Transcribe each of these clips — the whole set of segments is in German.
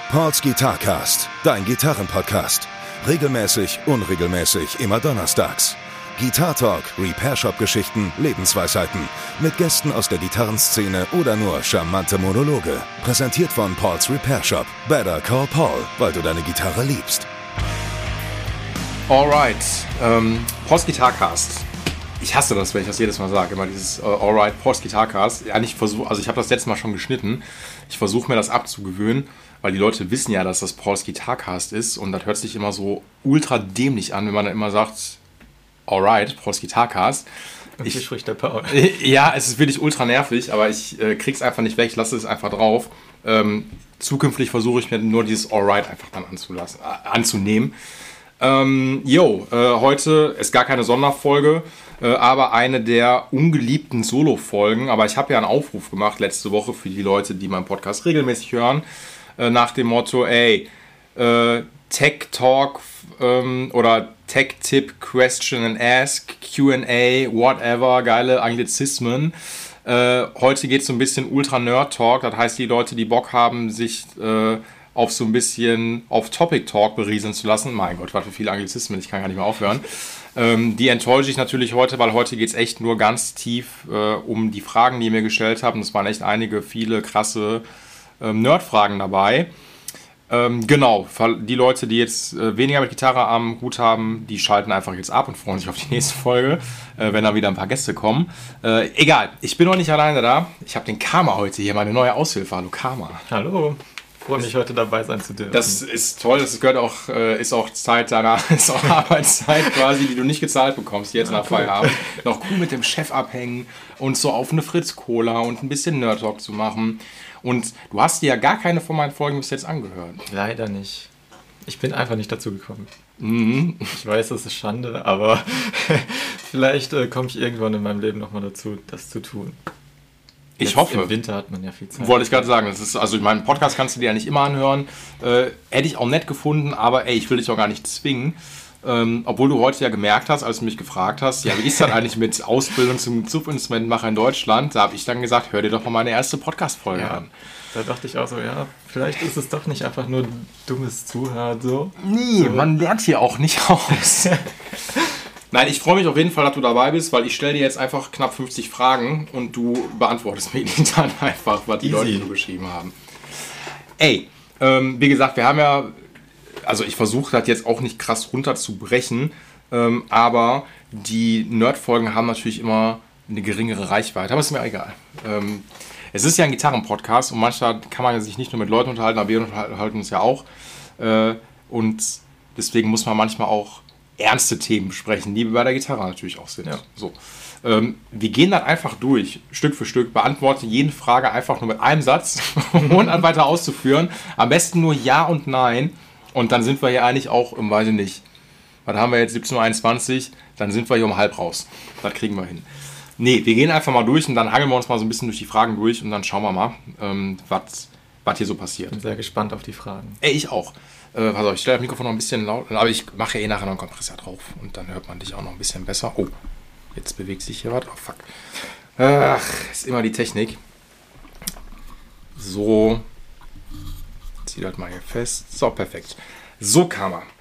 Pauls Guitarcast, dein Gitarrenpodcast. Regelmäßig, unregelmäßig, immer donnerstags. Guitar Talk, Repair Shop Geschichten, Lebensweisheiten. Mit Gästen aus der Gitarrenszene oder nur charmante Monologe. Präsentiert von Pauls Repair Shop. Better call Paul, weil du deine Gitarre liebst. Alright, Pauls Guitarcast. Ich hasse das, wenn ich das jedes Mal sage, immer dieses Alright, Pauls Guitarcast. Ja, ich habe das letzte Mal schon geschnitten. Ich versuche mir das abzugewöhnen, weil die Leute wissen ja, dass das Pauls Guitarcast ist und das hört sich immer so ultra dämlich an, wenn man dann immer sagt, Alright, Pauls Guitarcast. Wie spricht der Paul? Ja, es ist wirklich ultra nervig, aber ich krieg's einfach nicht weg, ich lasse es einfach drauf. Zukünftig versuche ich mir nur dieses Alright einfach dann anzunehmen. Heute ist gar keine Sonderfolge, aber eine der ungeliebten Solo-Folgen. Aber ich habe ja einen Aufruf gemacht letzte Woche für die Leute, die meinen Podcast regelmäßig hören, nach dem Motto, Tech Talk oder Tech Tip, Question and Ask, Q&A, whatever, geile Anglizismen. Heute geht es so ein bisschen Ultra-Nerd-Talk, das heißt, die Leute, die Bock haben, sich auf so ein bisschen auf Topic-Talk berieseln zu lassen. Mein Gott, was für viele Anglizismen, ich kann gar nicht mehr aufhören. Die enttäusche ich natürlich heute, weil heute geht es echt nur ganz tief um die Fragen, die ihr mir gestellt habt. Und es waren echt viele krasse Nerd-Fragen dabei. Genau, die Leute, die jetzt weniger mit Gitarre am Hut haben, die schalten einfach jetzt ab und freuen sich auf die nächste Folge, wenn da wieder ein paar Gäste kommen. Egal, ich bin noch nicht alleine da. Ich habe den Karma heute hier, meine neue Aushilfe. Hallo Karma. Hallo. Ich freue mich, heute dabei sein zu dürfen. Das ist toll, das gehört auch, ist auch Zeit deiner, ist auch Arbeitszeit quasi, die du nicht gezahlt bekommst, jetzt nach Feierabend. Noch cool mit dem Chef abhängen und so auf eine Fritz-Cola und ein bisschen Nerd-Talk zu machen. Und du hast dir ja gar keine von meinen Folgen bis jetzt angehört. Leider nicht. Ich bin einfach nicht dazu gekommen. Mhm. Ich weiß, das ist Schande, aber vielleicht komme ich irgendwann in meinem Leben nochmal dazu, das zu tun. Ich hoffe. Im Winter hat man ja viel Zeit. Wollte ich gerade sagen. Das ist, also meinen Podcast kannst du dir ja nicht immer anhören. Hätte ich auch nett gefunden, aber ich will dich auch gar nicht zwingen. Obwohl du heute ja gemerkt hast, als du mich gefragt hast, ja, wie ist das eigentlich mit Ausbildung zum Zupfinstrumentenmacher in Deutschland? Da habe ich dann gesagt, hör dir doch mal meine erste Podcast-Folge an. Da dachte ich auch so, ja, vielleicht ist es doch nicht einfach nur dummes Zuhören so. Nee, so. Man lernt hier auch nicht aus. Nein, ich freue mich auf jeden Fall, dass du dabei bist, weil ich stelle dir jetzt einfach knapp 50 Fragen und du beantwortest mir die dann einfach, was die Leute so geschrieben haben. Wie gesagt, wir haben ja, also ich versuche das jetzt auch nicht krass runterzubrechen, aber die Nerd-Folgen haben natürlich immer eine geringere Reichweite, aber ist mir egal. Es ist ja ein Gitarren-Podcast und manchmal kann man sich nicht nur mit Leuten unterhalten, aber wir unterhalten uns ja auch. Und deswegen muss man manchmal auch ernste Themen besprechen, die bei der Gitarre natürlich auch sind. Ja. So. Wir gehen dann einfach durch, Stück für Stück, beantworten jede Frage einfach nur mit einem Satz, ohne an weiter auszuführen. Am besten nur Ja und Nein. Und dann sind wir hier eigentlich auch im, weiß ich nicht, was haben wir jetzt, 17.21 Uhr, dann sind wir hier um halb raus. Das kriegen wir hin. Nee, wir gehen einfach mal durch und dann hangeln wir uns mal so ein bisschen durch die Fragen durch und dann schauen wir mal, was hier so passiert. Ich bin sehr gespannt auf die Fragen. Ich auch. Also ich stelle das Mikrofon noch ein bisschen laut, aber ich mache ja nachher noch einen Kompressor drauf und dann hört man dich auch noch ein bisschen besser. Oh, jetzt bewegt sich hier was. Oh, fuck. Ach, ist immer die Technik. So. Zieh das mal hier fest. So, perfekt. So kam er.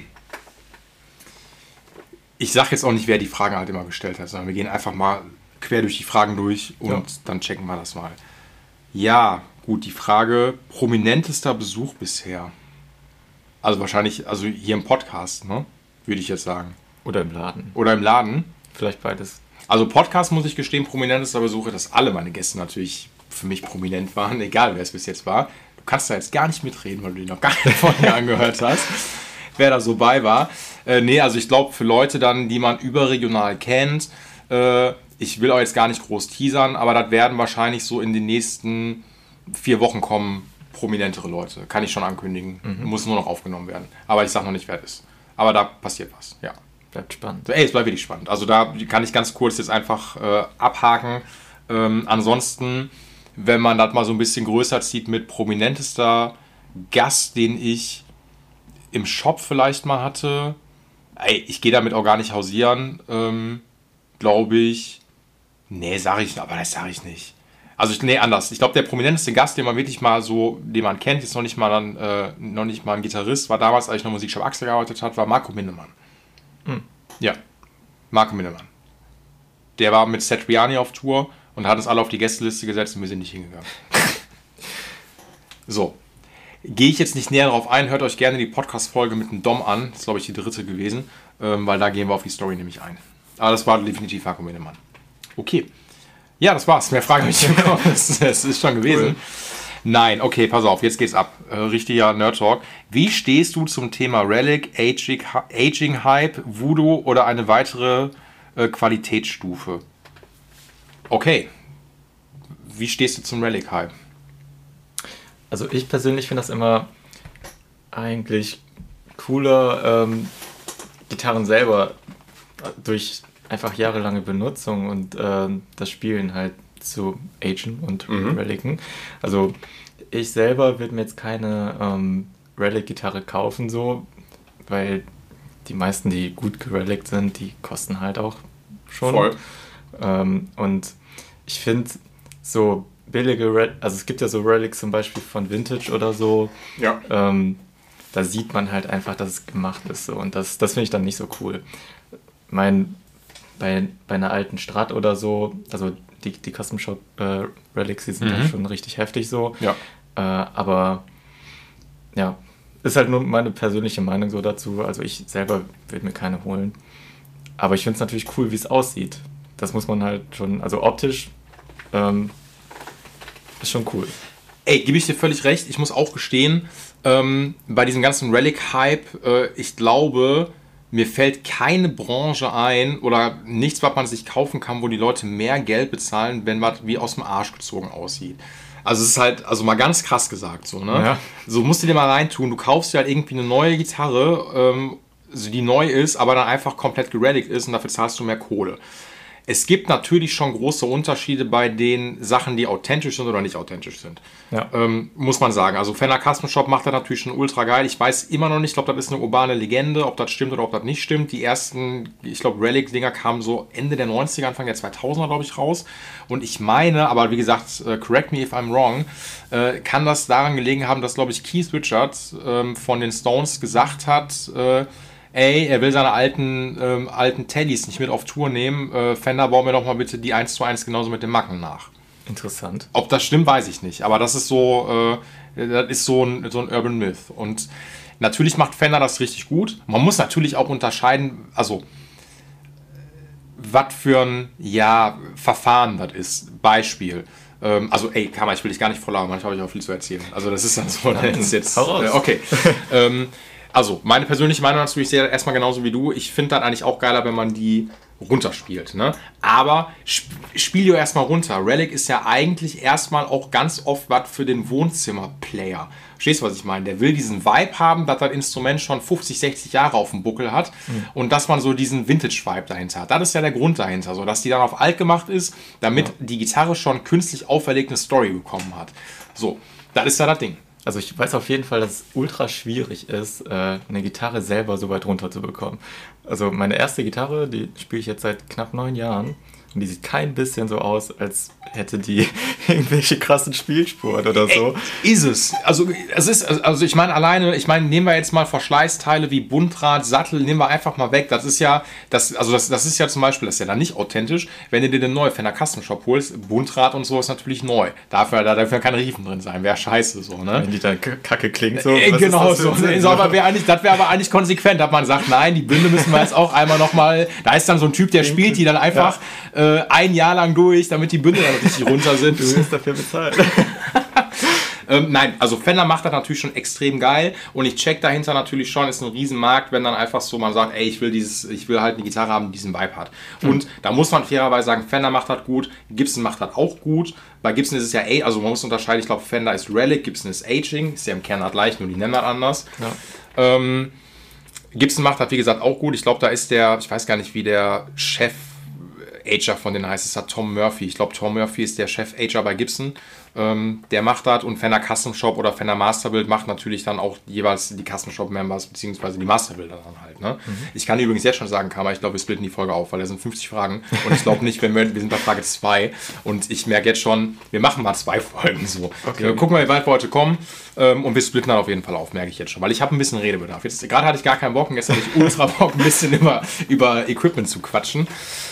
Ich sage jetzt auch nicht, wer die Fragen halt immer gestellt hat, sondern wir gehen einfach mal quer durch die Fragen durch und dann checken wir das mal. Ja, gut, die Frage, prominentester Besuch bisher. Also wahrscheinlich, also hier im Podcast, ne? Würde ich jetzt sagen. Oder im Laden. Oder im Laden. Vielleicht beides. Also Podcast, muss ich gestehen, prominentester Besuch, dass alle meine Gäste natürlich für mich prominent waren, egal wer es bis jetzt war. Du kannst da jetzt gar nicht mitreden, weil du die noch gar nicht von mir angehört hast, wer da so bei war. Also ich glaube, für Leute dann, die man überregional kennt, ich will auch jetzt gar nicht groß teasern, aber das werden wahrscheinlich so in den nächsten 4 Wochen kommen, prominentere Leute. Kann ich schon ankündigen. Muss nur noch aufgenommen werden. Aber ich sage noch nicht, wer es ist. Aber da passiert was, ja. Bleibt spannend. Es bleibt wirklich spannend. Also da kann ich ganz kurz jetzt einfach abhaken. Ansonsten, wenn man das mal so ein bisschen größer zieht mit prominentester Gast, den ich im Shop vielleicht mal hatte. Ich gehe damit auch gar nicht hausieren. Glaube ich. Nee, aber das sage ich nicht. Also, anders. Ich glaube, der prominenteste Gast, den man wirklich mal so, den man kennt, ist noch nicht mal ein Gitarrist, war damals, als ich noch Musikshop Axel gearbeitet habe, war Marco Minnemann. Ja, Marco Minnemann. Der war mit Satriani auf Tour und hat uns alle auf die Gästeliste gesetzt und wir sind nicht hingegangen. So. Gehe ich jetzt nicht näher darauf ein, hört euch gerne die Podcast-Folge mit dem Dom an. Das ist, glaube ich, die 3. gewesen, weil da gehen wir auf die Story nämlich ein. Aber das war definitiv Marco Minnemann. Okay. Ja, das war's. Mehr Fragen habe ich nicht bekommen. Das ist schon gewesen. Cool. Nein, okay, pass auf, jetzt geht's ab. Richtiger Nerd-Talk. Wie stehst du zum Thema Relic, Aging-Hype, Voodoo oder eine weitere Qualitätsstufe? Okay. Wie stehst du zum Relic-Hype? Also ich persönlich finde das immer eigentlich cooler, Gitarren selber durch einfach jahrelange Benutzung und das Spielen halt zu agen und relicen. Also ich selber würde mir jetzt keine Relic-Gitarre kaufen, so, weil die meisten, die gut gerelickt sind, die kosten halt auch schon. Voll. Und ich finde so billige also es gibt ja so Relics zum Beispiel von Vintage oder so. Ja. Da sieht man halt einfach, dass es gemacht ist. So. Und das finde ich dann nicht so cool. Bei einer alten Strat oder so, also die Custom Shop Relics, die sind halt schon richtig heftig so. Ja. Aber ja, ist halt nur meine persönliche Meinung so dazu. Also ich selber würde mir keine holen. Aber ich finde es natürlich cool, wie es aussieht. Das muss man halt schon, also optisch ist schon cool. Ey, gebe ich dir völlig recht. Ich muss auch gestehen, bei diesem ganzen Relic-Hype, ich glaube, mir fällt keine Branche ein oder nichts, was man sich kaufen kann, wo die Leute mehr Geld bezahlen, wenn was wie aus dem Arsch gezogen aussieht. Also es ist halt, also mal ganz krass gesagt so, ne? Ja. So musst du dir mal reintun, du kaufst dir halt irgendwie eine neue Gitarre, die neu ist, aber dann einfach komplett gerelict ist und dafür zahlst du mehr Kohle. Es gibt natürlich schon große Unterschiede bei den Sachen, die authentisch sind oder nicht authentisch sind. Ja. Muss man sagen. Also Fender Custom Shop macht das natürlich schon ultra geil. Ich weiß immer noch nicht, ich glaube, das ist eine urbane Legende, ob das stimmt oder ob das nicht stimmt. Die ersten, ich glaube, Relic-Dinger kamen so Ende der 90er, Anfang der 2000er, glaube ich, raus. Und ich meine, aber wie gesagt, correct me if I'm wrong, kann das daran gelegen haben, dass, glaube ich, Keith Richards von den Stones gesagt hat, er will seine alten Tellys nicht mit auf Tour nehmen. Fender, bau mir doch mal bitte die 1:1 genauso mit den Macken nach. Interessant. Ob das stimmt, weiß ich nicht. Aber das ist so, ein Urban Myth. Und natürlich macht Fender das richtig gut. Man muss natürlich auch unterscheiden, also was für ein Verfahren das ist. Beispiel. Also, Karma, ich will dich gar nicht voll labern, manchmal habe ich auch viel zu erzählen. Also, das ist dann so, das ist jetzt. Okay. Also, meine persönliche Meinung dazu, ich sehe das erstmal genauso wie du. Ich finde das eigentlich auch geiler, wenn man die runterspielt. Ne? Aber spiel dir erstmal runter. Relic ist ja eigentlich erstmal auch ganz oft was für den Wohnzimmer-Player. Verstehst du, was ich meine? Der will diesen Vibe haben, dass das Instrument schon 50, 60 Jahre auf dem Buckel hat und dass man so diesen Vintage-Vibe dahinter hat. Das ist ja der Grund dahinter, so dass die dann auf alt gemacht ist, damit die Gitarre schon künstlich auferlegt eine Story bekommen hat. So, das ist ja das Ding. Also ich weiß auf jeden Fall, dass es ultra schwierig ist, eine Gitarre selber so weit runter zu bekommen. Also meine erste Gitarre, die spiele ich jetzt seit knapp 9 Jahren. Und die sieht kein bisschen so aus, als hätte die irgendwelche krassen Spielspuren oder so. Ist es. Also ich meine, nehmen wir jetzt mal Verschleißteile wie Bundrad, Sattel, nehmen wir einfach mal weg. Das ist ja zum Beispiel, das ist ja dann nicht authentisch, wenn du dir den neuen Fender Custom Shop holst, Bundrad und so ist natürlich neu. Dafür kann Riefen drin sein, wäre scheiße so, ne? Wenn die dann kacke klingt so. Genau so. Das wäre aber eigentlich konsequent, dass man sagt, nein, die Bünde müssen wir jetzt auch einmal nochmal, da ist dann so ein Typ, der spielt die dann einfach ein Jahr lang durch, damit die Bünde dann richtig runter sind. Du wirst dafür bezahlt. Nein, also Fender macht das natürlich schon extrem geil und ich check dahinter natürlich schon, ist ein Riesenmarkt, wenn dann einfach so man sagt, ich will halt eine Gitarre haben, die diesen Vibe hat. Und da muss man fairerweise sagen, Fender macht das gut, Gibson macht das auch gut. Bei Gibson ist es ja also man muss unterscheiden, ich glaube Fender ist Relic, Gibson ist Aging, ist ja im Kern das gleich, nur die nennen das anders. Ja. Gibson macht das wie gesagt auch gut, ich glaube da ist ich weiß gar nicht wie der Chef Chef-Ager von denen heißt, es hat Tom Murphy. Ich glaube, Tom Murphy ist der Chef-Ager bei Gibson. Der macht das und Fender Custom Shop oder Fender Masterbuild macht natürlich dann auch jeweils die Custom Shop Members beziehungsweise die Masterbuilder dann halt. Ne? Ich kann übrigens jetzt schon sagen, Karma, ich glaube, wir splitten die Folge auf, weil da sind 50 Fragen und ich glaube nicht, wir sind bei Frage 2 und ich merke jetzt schon, wir machen mal 2 Folgen so. Okay. Gucken wir, wie weit wir heute kommen und wir splitten dann auf jeden Fall auf, merke ich jetzt schon, weil ich habe ein bisschen Redebedarf. Jetzt gerade hatte ich gar keinen Bock und jetzt habe ich ultra Bock, ein bisschen über Equipment zu quatschen.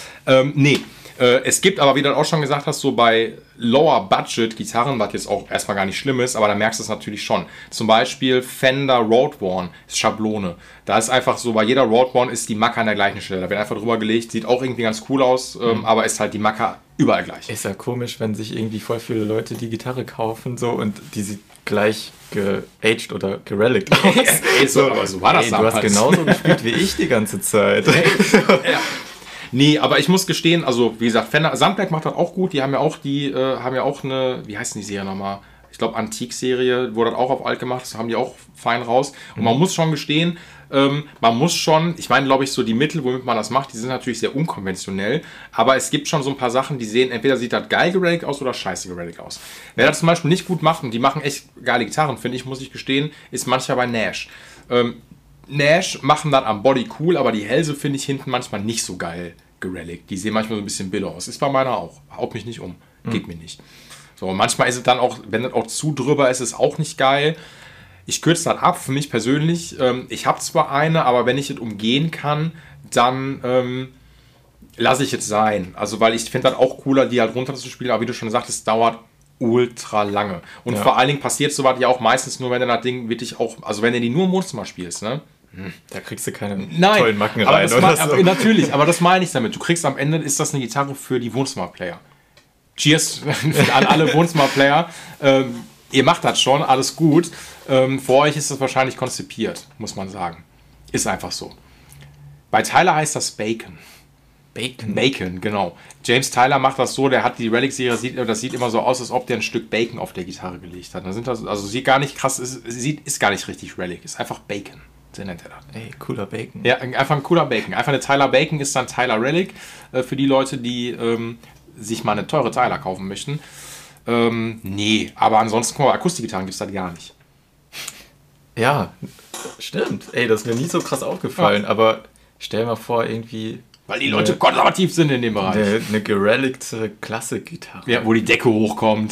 Es gibt aber, wie du auch schon gesagt hast, so bei Lower-Budget-Gitarren, was jetzt auch erstmal gar nicht schlimm ist, aber da merkst du es natürlich schon. Zum Beispiel Fender Roadworn ist Schablone. Da ist einfach so, bei jeder Roadworn ist die Macke an der gleichen Stelle. Da wird einfach drüber gelegt, sieht auch irgendwie ganz cool aus, aber ist halt die Macke überall gleich. Ist ja komisch, wenn sich irgendwie voll viele Leute die Gitarre kaufen so und die sieht gleich geaged oder gerelict aus. Aber so war das damals. Du hast genauso gespielt wie ich die ganze Zeit. Ja. Nee, aber ich muss gestehen, also wie gesagt, Fender, Sandberg macht das auch gut. Die haben ja auch eine, wie heißt denn die Serie nochmal? Ich glaube, Antik-Serie, wurde das auch auf alt gemacht, das haben die auch fein raus. Und man muss schon gestehen, ich meine, glaube ich, so die Mittel, womit man das macht, die sind natürlich sehr unkonventionell, aber es gibt schon so ein paar Sachen, die sehen, entweder sieht das geil gerelict aus oder scheiße gerelict aus. Wer das zum Beispiel nicht gut macht, und die machen echt geile Gitarren, finde ich, muss ich gestehen, ist manchmal bei Nash. Nash machen dann am Body cool, aber die Hälse finde ich hinten manchmal nicht so geil gerelict. Die sehen manchmal so ein bisschen billig aus. Ist bei meiner auch. Haut mich nicht um. Geht mir nicht. So, und manchmal ist es dann auch, wenn das auch zu drüber ist, ist es auch nicht geil. Ich kürze das ab, für mich persönlich. Ich habe zwar eine, aber wenn ich es umgehen kann, dann lasse ich es sein. Also, weil ich finde das auch cooler, die halt runter zu spielen, aber wie du schon sagtest, es dauert ultra lange. Und vor allen Dingen passiert sowas ja auch meistens nur, wenn du das Ding wirklich auch, also wenn du die nur im Wohnzimmer spielst, ne? Da kriegst du keine tollen Macken rein. Aber natürlich, aber das meine ich damit. Du kriegst am Ende, ist das eine Gitarre für die Wohnzimmerplayer. Cheers an alle Wohnzimmerplayer. Ihr macht das schon, alles gut. Für euch ist das wahrscheinlich konzipiert, muss man sagen. Ist einfach so. Bei Tyler heißt das Bacon. Bacon, genau. James Tyler macht das so, der hat die Relic-Serie, das sieht immer so aus, als ob der ein Stück Bacon auf der Gitarre gelegt hat. Also sieht gar nicht krass, ist gar nicht richtig Relic, ist einfach Bacon. So nennt er das. Ey, cooler Bacon. Ja, einfach ein cooler Bacon. Einfach eine Tyler Bacon ist dann Tyler Relic für die Leute, die sich mal eine teure Tyler kaufen möchten. Nee, aber ansonsten, Akustikgitarren gibt es das gar nicht. Ja, stimmt. Ey, das ist mir nie so krass aufgefallen, aber stell mal vor, irgendwie... Weil die Leute konservativ sind in dem Bereich. Eine gerelicte Klassikgitarre. Ja, wo die Decke hochkommt.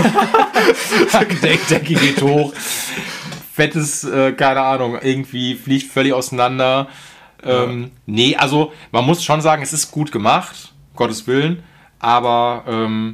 Decke geht hoch. Fettes, keine Ahnung, irgendwie fliegt völlig auseinander. Nee, also man muss schon sagen, es ist gut gemacht, Gottes Willen, aber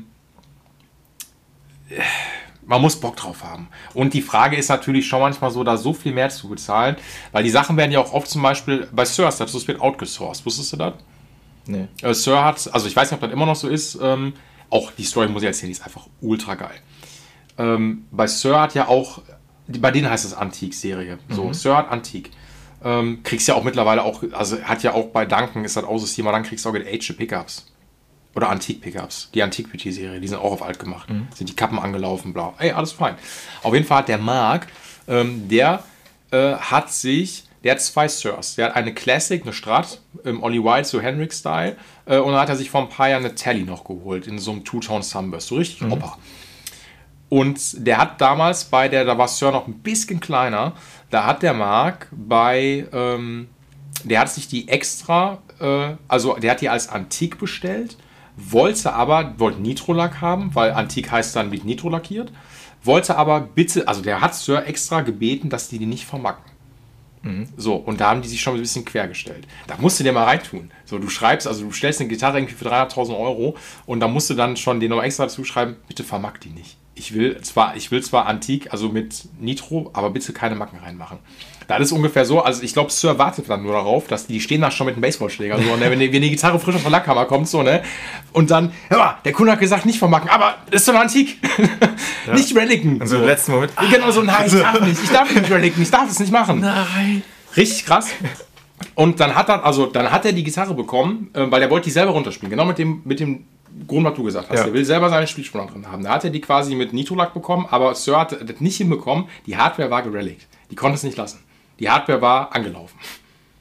man muss Bock drauf haben. Und die Frage ist natürlich schon manchmal so, da so viel mehr zu bezahlen, weil die Sachen werden ja auch oft zum Beispiel bei Sir, das wird outgesourced. Wusstest du das? Nee. Sir hat, also ich weiß nicht, ob das immer noch so ist, auch die Story muss ich erzählen, die ist einfach ultra geil. Bei Sir hat ja auch, bei denen heißt es Antik-Serie. So, Sir hat Antik. Kriegst ja auch mittlerweile auch, also hat ja auch bei Duncan ist das auch System, aber dann kriegst du auch geaged Pickups. Oder Antik-Pickups. Die Antiquity-Serie, die sind auch auf alt gemacht. Sind die Kappen angelaufen, blau. Ey, alles fein. Auf jeden Fall hat der Marc, der hat 2 Sirs. Der hat eine Classic, eine Strat, Ollie White, so Hendrix-Style. Und dann hat er sich vor ein paar Jahren eine Tally noch geholt, in so einem Two-Tone-Sunburst. So richtig Opa. Und der hat damals da war Sir noch ein bisschen kleiner, da hat der Marc der hat sich die extra, also der hat die als Antik bestellt, wollte Nitrolack haben, weil Antik heißt dann wird Nitro lackiert, wollte aber bitte, also der hat Sir extra gebeten, dass die nicht vermacken. So, und da haben die sich schon ein bisschen quergestellt. Da musst du dir mal reintun. So, du stellst eine Gitarre irgendwie für 300.000 Euro und da musst du dann schon den noch extra dazu schreiben, bitte vermack die nicht. Ich will zwar Antik, also mit Nitro, aber bitte keine Macken reinmachen. Das ist ungefähr so, also ich glaube, Sir wartet dann nur darauf, dass die stehen da schon mit einem Baseballschläger. So, ne, wenn die Gitarre frisch aus der Lackhammer kommt, so, ne? Und dann, ja, der Kunde hat gesagt, nicht vermacken, aber das ist doch eine Antik. Ja. Nicht relicen. Und so im letzten Moment. Genau so, nein, ich darf nicht relicen, ich darf es nicht machen. Nein. Richtig krass. Und dann hat er die Gitarre bekommen, weil er wollte die selber runterspielen. Genau mit dem Grund, was du gesagt hast. Ja. Er will selber seine Spielspuren drin haben. Da hat er die quasi mit Nitrolack bekommen, aber Sir hat das nicht hinbekommen. Die Hardware war gerelict. Die konnte es nicht lassen. Die Hardware war angelaufen.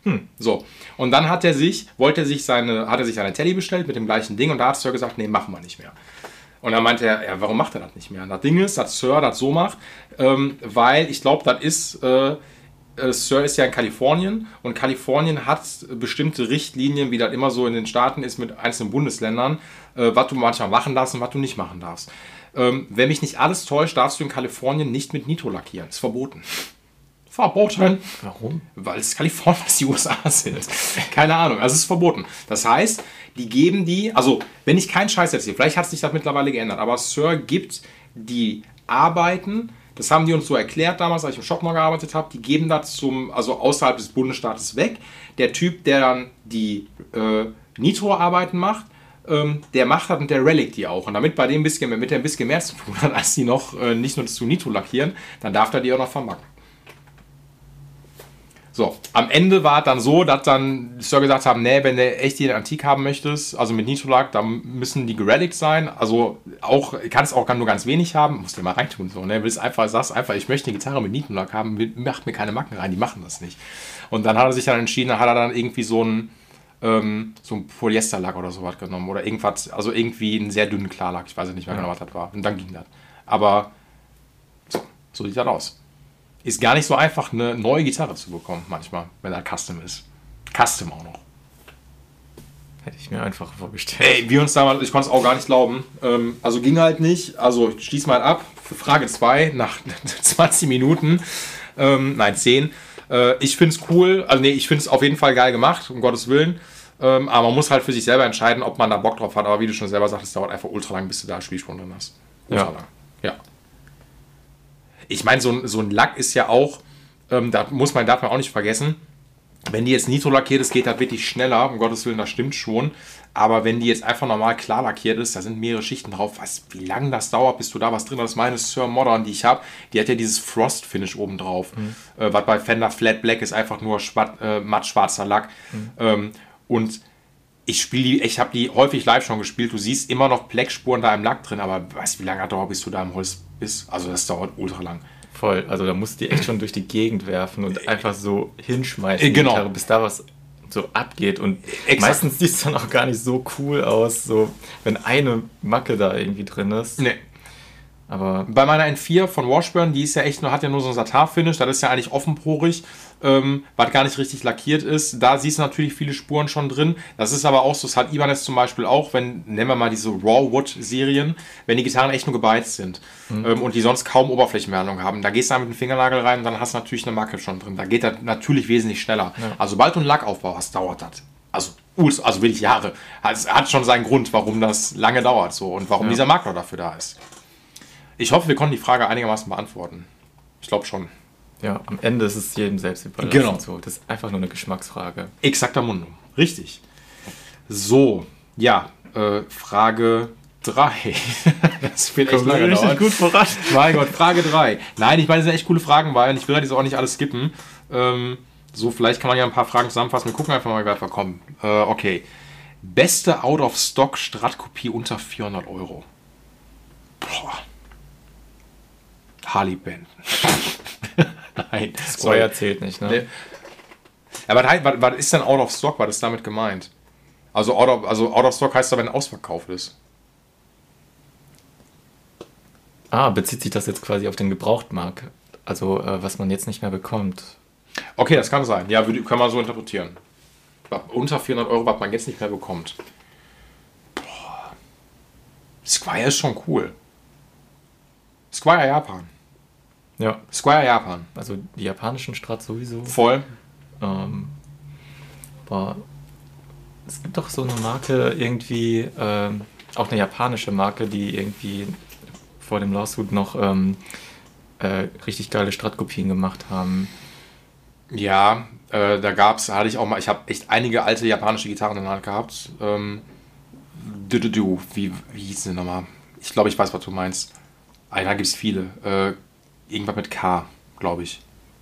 So. Und dann hat er sich seine Teddy bestellt mit dem gleichen Ding und da hat Sir gesagt, nee, machen wir nicht mehr. Und dann meinte er, ja, warum macht er das nicht mehr? Und das Ding ist, dass Sir das so macht, weil ich glaube, das ist, Sir ist ja in Kalifornien und Kalifornien hat bestimmte Richtlinien, wie das immer so in den Staaten ist mit einzelnen Bundesländern, was du manchmal machen darfst und was du nicht machen darfst. Wenn mich nicht alles täuscht, darfst du in Kalifornien nicht mit Nitro lackieren. Ist verboten. Verboten. Warum? Weil es Kalifornien, was die USA sind. Keine Ahnung, also es ist verboten. Das heißt, die geben also wenn ich keinen Scheiß erzähle, vielleicht hat sich das mittlerweile geändert, aber Sir gibt die Arbeiten, das haben die uns so erklärt damals, als ich im Shop mal gearbeitet habe, die geben das also außerhalb des Bundesstaates weg. Der Typ, der dann die Nitro-Arbeiten macht, der macht das und der relikt die auch. Und damit bei dem mit der ein bisschen mehr zu tun hat, als die noch nicht nur zu Nitro lackieren, dann darf er die auch noch vermarkten. So, am Ende war es dann so, dass dann Sir gesagt haben, nee, wenn du echt die Antik haben möchtest, also mit Nitro-Lack, dann müssen die gerelikt sein. Also kannst auch nur ganz wenig haben, musst du mal reintun. So, ne? Sagst einfach, ich möchte eine Gitarre mit Nitro-Lack haben, macht mir keine Macken rein, die machen das nicht. Und dann hat er sich dann entschieden, hat er dann irgendwie so ein Polyesterlack oder sowas genommen oder irgendwas, also irgendwie einen sehr dünnen Klarlack, ich weiß nicht mehr genau, was das war. Und dann ging das. Aber so sieht das aus. Ist gar nicht so einfach, eine neue Gitarre zu bekommen, manchmal, wenn er Custom ist. Custom auch noch. Hätte ich mir einfach vorgestellt. Ey, wir uns damals, ich konnte es auch gar nicht glauben. Also ging halt nicht. Also ich schließe mal ab. Für Frage 2 nach 20 Minuten. 10. Ich finde es cool. Also nee, ich finde es auf jeden Fall geil gemacht, um Gottes Willen. Aber man muss halt für sich selber entscheiden, ob man da Bock drauf hat. Aber wie du schon selber sagst, es dauert einfach ultra lang, bis du da Spielsprung drin hast. Ultra lang. Ja. Ich meine, so ein Lack ist ja auch, darf man auch nicht vergessen, wenn die jetzt Nitro lackiert ist, geht das wirklich schneller, um Gottes Willen, das stimmt schon. Aber wenn die jetzt einfach normal klar lackiert ist, da sind mehrere Schichten drauf, wie lange das dauert, bis du da was drin hast. Meine Sir Modern, die ich habe, die hat ja dieses Frost-Finish oben drauf. Was bei Fender Flat Black ist einfach nur matt schwarzer Lack. Und ich habe die häufig live schon gespielt. Du siehst immer noch Black-Spuren da im Lack drin, aber weißt du, wie lange das dauert, bis du da im Holz bist? Also das dauert ultra lang. Voll, also da musst du die echt schon durch die Gegend werfen und einfach so hinschmeißen, genau. Gitarre, bis da was so abgeht. Und Exakt. Meistens sieht es dann auch gar nicht so cool aus, so wenn eine Macke da irgendwie drin ist. Nee. Aber bei meiner N4 von Washburn, die ist ja echt hat ja nur so ein Satar-Finish, das ist ja eigentlich offenporig, was gar nicht richtig lackiert ist. Da siehst du natürlich viele Spuren schon drin. Das ist aber auch so, das hat Ibanez zum Beispiel auch, nennen wir mal diese Raw Wood-Serien, wenn die Gitarren echt nur gebeizt sind und die sonst kaum Oberflächenbehandlung haben. Da gehst du mit dem Fingernagel rein und dann hast du natürlich eine Macke schon drin. Da geht das natürlich wesentlich schneller. Ja. Also sobald du einen Lackaufbau hast, dauert das. Also wirklich Jahre. Es hat schon seinen Grund, warum das lange dauert so und warum dieser Makler dafür da ist. Ich hoffe, wir konnten die Frage einigermaßen beantworten. Ich glaube schon. Ja, am Ende ist es jedem selbst überlassen. Genau. So. Das ist einfach nur eine Geschmacksfrage. Exakter Mundum. Richtig. So, ja, Frage 3. Das wird echt lange dauern. Gut voran. Mein Gott, Frage 3. Nein, ich meine, das sind echt coole Fragen, weil ich will das auch nicht alles skippen. So, vielleicht kann man ja ein paar Fragen zusammenfassen. Wir gucken einfach mal, wie weit wir kommen. Okay. Beste Out-of-Stock-Strat-Kopie unter 400 €. Boah. Harley Benton. Nein. Squire zählt nicht, ne? Aber was ist denn Out of Stock? Was ist damit gemeint? Also Out of Stock heißt aber, wenn ausverkauft ist. Bezieht sich das jetzt quasi auf den Gebrauchtmarkt? Also, was man jetzt nicht mehr bekommt? Okay, das kann sein. Ja, kann man so interpretieren. Unter 400 €, was man jetzt nicht mehr bekommt. Boah. Squire ist schon cool. Squire Japan. Ja. Squire Japan. Also die japanischen Strat sowieso. Voll. Es gibt doch so eine Marke irgendwie, auch eine japanische Marke, die irgendwie vor dem Lawsuit noch richtig geile Strat-Kopien gemacht haben. Ja, hatte ich auch mal, ich habe echt einige alte japanische Gitarren in der Hand gehabt. Wie hieß die nochmal? Ich glaube, ich weiß, was du meinst. Da gibt es viele. Irgendwas mit K, glaube ich.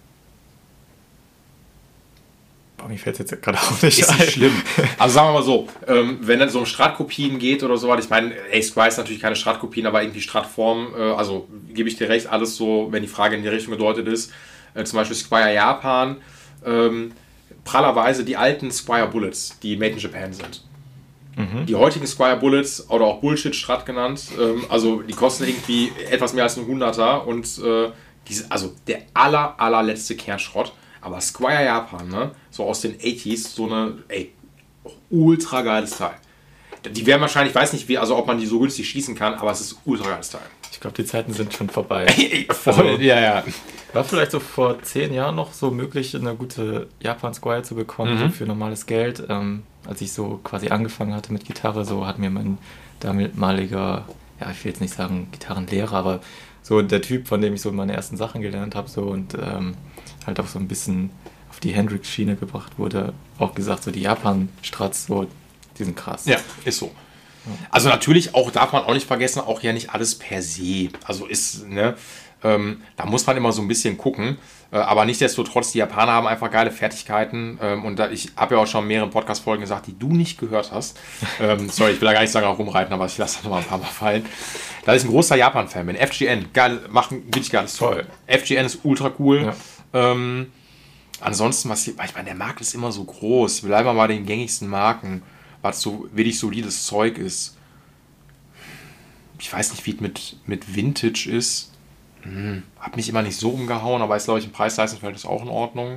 Boah, mir fällt es jetzt gerade auch nicht ist ein. Nicht schlimm. Also sagen wir mal so, wenn es um Strat-Kopien geht oder so, ich meine, Squire ist natürlich keine Strat-Kopien, aber irgendwie Strat-Form, also gebe ich dir recht, alles so, wenn die Frage in die Richtung gedeutet ist. Zum Beispiel Squire Japan, prallerweise die alten Squire Bullets, die made in Japan sind. Die heutigen Squire Bullets, oder auch Bullshit Strat genannt, also die kosten irgendwie etwas mehr als ein Hunderter und also der allerletzte Kernschrott. Aber Squire Japan, ne, so aus den 80s, so eine, ultra geiles Teil. Die werden wahrscheinlich, ich weiß nicht, ob man die so günstig schießen kann, aber es ist ultra geiles Teil. Ich glaube, die Zeiten sind schon vorbei. Voll, also, ja. War vielleicht so vor 10 Jahren noch so möglich, eine gute Japan Squire zu bekommen, so für normales Geld. Als ich so quasi angefangen hatte mit Gitarre, so hat mir mein damaliger, ich will jetzt nicht sagen Gitarrenlehrer, aber so der Typ, von dem ich so meine ersten Sachen gelernt habe, so und halt auch so ein bisschen auf die Hendrix-Schiene gebracht wurde, auch gesagt, so die Japan-Strats, so, die sind krass. Ja, ist so. Also natürlich auch, darf man auch nicht vergessen, auch ja nicht alles per se. Also ist, ne, da muss man immer so ein bisschen gucken. Aber nichtsdestotrotz, die Japaner haben einfach geile Fertigkeiten. Und ich habe ja auch schon in mehreren Podcast-Folgen gesagt, die du nicht gehört hast. Sorry, ich will da gar nicht sagen, auch rumreiten, aber ich lasse das nochmal ein paar Mal fallen. Da ich ein großer Japan-Fan bin. FGN, geil, machen wirklich geiles Zeug. FGN ist ultra cool. Ja. Ansonsten, ich meine, der Markt ist immer so groß. Wir bleiben mal bei den gängigsten Marken, was so wirklich solides Zeug ist. Ich weiß nicht, wie es mit Vintage ist. Hat mich immer nicht so umgehauen, aber ist, glaube ich, im Preis-Leistungsverhältnis auch in Ordnung.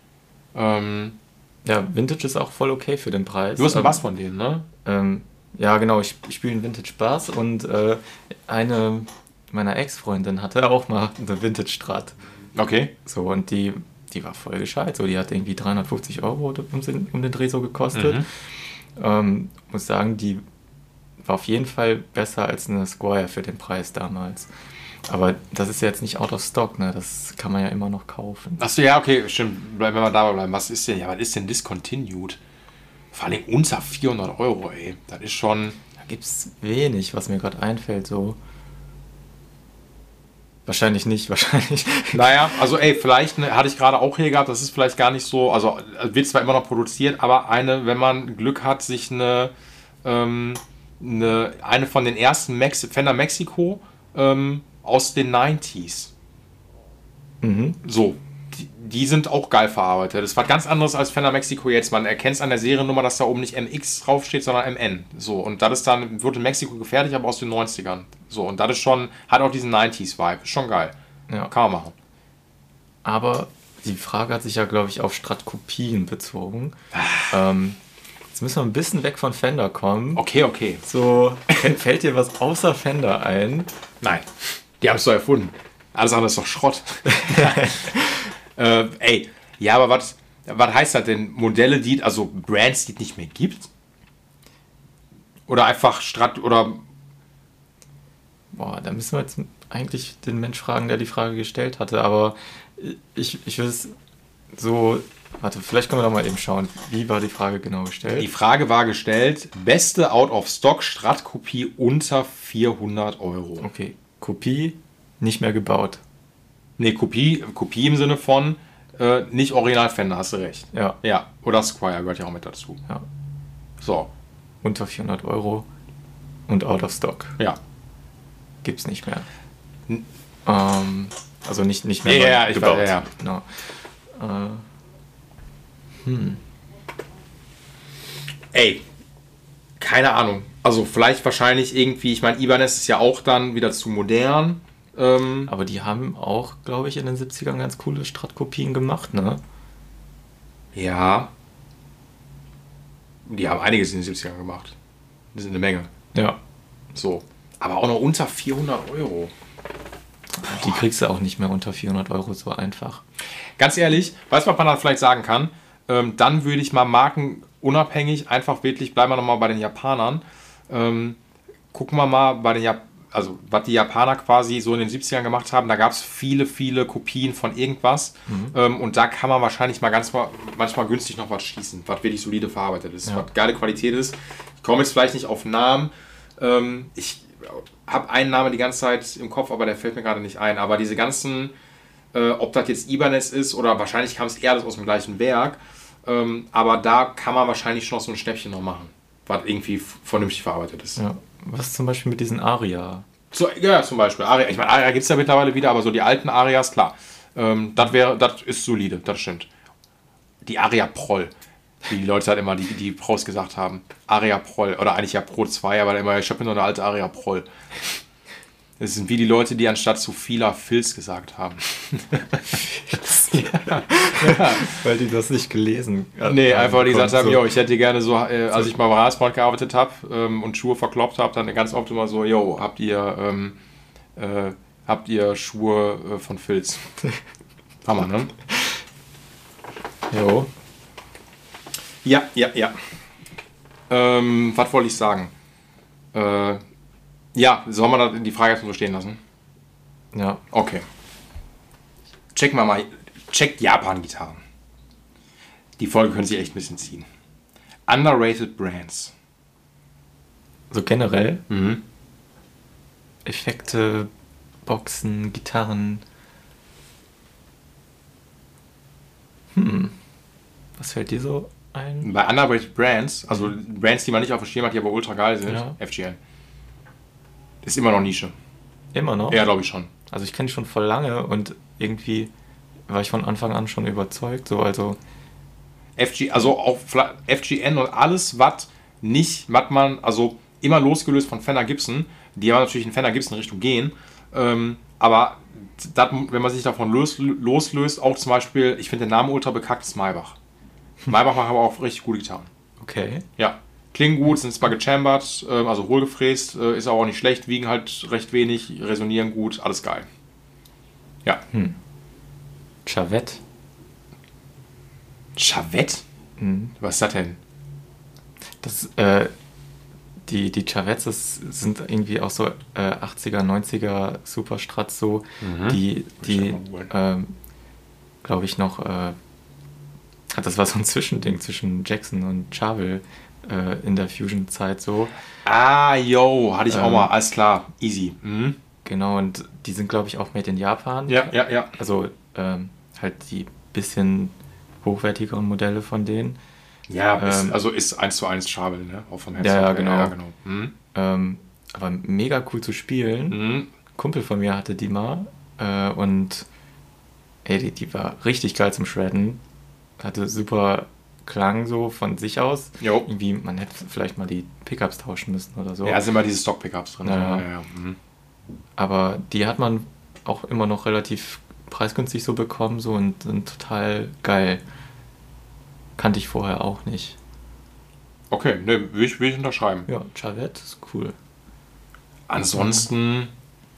Ja, Vintage ist auch voll okay für den Preis. Du hast einen Bass von denen, ne? Ja, genau, ich spiele einen Vintage-Bass und eine meiner Ex-Freundin hatte auch mal eine Vintage-Strat. Okay. So, und die war voll gescheit. So, die hat irgendwie 350 Euro um den Dreh so gekostet. Muss sagen, die war auf jeden Fall besser als eine Squire für den Preis damals. Aber das ist ja jetzt nicht out of stock, ne? Das kann man ja immer noch kaufen. Achso, ja, okay, stimmt. Bleiben wir mal dabei bleiben. Was ist denn discontinued? Vor allem unter 400 Euro, ey. Das ist schon... Da gibt's wenig, was mir gerade einfällt, so. Wahrscheinlich nicht. Naja, also vielleicht, hatte ich gerade auch hier gehabt, das ist vielleicht gar nicht so, also wird zwar immer noch produziert, aber wenn man Glück hat, sich eine von den ersten Fender Mexico aus den 90s. So, die sind auch geil verarbeitet. Das war ganz anderes als Fender Mexico jetzt. Man erkennt es an der Seriennummer, dass da oben nicht MX draufsteht, sondern MN. So, und das ist dann, wird in Mexiko gefertigt, aber aus den 90ern. So, und das ist schon, hat auch diesen 90s-Vibe. Ist schon geil. Ja. Kann man machen. Aber die Frage hat sich ja, glaube ich, auf Strat-Kopien bezogen. Jetzt müssen wir ein bisschen weg von Fender kommen. Okay. So, fällt dir was außer Fender ein? Nein. Die haben es doch erfunden. Alles andere ist doch Schrott. Aber was heißt das denn? Modelle, also Brands, die es nicht mehr gibt? Oder einfach Strat oder... Boah, da müssen wir jetzt eigentlich den Mensch fragen, der die Frage gestellt hatte, aber ich will es so... Warte, vielleicht können wir doch mal eben schauen, wie war die Frage genau gestellt? Die Frage war gestellt, beste Out-of-Stock-Strat-Kopie unter 400 Euro. Okay, Kopie nicht mehr gebaut. Nee, Kopie im Sinne von nicht Original Fender, hast du recht. Ja, oder Squire gehört ja auch mit dazu. Ja. So. Unter 400 Euro und out of stock. Ja. Gibt's nicht mehr. Also nicht mehr gebaut. Ja. Genau. Keine Ahnung. Also vielleicht wahrscheinlich irgendwie, ich meine, Ibanez ist ja auch dann wieder zu modern. Aber die haben auch, glaube ich, in den 70ern ganz coole Strat-Kopien gemacht, ne? Ja. Die haben einiges in den 70ern gemacht. Das ist eine Menge. Ja. So. Aber auch noch unter 400 Euro. Die kriegst du auch nicht mehr unter 400 Euro so einfach. Ganz ehrlich, weißt du, was man da vielleicht sagen kann? Dann würde ich mal markenunabhängig einfach wirklich, bleiben wir nochmal bei den Japanern, gucken wir mal bei den was die Japaner quasi so in den 70ern gemacht haben, da gab es viele, viele Kopien von irgendwas und da kann man wahrscheinlich mal manchmal günstig noch was schießen, was wirklich solide verarbeitet ist, was geile Qualität ist. Ich komme jetzt vielleicht nicht auf Namen, ich habe einen Namen die ganze Zeit im Kopf, aber der fällt mir gerade nicht ein, aber diese ganzen, ob das jetzt Ibanez ist oder wahrscheinlich kam es eher aus dem gleichen Werk, aber da kann man wahrscheinlich schon noch so ein Schnäppchen noch machen, was irgendwie vernünftig verarbeitet ist. Ja. Was zum Beispiel mit diesen Aria? Ja, zum Beispiel. Aria. Ich meine, Aria gibt es ja mittlerweile wieder, aber so die alten Arias, klar. Das ist solide, das stimmt. Die Aria Proll. Wie die Leute halt immer, die Pros gesagt haben. Aria Proll. Oder eigentlich ja Pro 2, aber immer, ich habe mir noch eine alte Aria Proll. Das sind wie die Leute, die anstatt zu vieler Filz gesagt haben. Ja. Weil die das nicht gelesen haben. Nee, einfach weil die gesagt haben, ich hätte gerne so, als ich mal bei Rasport gearbeitet habe und Schuhe verkloppt habe, dann ganz oft immer so, habt ihr Schuhe von Filz? Hammer, ne? Jo. Ja. Was wollte ich sagen? Soll man da die Frage erstmal so stehen lassen? Ja. Okay. Checkt Japan-Gitarren. Die Folge können sich echt ein bisschen ziehen. Underrated Brands. So generell? Effekte, Boxen, Gitarren. Was fällt dir so ein? Bei Underrated Brands, also Brands, die man nicht auf dem Schirm hat, die aber ultra geil sind, Ja. FGN. Ist immer noch Nische. Immer noch? Ja, glaube ich schon. Also ich kenne die schon voll lange und irgendwie war ich von Anfang an schon überzeugt. So, also Also auch FGN und alles, was man, also immer losgelöst von Fender Gibson, die aber natürlich in Fender Gibson Richtung gehen, aber wenn man sich davon loslöst, auch zum Beispiel, ich finde den Namen ultra bekackt, ist Maybach. Maybach macht aber auch richtig gute Gitarren. okay. Ja, klingen gut, sind zwar gechambert, also hohlgefräst, ist aber auch nicht schlecht, wiegen halt recht wenig, resonieren gut, alles geil. Ja. Chavette. Chavette? Was ist das denn? Das, die Chavettes sind irgendwie auch so 80er, 90er Superstrats so, die glaube ich noch, das war so ein Zwischending zwischen Jackson und Charvel in der Fusion-Zeit so. Hatte ich auch mal, alles klar, easy. Genau, und die sind glaube ich auch made in Japan. Ja. Also halt die bisschen hochwertigeren Modelle von denen. Ja, ist 1:1 Schabel, ne? Auch vom Headset. Ja, genau. Ja, genau. Aber mega cool zu spielen. Ein Kumpel von mir hatte die mal und die war richtig geil zum Shredden. Hatte super Klang so von sich aus. Jo. Irgendwie, man hätte vielleicht mal die Pickups tauschen müssen oder so. Ja, sind immer diese Stock-Pickups drin. Ja. Aber die hat man auch immer noch relativ preisgünstig so bekommen so und sind total geil. Kannte ich vorher auch nicht. Okay, ne, will ich unterschreiben. Ja, Chavette ist cool. Ansonsten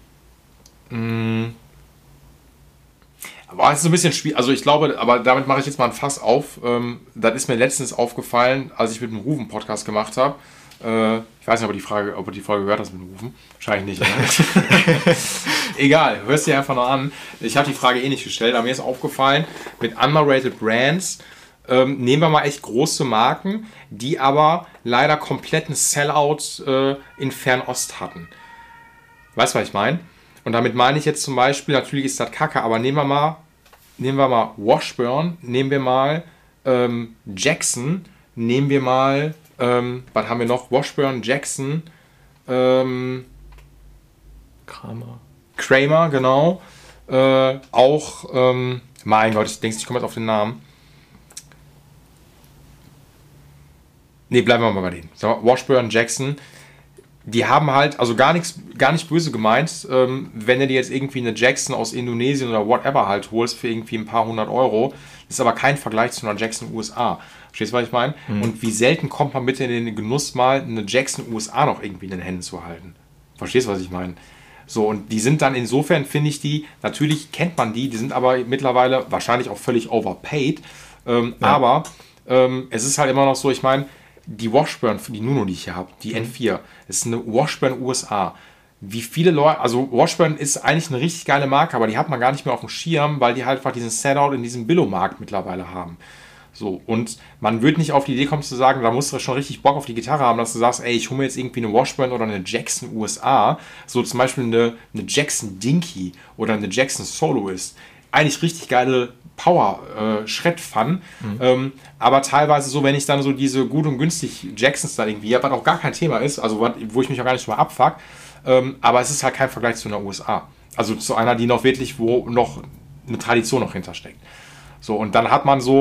aber es ist ein bisschen schwierig. Also ich glaube, aber damit mache ich jetzt mal ein Fass auf. Das ist mir letztens aufgefallen, als ich mit dem Rufen-Podcast gemacht habe. Ich weiß nicht, ob du die Folge gehört hast mit dem Rufen. Wahrscheinlich nicht. Ne? Egal, hörst dir einfach noch an. Ich habe die Frage eh nicht gestellt, aber mir ist aufgefallen, mit Underrated Brands nehmen wir mal echt große Marken, die aber leider kompletten Sellout in Fernost hatten. Weißt du, was ich meine? Und damit meine ich jetzt zum Beispiel, natürlich ist das Kacke, aber nehmen wir mal Washburn, nehmen wir mal Jackson, nehmen wir mal, was haben wir noch? Washburn, Jackson, Kramer, genau. Mein Gott, ich denke, ich komme jetzt auf den Namen. Ne, bleiben wir mal bei denen. So, Washburn, Jackson, die haben halt, also gar nicht böse gemeint, wenn du dir jetzt irgendwie eine Jackson aus Indonesien oder whatever halt holst für irgendwie ein paar 100 Euro, ist aber kein Vergleich zu einer Jackson USA. Verstehst du, was ich meine? Und wie selten kommt man bitte in den Genuss mal, eine Jackson USA noch irgendwie in den Händen zu halten? Verstehst du, was ich meine? So, und die sind dann insofern, finde ich die, natürlich kennt man die sind aber mittlerweile wahrscheinlich auch völlig overpaid, aber es ist halt immer noch so, ich meine, die Washburn, die Nuno, die ich hier habe, die N4, ist eine Washburn USA. Wie viele Leute, also Washburn ist eigentlich eine richtig geile Marke, aber die hat man gar nicht mehr auf dem Schirm, weil die halt einfach diesen Sellout in diesem Billo-Markt mittlerweile haben. So, und man würde nicht auf die Idee kommen zu sagen, da musst du schon richtig Bock auf die Gitarre haben, dass du sagst, ey, ich hole mir jetzt irgendwie eine Washburn oder eine Jackson USA, so zum Beispiel eine Jackson Dinky oder eine Jackson Soloist. Eigentlich richtig geile Power-Shred-Fun, aber teilweise so, wenn ich dann so diese gut und günstig Jacksons da irgendwie habe, was auch gar kein Thema ist, also wo ich mich auch gar nicht drüber abfuck, aber es ist halt kein Vergleich zu einer USA. Also zu einer, die noch wirklich, wo noch eine Tradition noch hintersteckt. So, und dann hat man so,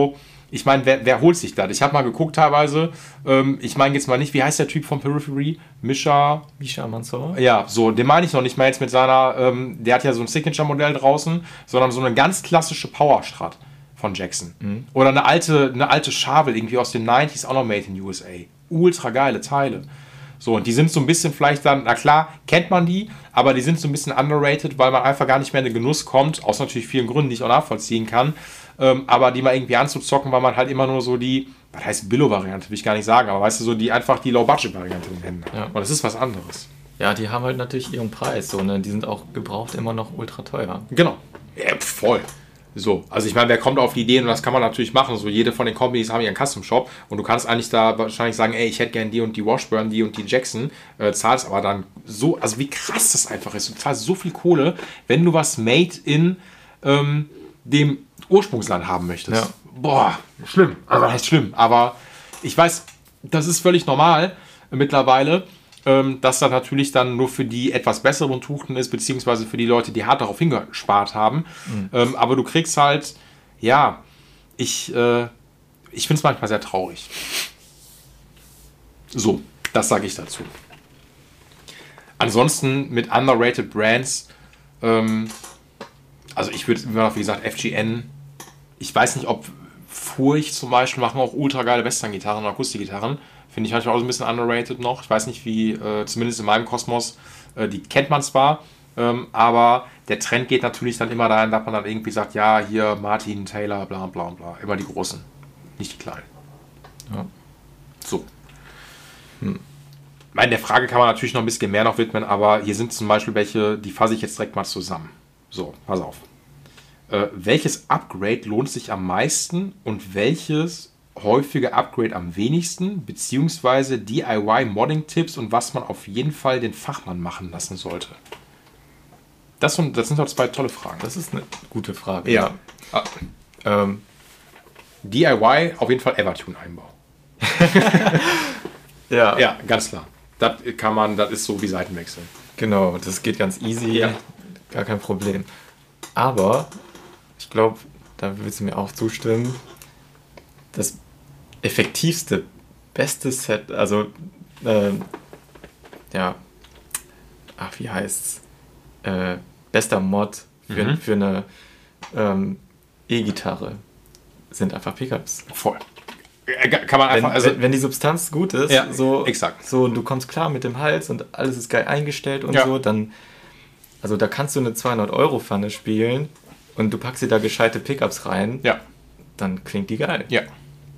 ich meine, wer holt sich das? Ich habe mal geguckt teilweise, ich meine jetzt mal nicht, wie heißt der Typ von Periphery? Misha Mansour? Ja, so, den meine ich noch nicht mal jetzt mit seiner, der hat ja so ein Signature-Modell draußen, sondern so eine ganz klassische Power-Strat von Jackson. Oder eine alte Chavel irgendwie aus den 90s, auch noch made in USA. Ultra geile Teile. So, und die sind so ein bisschen vielleicht dann, na klar, kennt man die, aber die sind so ein bisschen underrated, weil man einfach gar nicht mehr in den Genuss kommt, aus natürlich vielen Gründen, die ich auch nachvollziehen kann, aber die mal irgendwie anzuzocken, weil man halt immer nur so die, was heißt Billo-Variante, will ich gar nicht sagen, aber weißt du, so die einfach die Low-Budget-Variante in den Händen. Ja. Und das ist was anderes. Ja, die haben halt natürlich ihren Preis, so, ne? Die sind auch gebraucht immer noch ultra teuer. Genau. Ja, voll. So, also ich meine, wer kommt auf die Ideen und das kann man natürlich machen. So, jede von den Companies haben ihren Custom-Shop und du kannst eigentlich da wahrscheinlich sagen, ey, ich hätte gern die und die Washburn, die und die Jackson, zahlst aber dann so, also wie krass das einfach ist. Du zahlst so viel Kohle, wenn du was made in dem Ursprungsland haben möchtest. Ja. Boah, schlimm. Also das heißt schlimm, aber ich weiß, das ist völlig normal mittlerweile, dass das natürlich dann nur für die etwas besseren Tuchten ist, beziehungsweise für die Leute, die hart darauf hingespart haben. Aber du kriegst halt, ja, ich finde es manchmal sehr traurig. So, das sage ich dazu. Ansonsten mit underrated Brands, also ich würde immer noch, wie gesagt, FGN, ich weiß nicht, ob Furch zum Beispiel machen auch ultra geile Western-Gitarren und Akustikgitarren. Finde ich manchmal auch so ein bisschen underrated noch. Ich weiß nicht, wie, zumindest in meinem Kosmos, die kennt man zwar, aber der Trend geht natürlich dann immer dahin, dass man dann irgendwie sagt, ja, hier Martin, Taylor, bla bla bla. Immer die Großen, nicht die Kleinen. Ja. So. Ich meine, der Frage kann man natürlich noch ein bisschen mehr noch widmen, aber hier sind zum Beispiel welche, die fasse ich jetzt direkt mal zusammen. So, pass auf. Welches Upgrade lohnt sich am meisten und welches häufige Upgrade am wenigsten, beziehungsweise DIY-Modding-Tipps und was man auf jeden Fall den Fachmann machen lassen sollte? Das sind doch zwei tolle Fragen. Das ist eine gute Frage. Ja. DIY auf jeden Fall Evertune-Einbau. Ja. Ja, ganz klar. Das ist so wie Seitenwechsel. Genau, das geht ganz easy, Ja. Gar kein Problem. Aber ich glaube, da willst du mir auch zustimmen, das effektivste, beste Set, also wie heißt's? Bester Mod für eine E-Gitarre sind einfach Pickups. Voll. Kann man einfach, wenn die Substanz gut ist, Ja, so, exakt. so du kommst klar mit dem Hals und alles ist geil eingestellt und Ja. so, dann, also da kannst du eine 200-Euro-Pfanne spielen und du packst dir da gescheite Pickups rein, ja. dann klingt die geil. Ja.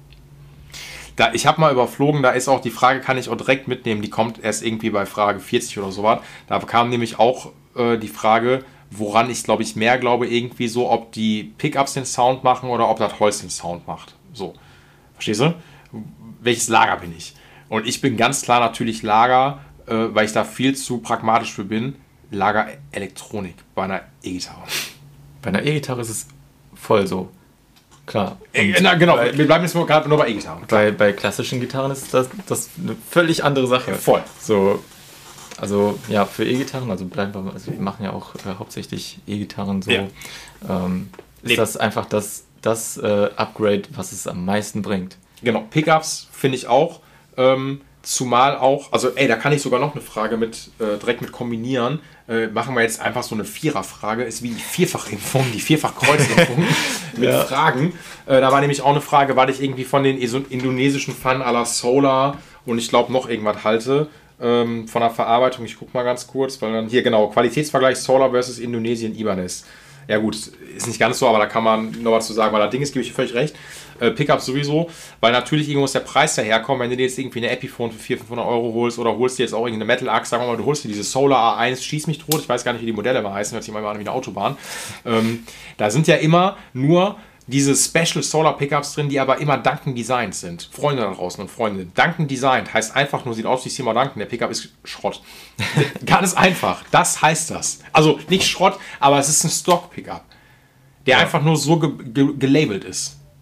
Ich habe mal überflogen, da ist auch die Frage, kann ich auch direkt mitnehmen, die kommt erst irgendwie bei Frage 40 oder sowas. Da kam nämlich auch die Frage, woran ich mehr glaube, irgendwie so, ob die Pickups den Sound machen oder ob das Holz den Sound macht. So. Verstehst du? Welches Lager bin ich? Und ich bin ganz klar natürlich Lager, weil ich da viel zu pragmatisch für bin, Lager Elektronik bei einer E-Gitarre. Bei einer E-Gitarre ist es voll so. Klar. Na genau, wir bleiben jetzt gerade nur bei E-Gitarren. Bei klassischen Gitarren ist das eine völlig andere Sache. Voll. So, also ja, für E-Gitarren, also wir machen ja auch hauptsächlich E-Gitarren so, Ja. ist das einfach das Upgrade, was es am meisten bringt. Genau, Pickups finde ich auch. Zumal auch, also da kann ich sogar noch eine Frage direkt mit kombinieren. Machen wir jetzt einfach so eine Vierer-Frage, ist wie die Vierfachimpfung, die Vierfach-Kreuzimpfung mit Ja. Fragen. Da war nämlich auch eine Frage, weil ich irgendwie von den indonesischen Fun à la Solar und ich glaube noch irgendwas halte. Von der Verarbeitung, ich gucke mal ganz kurz, weil dann hier genau, Qualitätsvergleich Solar versus Indonesien Ibanez. Ja gut, ist nicht ganz so, aber da kann man noch was zu sagen, weil das Ding ist, gebe ich dir völlig recht. Pickup sowieso, weil natürlich irgendwo muss der Preis daherkommen, wenn du dir jetzt irgendwie eine Epiphone für 400-500 Euro holst oder holst dir jetzt auch irgendeine Metal-Axt, sagen wir mal, du holst dir diese Solar A1, schieß mich tot, ich weiß gar nicht, wie die Modelle mal heißen, hört sich mal an wie eine Autobahn. Da sind ja immer nur diese Special Solar Pickups drin, die aber immer Duncan Designed sind. Freunde da draußen und Freundinnen. Duncan Designed heißt einfach nur, sieht aus wie Seymour Duncan, der Pickup ist Schrott. Ganz einfach, das heißt das. Also nicht Schrott, aber es ist ein Stock Pickup, der einfach nur so gelabelt ist.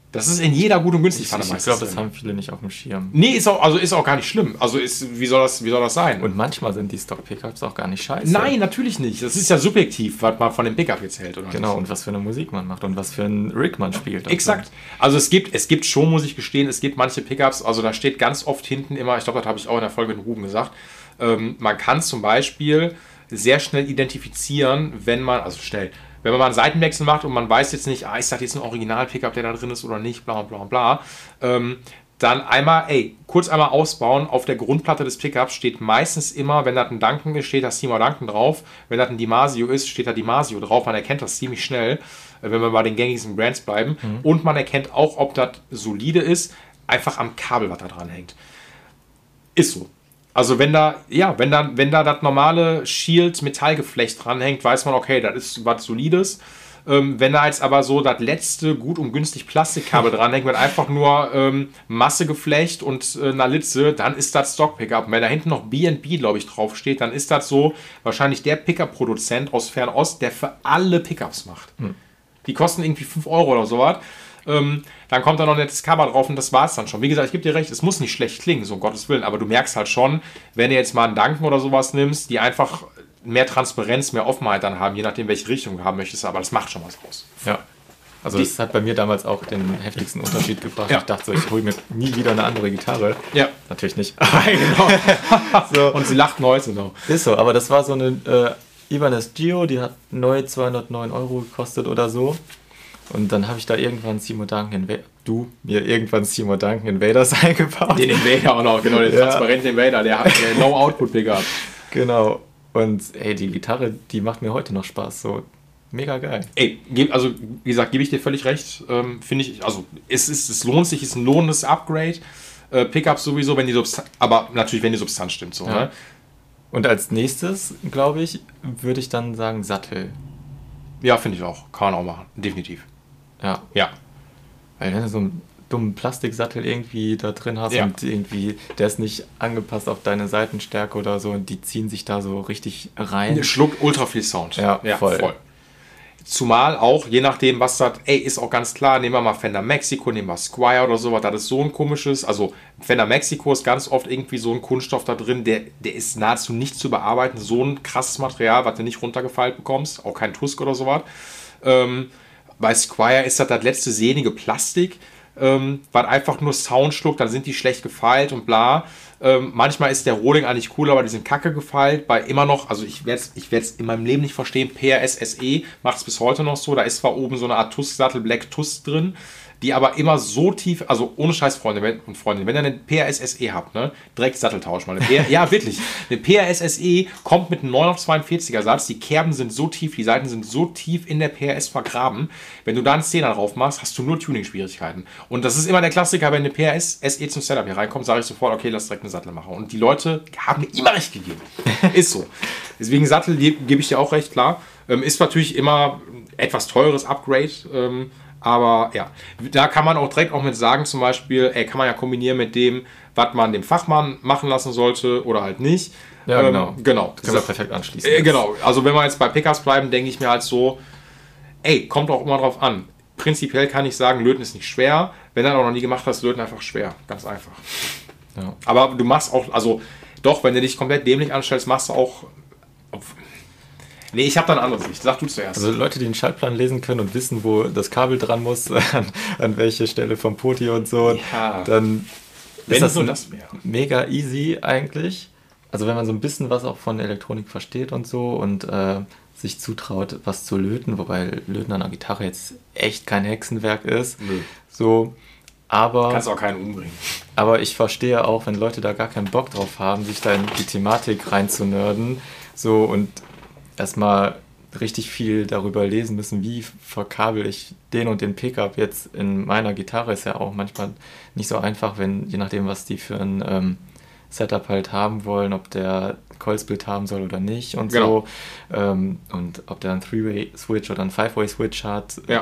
Das ist in jeder gut und günstig Ich Pfanne glaube, meistens das drin. haben viele nicht auf dem Schirm. Nee, ist auch gar nicht schlimm. Also wie soll das sein? Und manchmal sind die Stock-Pickups auch gar nicht scheiße. Nein, natürlich nicht. Das ist ja subjektiv, was man von dem Pickup jetzt hält. Oder Genau, nicht. und was für eine Musik man macht und was für einen Rig man spielt. Exakt. Also es gibt schon, muss ich gestehen, es gibt manche Pickups, also da steht ganz oft hinten immer, ich glaube, das habe ich auch in der Folge mit Ruben gesagt, man kann zum Beispiel sehr schnell identifizieren, wenn man mal einen Seitenwechsel macht und man weiß jetzt nicht, ist das jetzt ein Original-Pickup, der da drin ist oder nicht, bla bla bla, dann kurz einmal ausbauen. Auf der Grundplatte des Pickups steht meistens immer, wenn das ein Duncan ist, steht da Seymour Duncan drauf. Wenn das ein DiMarzio ist, steht da DiMarzio drauf. Man erkennt das ziemlich schnell, wenn wir bei den gängigsten Brands bleiben. Und man erkennt auch, ob das solide ist, einfach am Kabel, was da dran hängt. Ist so. Also wenn da das normale Shield-Metallgeflecht dranhängt, weiß man, okay, das ist was Solides. Wenn da jetzt aber so das letzte gut und günstig Plastikkabel dranhängt mit einfach nur Massegeflecht und einer Litze, dann ist das Stock-Pickup. Und wenn da hinten noch B&B, glaube ich, draufsteht, dann ist das so wahrscheinlich der Pickup-Produzent aus Fernost, der für alle Pickups macht. Die kosten irgendwie 5 Euro oder sowas. Dann kommt da noch ein nettes Cover drauf und das war es dann schon. Wie gesagt, ich gebe dir recht, es muss nicht schlecht klingen, so um Gottes Willen, aber du merkst halt schon, wenn du jetzt mal einen Duncan oder sowas nimmst, die einfach mehr Transparenz, mehr Offenheit dann haben, je nachdem, welche Richtung du haben möchtest, aber das macht schon was aus. Ja. Also das hat bei mir damals auch den heftigsten Unterschied gebracht. Ja. Ich dachte so, ich hole mir nie wieder eine andere Gitarre. Ja. Natürlich nicht. Genau. So. Und sie lacht heute noch. Ist so, aber das war so eine Ibanez Gio, die hat neu 209 Euro gekostet oder so. Und dann habe ich da irgendwann Seymour Duncan Invaders eingebaut. Den Invader auch noch, genau, den transparenten Invader, der No-Output-Pickup. Genau. Und die Gitarre, die macht mir heute noch Spaß. So mega geil. Also wie gesagt, gebe ich dir völlig recht. Finde ich, also es lohnt sich, ist ein lohnendes Upgrade. Pickups sowieso, aber natürlich, wenn die Substanz stimmt. So, Ja. ne? Und als nächstes, glaube ich, würde ich dann sagen Sattel. Ja, finde ich auch. Kann man auch machen. Definitiv. Ja. Ja. Weil wenn du so einen dummen Plastiksattel irgendwie da drin hast und irgendwie, der ist nicht angepasst auf deine Seitenstärke oder so und die ziehen sich da so richtig rein. Schluckt ultra viel Sound. Ja, voll. Zumal auch, je nachdem, was das, ist auch ganz klar, nehmen wir mal Fender Mexico, nehmen wir Squier oder sowas, das ist so ein komisches, also Fender Mexico ist ganz oft irgendwie so ein Kunststoff da drin, der ist nahezu nicht zu bearbeiten, so ein krasses Material, was du nicht runtergefeilt bekommst, auch kein Tusk oder sowas. Bei Squier ist das letzte sehnige Plastik, was einfach nur Sound schluckt, dann sind die schlecht gefeilt und bla. Manchmal ist der Rohling eigentlich cooler, aber die sind kacke gefeilt. Bei immer noch, also ich werde es in meinem Leben nicht verstehen, PRS SE macht es bis heute noch so. Da ist zwar oben so eine Art Tusk-Sattel, Black Tusk drin, die aber immer so tief, also ohne Scheiß, Freunde und Freundinnen, wenn ihr einen PRS SE habt, ne, direkt Satteltausch mal. Ja, wirklich. Eine PRS SE kommt mit einem 9 auf 42er Satz, die Kerben sind so tief, die Seiten sind so tief in der PRS vergraben. Wenn du da einen 10er drauf machst, hast du nur Tuning-Schwierigkeiten. Und das ist immer der Klassiker, wenn eine PRS SE zum Setup hier reinkommt, sage ich sofort, okay, lass direkt eine Sattel machen. Und die Leute haben mir immer recht gegeben. Ist so. Deswegen Sattel gebe ich dir auch recht, klar. Ist natürlich immer etwas teures Upgrade, aber ja, da kann man auch direkt mit sagen, zum Beispiel, kann man ja kombinieren mit dem, was man dem Fachmann machen lassen sollte oder halt nicht. Ja, genau. Genau. Das kann man perfekt anschließen. Genau. Also wenn wir jetzt bei Pickups bleiben, denke ich mir halt so, kommt auch immer drauf an. Prinzipiell kann ich sagen, Löten ist nicht schwer. Wenn du das auch noch nie gemacht hast, Löten einfach schwer. Ganz einfach. Ja. Aber du machst auch, also doch, wenn du dich komplett dämlich anstellst, machst du auch... Nee, ich habe da eine andere Sicht. Sag du zuerst. Also Leute, die den Schaltplan lesen können und wissen, wo das Kabel dran muss, an welche Stelle vom Poti und so, Ja. dann Wenn ist das nur das wäre. mega easy eigentlich. Also wenn man so ein bisschen was auch von Elektronik versteht und so und sich zutraut, was zu löten, wobei Löten an einer Gitarre jetzt echt kein Hexenwerk ist. Nö. So, aber... Kannst auch keinen umbringen. Aber ich verstehe auch, wenn Leute da gar keinen Bock drauf haben, sich da in die Thematik reinzunörden, so und erstmal richtig viel darüber lesen müssen, wie verkabel ich den und den Pickup jetzt in meiner Gitarre, ist ja auch manchmal nicht so einfach, je nachdem, was die für ein Setup halt haben wollen, ob der Coil-Split haben soll oder nicht und Genau. so. Und ob der einen 3-Way-Switch oder einen 5-Way-Switch hat. Ja.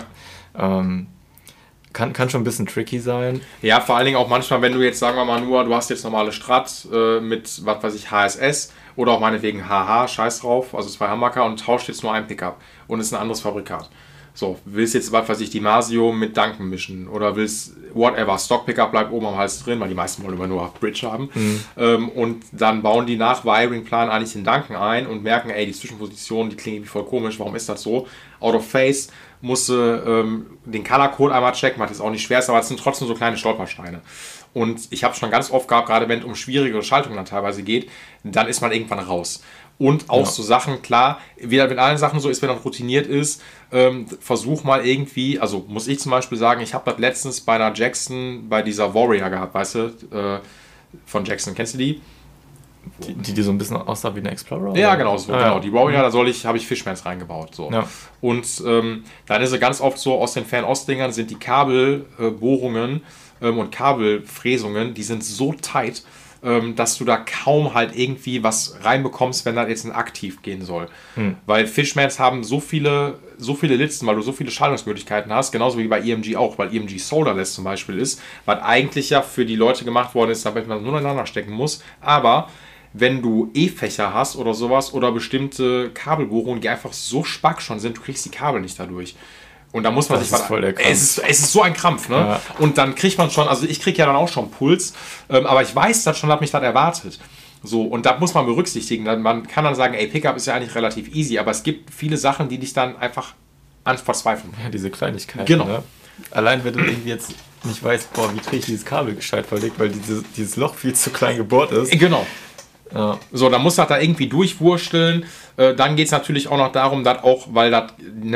Kann schon ein bisschen tricky sein. Ja, vor allen Dingen auch manchmal, wenn du jetzt, sagen wir mal nur, du hast jetzt normale Strat mit, was weiß ich, HSS oder auch meinetwegen HH, scheiß drauf, also 2 Humbucker und tauscht jetzt nur ein Pickup und ist ein anderes Fabrikat. So, willst jetzt, was weiß ich, die Masio mit Duncan mischen oder willst, whatever, Stock-Pickup bleibt oben am Hals drin, weil die meisten wollen immer nur Bridge haben. Und dann bauen die nach Wiring-Plan eigentlich den Duncan ein und merken, ey, die Zwischenpositionen, die klingen irgendwie voll komisch, warum ist das so? Out of Phase, musste den Color-Code einmal checken, was jetzt auch nicht schwer ist, aber es sind trotzdem so kleine Stolpersteine. Und ich habe schon ganz oft gehabt, gerade wenn es um schwierigere Schaltungen dann teilweise geht, dann ist man irgendwann raus. Und auch so Sachen, klar, wieder mit allen Sachen so ist, wenn man routiniert ist, versuch mal irgendwie, also muss ich zum Beispiel sagen, ich habe das letztens bei einer Jackson, bei dieser Warrior gehabt, weißt du, von Jackson, kennst du die? Die so ein bisschen aussah wie eine Explorer? Ja, oder? genau, so, genau. Die Warrior, da habe ich Fishmans reingebaut. So. Ja. Und dann ist es ganz oft so, aus den Fernost-Dingern sind die Kabelbohrungen und Kabelfräsungen, die sind so tight, dass du da kaum halt irgendwie was reinbekommst, wenn da jetzt ein Aktiv gehen soll. Weil Fishmans haben so viele Litzen, weil du so viele Schaltungsmöglichkeiten hast, genauso wie bei EMG auch, weil EMG Solderless zum Beispiel ist, was eigentlich ja für die Leute gemacht worden ist, damit man nur ineinander stecken muss, aber wenn du E-Fächer hast oder sowas oder bestimmte Kabelbohrungen, die einfach so spack schon sind, du kriegst die Kabel nicht dadurch. Und da muss man sich voll der Krampf. Es ist so ein Krampf, ne? Ja. Und dann kriegt man schon, also ich kriege ja dann auch schon Puls, aber ich weiß das schon, hat mich das erwartet. So, und da muss man berücksichtigen. Man kann dann sagen, ey, Pickup ist ja eigentlich relativ easy, aber es gibt viele Sachen, die dich dann einfach verzweifeln. Ja, diese Kleinigkeiten. Genau. Ne? Allein wenn du irgendwie jetzt nicht weißt, boah, wie kriege ich dieses Kabel gescheit verlegt, weil dieses Loch viel zu klein gebohrt ist. Genau. Ja. So, dann muss das da irgendwie durchwursteln. Dann geht es natürlich auch noch darum, dass auch, weil das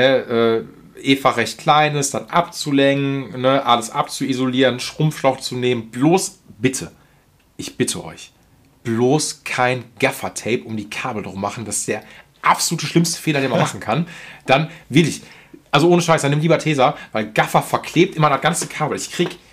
E-Fach recht klein ist, das abzulenken, ne, alles abzuisolieren, Schrumpfschlauch zu nehmen. Bloß bitte, ich bitte euch, bloß kein Gaffer-Tape um die Kabel drum machen. Das ist der absolute schlimmste Fehler, den man machen kann. Dann wirklich, also ohne Scheiß, dann nimm lieber Tesa, weil Gaffer verklebt immer das ganze Kabel. Ich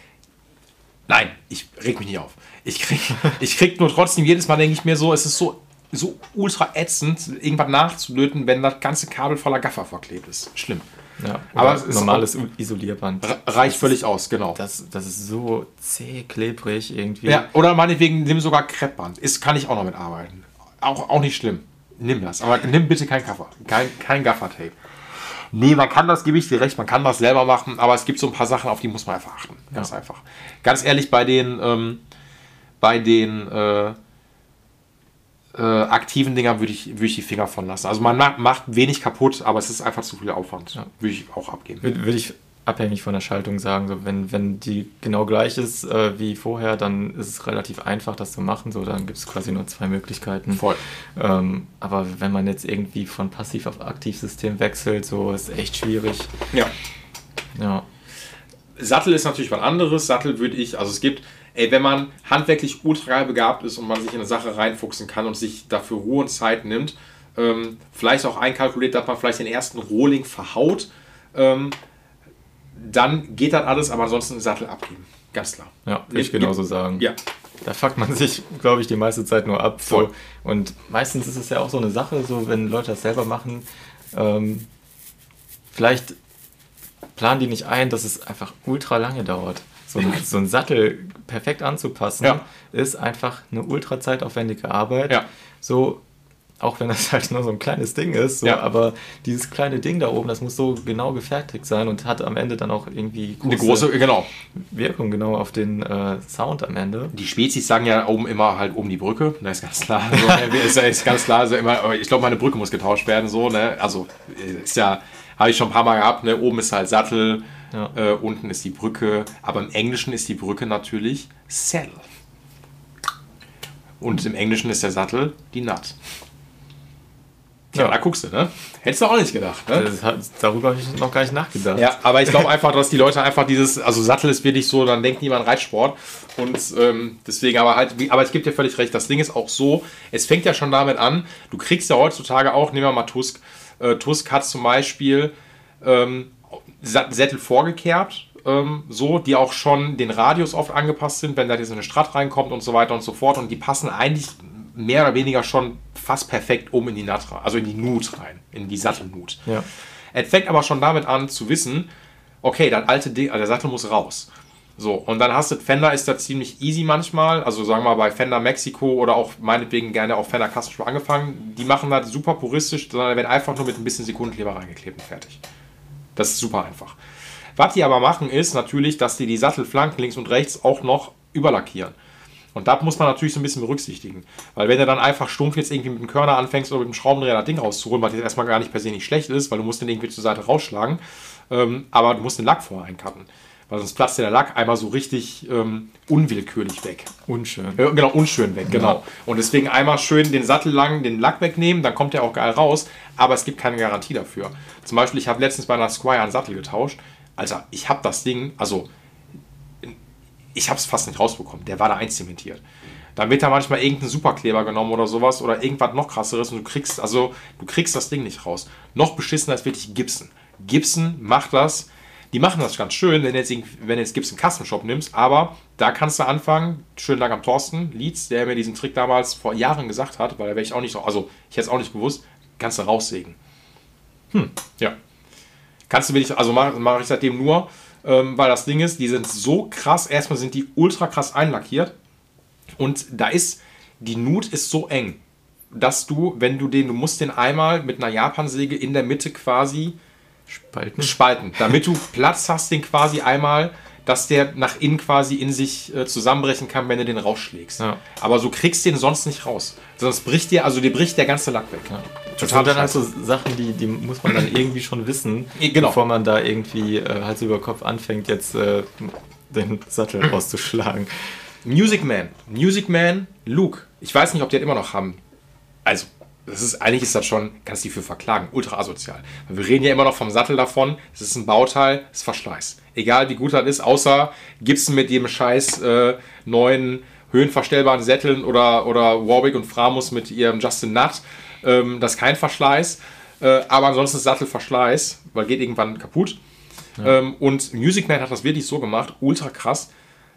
reg mich nicht auf. Ich krieg nur trotzdem jedes Mal, denke ich mir so, es ist so ultra ätzend, irgendwas nachzulöten, wenn das ganze Kabel voller Gaffer verklebt ist. Schlimm. Ja, aber es ist normales Isolierband. Reicht völlig aus, genau. Das ist so zäh, klebrig irgendwie. Ja, oder meinetwegen nimm sogar Kreppband. Kann ich auch noch mit arbeiten. Auch nicht schlimm. Nimm das. Aber nimm bitte kein Gaffer. Kein Gaffer-Tape. Nee, man kann das, gebe ich dir recht, man kann das selber machen, aber es gibt so ein paar Sachen, auf die muss man einfach achten. Ganz einfach. Ganz ehrlich, bei den aktiven Dingern würde ich die Finger von lassen. Also man macht wenig kaputt, aber es ist einfach zu viel Aufwand. Ja. Würde ich auch abgeben. Würde ich abhängig von der Schaltung sagen, so wenn die genau gleich ist wie vorher, dann ist es relativ einfach, das zu machen. So, dann gibt es quasi nur 2 Möglichkeiten. Voll. Aber wenn man jetzt irgendwie von Passiv auf Aktivsystem wechselt, so ist echt schwierig. Ja. Sattel ist natürlich was anderes. Sattel würde ich, also es gibt, wenn man handwerklich ultra begabt ist und man sich in eine Sache reinfuchsen kann und sich dafür Ruhe und Zeit nimmt, vielleicht auch einkalkuliert, dass man vielleicht den ersten Rohling verhaut, dann geht das alles, aber ansonsten den Sattel abgeben. Ganz klar. Ja, würde ich genauso sagen. Ja. Da fuckt man sich, glaube ich, die meiste Zeit nur ab. Voll. So. Und meistens ist es ja auch so eine Sache, so wenn Leute das selber machen, vielleicht planen die nicht ein, dass es einfach ultra lange dauert. So ein Sattel perfekt anzupassen, ist einfach eine ultra zeitaufwendige Arbeit. Ja. So, auch wenn das halt nur so ein kleines Ding ist, so, aber dieses kleine Ding da oben, das muss so genau gefertigt sein und hat am Ende dann auch irgendwie eine große Wirkung genau auf den Sound am Ende. Die Spezies sagen ja oben immer halt oben die Brücke, das ist ganz klar. Also, ist ganz klar, also immer, ich glaube, meine Brücke muss getauscht werden, so, ne? Also ist ja, habe ich schon ein paar Mal gehabt, ne? Oben ist halt Sattel, unten ist die Brücke, aber im Englischen ist die Brücke natürlich Saddle. Und im Englischen ist der Sattel die Nut. Ja, da guckst du, ne? Hättest du auch nicht gedacht, ne? Darüber habe ich noch gar nicht nachgedacht. Ja, aber ich glaube einfach, dass die Leute einfach also Sattel ist wirklich so, dann denkt niemand Reitsport. Und deswegen, aber ich gebe dir völlig recht, das Ding ist auch so, es fängt ja schon damit an, du kriegst ja heutzutage auch, nehmen wir mal Tusk. Tusk hat zum Beispiel Sättel vorgekehrt, die auch schon den Radius oft angepasst sind, wenn da jetzt eine Strat reinkommt und so weiter und so fort. Und die passen eigentlich mehr oder weniger schon fast perfekt in die Nut rein, also in die Nut rein, in die Sattelnut. Ja. Es fängt aber schon damit an zu wissen, okay, das alte Ding, also der Sattel muss raus. So, und dann hast du, Fender ist da ziemlich easy manchmal, also sagen wir mal bei Fender Mexiko oder auch meinetwegen gerne auch Fender Custom Shop angefangen, die machen das super puristisch, sondern werden einfach nur mit ein bisschen Sekundenkleber reingeklebt und fertig. Das ist super einfach. Was die aber machen, ist natürlich, dass die Sattelflanken links und rechts auch noch überlackieren. Und da muss man natürlich so ein bisschen berücksichtigen. Weil wenn du dann einfach stumpf jetzt irgendwie mit dem Körner anfängst oder mit dem Schraubendreher das Ding rauszuholen, was jetzt erstmal gar nicht per se nicht schlecht ist, weil du musst den irgendwie zur Seite rausschlagen, aber du musst den Lack vorher einkappen. Weil sonst platzt der Lack einmal so richtig unwillkürlich weg. Unschön. Genau, unschön weg, genau. Und deswegen einmal schön den Sattel lang, den Lack wegnehmen, dann kommt der auch geil raus, aber es gibt keine Garantie dafür. Zum Beispiel, ich habe letztens bei einer Squire einen Sattel getauscht. Alter, ich habe das Ding, also ich habe es fast nicht rausbekommen. Der war da einzementiert. Dann wird da manchmal irgendein Superkleber genommen oder sowas oder irgendwas noch krasseres und du kriegst das Ding nicht raus. Noch beschissener ist wirklich Gibson. Gibson macht das. Die machen das ganz schön, wenn du jetzt Gibson Custom Shop nimmst, aber da kannst du anfangen. Schönen Dank am Thorsten Lietz, der mir diesen Trick damals vor Jahren gesagt hat, weil da wäre ich auch nicht so, also ich hätte es auch nicht gewusst, kannst du raussägen. Ja. Kannst du wirklich, also mache ich seitdem nur, weil das Ding ist, die sind so krass, erstmal sind die ultra krass einlackiert und die Nut ist so eng, dass du musst den einmal mit einer Japansäge in der Mitte quasi spalten, damit du Platz hast, den quasi einmal, dass der nach innen quasi in sich zusammenbrechen kann, wenn du den rausschlägst. Ja. Aber so kriegst du den sonst nicht raus. Sonst bricht dir der ganze Lack weg. Ja. Total. Das sind dann halt so Sachen, die muss man dann irgendwie schon wissen, bevor man da irgendwie Hals über Kopf anfängt, jetzt den Sattel rauszuschlagen. Music Man, Luke. Ich weiß nicht, ob die das immer noch haben. Also, eigentlich ist das schon, kannst du die für verklagen, ultra asozial. Weil wir reden ja immer noch vom Sattel davon, es ist ein Bauteil, es ist Verschleiß. Egal wie gut das ist, außer Gibson mit dem scheiß neuen höhenverstellbaren Sätteln oder Warwick und Framus mit ihrem Justin Nutt. Das ist kein Verschleiß, aber ansonsten ist Sattelverschleiß, weil geht irgendwann kaputt. Ja. Und Music Man hat das wirklich so gemacht, ultra krass.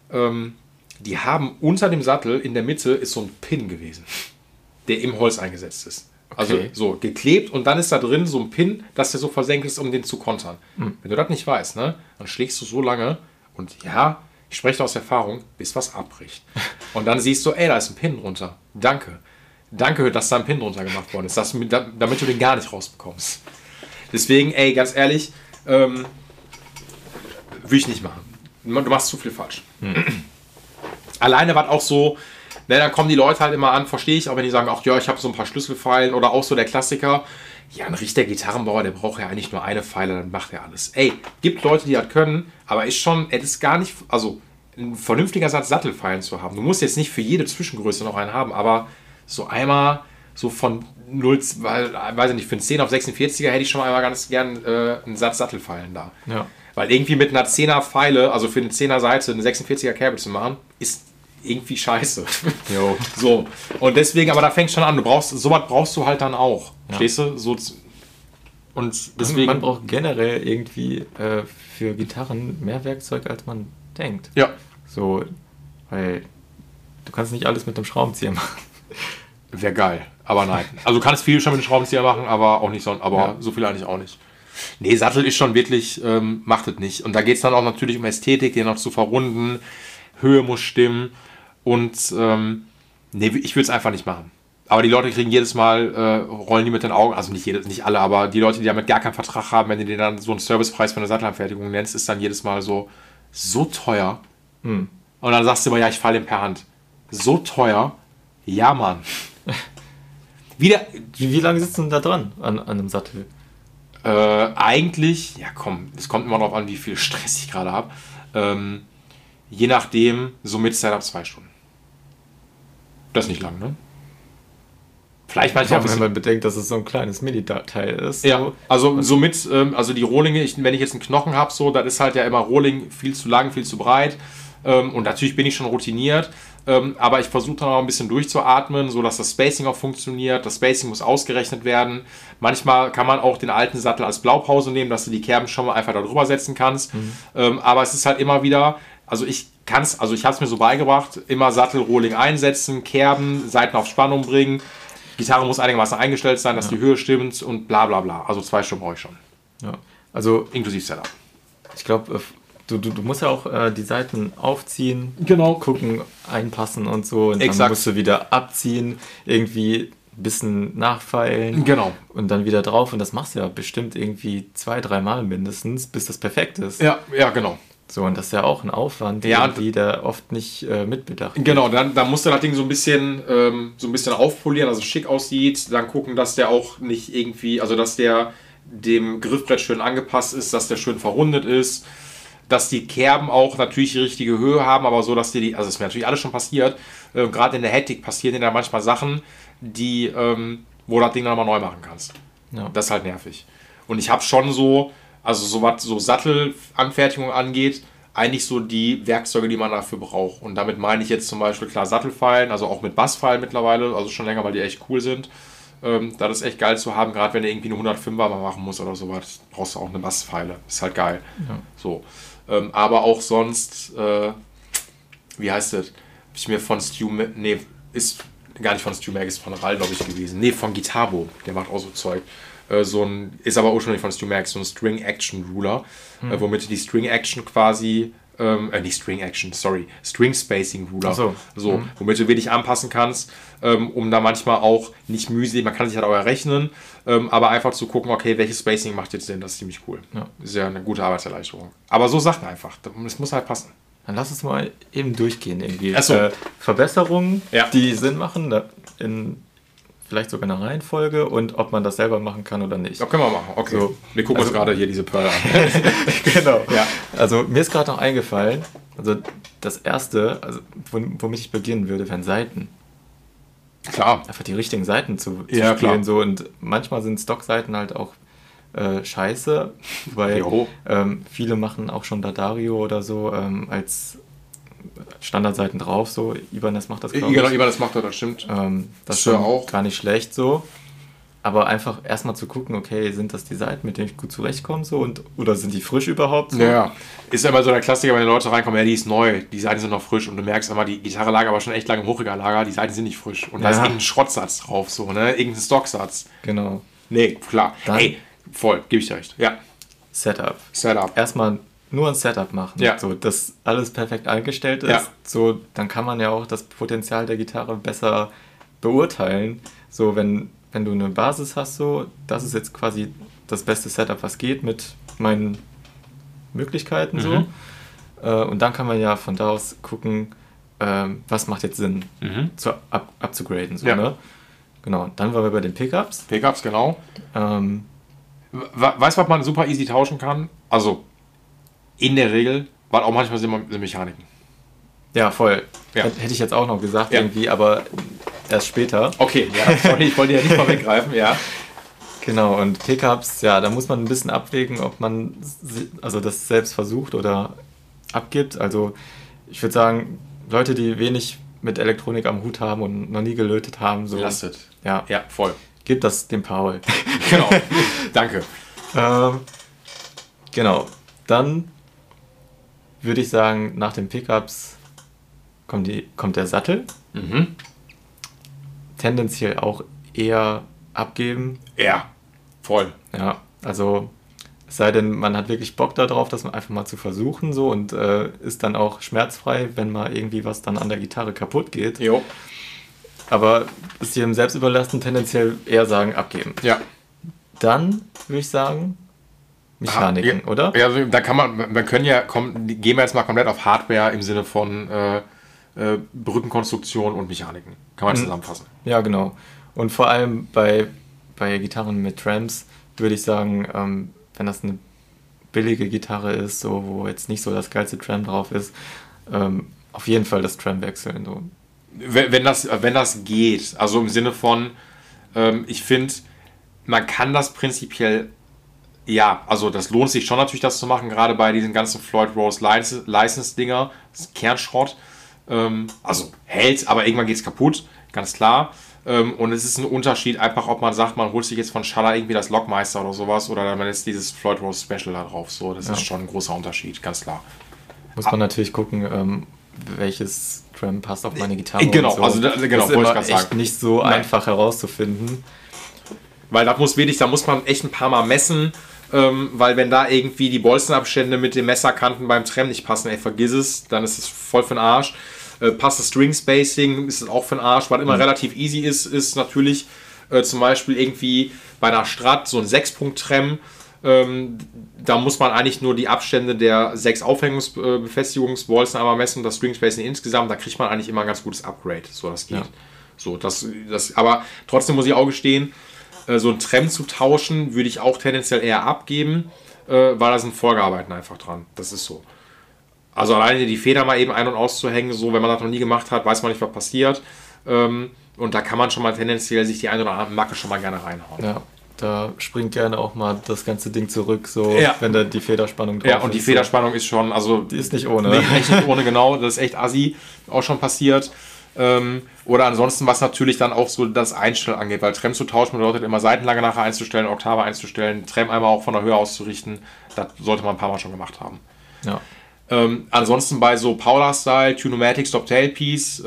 Die haben unter dem Sattel in der Mitte ist so ein Pin gewesen, der im Holz eingesetzt ist. Also so geklebt und dann ist da drin so ein Pin, dass der so versenkt ist, um den zu kontern. Wenn du das nicht weißt, ne, dann schlägst du so lange und ja, ich spreche aus Erfahrung, bis was abbricht. Und dann siehst du, ey, da ist ein Pin drunter. Danke, dass da ein Pin drunter gemacht worden ist, damit du den gar nicht rausbekommst. Deswegen, ey, ganz ehrlich, würde ich nicht machen. Du machst zu viel falsch. Alleine war auch so, ne, dann kommen die Leute halt immer an, verstehe ich, auch wenn die sagen, ach ja, ich habe so ein paar Schlüsselfeilen oder auch so der Klassiker. Ja, ein richtiger Gitarrenbauer, der braucht ja eigentlich nur eine Feile, dann macht er alles. Ey, gibt Leute, die das können, aber es ist gar nicht, also ein vernünftiger Satz Sattelfeilen zu haben. Du musst jetzt nicht für jede Zwischengröße noch einen haben, aber so einmal so von 0, weiß ich nicht, für einen 10 auf 46er hätte ich schon einmal ganz gern einen Satz Sattelfeilen da. Ja. Weil irgendwie mit einer 10er Feile, also für eine 10er Seite, eine 46er Kerbe zu machen, ist irgendwie scheiße. Jo. So. Und deswegen, aber da fängt schon an, sowas brauchst du halt dann auch. Ja. Verstehst du? So, und deswegen. Man braucht generell irgendwie für Gitarren mehr Werkzeug, als man denkt. Ja. So, weil du kannst nicht alles mit dem Schraubenzieher machen. Wäre geil, aber nein. Also du kannst viel schon mit dem Schraubenzieher machen, aber auch nicht so, so viel eigentlich auch nicht. Nee, Sattel ist schon wirklich, macht es nicht. Und da geht es dann auch natürlich um Ästhetik, den noch zu verrunden. Höhe muss stimmen. Und nee, ich würde es einfach nicht machen. Aber die Leute kriegen jedes Mal, rollen die mit den Augen, also nicht alle, aber die Leute, die damit gar keinen Vertrag haben, wenn du denen dann so einen Servicepreis für eine Sattelanfertigung nennst, ist dann jedes Mal so teuer. Und dann sagst du immer, ja, ich falle ihm per Hand. So teuer? Ja, Mann. Wie lange sitzt du denn da dran an einem Sattel? Eigentlich, ja komm, es kommt immer darauf an, wie viel Stress ich gerade habe. Je nachdem, so mit Setup 2 Stunden. Das ist nicht lang, ne? Vielleicht manchmal, wenn man bedenkt, dass es so ein kleines Mini-Teil ist. Ja, also somit, also die Rohlinge, wenn ich jetzt einen Knochen habe, so, das ist halt ja immer Rohling viel zu lang, viel zu breit. Und natürlich bin ich schon routiniert, aber ich versuche dann auch ein bisschen durchzuatmen, sodass das Spacing auch funktioniert. Das Spacing muss ausgerechnet werden. Manchmal kann man auch den alten Sattel als Blaupause nehmen, dass du die Kerben schon mal einfach da drüber setzen kannst. Aber es ist halt immer wieder, ich habe es mir so beigebracht, immer Sattelrohling einsetzen, Kerben, Seiten auf Spannung bringen. Gitarre muss einigermaßen eingestellt sein, dass die Höhe stimmt und bla bla bla. Also 2 Stunden brauche ich schon. Ja. Also inklusive Setup. Ich glaube, du musst ja auch die Seiten aufziehen, genau, gucken, einpassen und so. Und dann musst du wieder abziehen, irgendwie ein bisschen nachfeilen. Genau. Und dann wieder drauf. Und das machst du ja bestimmt irgendwie 2-3 Mal mindestens, bis das perfekt ist. Ja, genau. So, und das ist ja auch ein Aufwand, irgendwie, der oft nicht mitbedacht wird. Genau, dann musst du das Ding so ein bisschen aufpolieren, also schick aussieht. Dann gucken, dass der auch nicht irgendwie, also dass der dem Griffbrett schön angepasst ist, dass der schön verrundet ist, dass die Kerben auch natürlich die richtige Höhe haben, aber so, dass also das ist mir natürlich alles schon passiert. Gerade in der Hektik passieren dir da manchmal Sachen, die, wo du das Ding dann nochmal neu machen kannst. Ja. Das ist halt nervig. Und ich habe schon so, also so was so Sattelanfertigung angeht, eigentlich so die Werkzeuge, die man dafür braucht. Und damit meine ich jetzt zum Beispiel klar Sattelfeilen, also auch mit Basspfeilen mittlerweile, also schon länger, weil die echt cool sind. Das ist echt geil zu haben, gerade wenn du irgendwie eine 105er mal machen musst oder sowas, brauchst du auch eine Basspfeile. Ist halt geil. Ja. So. Aber auch sonst, wie heißt das? Hab ich mir von ist gar nicht von Stu Mag, ist von Ral, glaube ich, gewesen. Nee, von Gitabo, der macht auch so Zeug. Ist aber ursprünglich von Stu Mag, so ein String Action Ruler, womit du die String Action quasi, String Spacing Ruler, womit du wirklich anpassen kannst, um da manchmal auch nicht mühselig, man kann sich halt auch errechnen, aber einfach zu gucken, okay, welches Spacing macht jetzt Sinn, das ist ziemlich cool. Ja. Ist ja eine gute Arbeitserleichterung. Aber so Sachen einfach, es muss halt passen. Dann lass uns mal eben durchgehen irgendwie. Ach so. Verbesserungen, Ja. die Sinn machen, in vielleicht sogar eine Reihenfolge und ob man das selber machen kann oder nicht. Ja, können wir machen, okay. So, wir gucken uns gerade hier diese Pearl an. Genau. Ja. Also mir ist gerade noch eingefallen, also das erste, also womit ich beginnen würde, wären Seiten. Klar. Einfach die richtigen Seiten zu Ja, spielen. klar. So. Und manchmal sind Stockseiten halt auch scheiße, weil viele machen auch schon Dadario oder so als Standardseiten drauf, so Ibanez macht das, glaube ich. Genau, Ibanez macht das stimmt. Das ist ja schon auch gar nicht schlecht so. Aber einfach erstmal zu gucken, okay, sind das die Seiten, mit denen ich gut zurechtkomme so oder sind die frisch überhaupt so? Ja, ist ja immer so der Klassiker, wenn die Leute reinkommen, ja, die ist neu, die Seiten sind noch frisch und du merkst immer, die Gitarre lag aber schon echt lange im Hochregallager, die Seiten sind nicht frisch und da ist irgendein Schrottsatz drauf, so, ne, irgendein Stocksatz. Genau. Nee, klar. Dann voll, gebe ich dir recht. Ja. Setup. Setup. Erstmal nur ein Setup machen, Ja. so, dass alles perfekt eingestellt ist. Ja. So, dann kann man ja auch das Potenzial der Gitarre besser beurteilen. So, wenn du eine Basis hast, so, das ist jetzt quasi das beste Setup, was geht mit meinen Möglichkeiten. So. Und dann kann man ja von da aus gucken, was macht jetzt Sinn, abzugraden. So, Ja. ne? Genau, dann waren wir bei den Pickups. Pickups, genau. Weißt du, was man super easy tauschen kann? Also, in der Regel, weil auch manchmal sind Mechaniken. Ja, voll. Ja. Hätte ich jetzt auch noch gesagt, Ja. irgendwie, aber erst später. Okay, ja, sorry, ich wollte ja nicht mal weggreifen, ja. Genau, und Pickups, ja, da muss man ein bisschen abwägen, ob man das selbst versucht oder abgibt. Also ich würde sagen, Leute, die wenig mit Elektronik am Hut haben und noch nie gelötet haben, so. Lasst. Ja, Ja, voll. gebt das dem Paul. Genau. Danke. Genau, dann würde ich sagen, nach den Pickups kommt der Sattel. Tendenziell auch eher abgeben. Ja, voll. Ja, also es sei denn, man hat wirklich Bock darauf, das einfach mal zu versuchen so und ist dann auch schmerzfrei, wenn mal irgendwie was dann an der Gitarre kaputt geht. Jo. Aber ist jedem selbst überlassen, tendenziell eher sagen, abgeben. Ja. Dann würde ich sagen, Mechaniken, oder? Ja, also da kann gehen wir jetzt mal komplett auf Hardware im Sinne von Brückenkonstruktion und Mechaniken. Kann man zusammenfassen. Ja, genau. Und vor allem bei Gitarren mit Trams würde ich sagen, wenn das eine billige Gitarre ist, so, wo jetzt nicht so das geilste Tram drauf ist, auf jeden Fall das Tram wechseln. So. Wenn das geht, also im Sinne von, ich finde, man kann das prinzipiell, ja, also das lohnt sich schon natürlich, das zu machen, gerade bei diesen ganzen Floyd Rose License-Dinger, das ist Kernschrott, also hält, aber irgendwann geht es kaputt, ganz klar. Und es ist ein Unterschied, einfach ob man sagt, man holt sich jetzt von Schaller irgendwie das Lockmeister oder sowas oder man lässt dieses Floyd Rose Special da drauf. So, das ist schon ein großer Unterschied, ganz klar. Muss man natürlich gucken, welches Tram passt auf meine Gitarre. Genau, und so. also das ist wollte ich immer gerade echt sagen. nicht so einfach herauszufinden. Weil da muss man echt ein paar Mal messen, weil wenn da irgendwie die Bolzenabstände mit den Messerkanten beim Trem nicht passen, ey, vergiss es, dann ist es voll für den Arsch. Passt das String Spacing, ist es auch für den Arsch, weil immer relativ easy ist natürlich, Zum Beispiel irgendwie bei einer Strat so ein 6-Punkt-Trem. Da muss man eigentlich nur die Abstände der 6 Aufhängungsbefestigungsbolzen einmal messen, das String Spacing insgesamt, da kriegt man eigentlich immer ein ganz gutes Upgrade. So, das geht. Ja. So, aber trotzdem muss ich auch gestehen, so ein Trem zu tauschen, würde ich auch tendenziell eher abgeben, weil da sind Folgearbeiten einfach dran. Das ist so. Also alleine die Feder mal eben ein- und auszuhängen, so, wenn man das noch nie gemacht hat, weiß man nicht, was passiert. Und da kann man schon mal tendenziell sich die eine oder andere Macke schon mal gerne reinhauen. Ja. Da springt gerne auch mal das ganze Ding zurück, so wenn da die Federspannung drauf ist. Ja, und die Federspannung ist schon, also... Die ist nicht ohne. Nee, echt nicht ohne, genau. Das ist echt assi, auch schon passiert. Oder ansonsten, was natürlich dann auch so das Einstellen angeht, weil Trem zu tauschen bedeutet immer Seitenlage nachher einzustellen, Oktave einzustellen, Trem einmal auch von der Höhe auszurichten. Das sollte man ein paar Mal schon gemacht haben. Ja. Ansonsten bei so Paula-Style, Tune-O-Matic, Stop-Tail-Piece,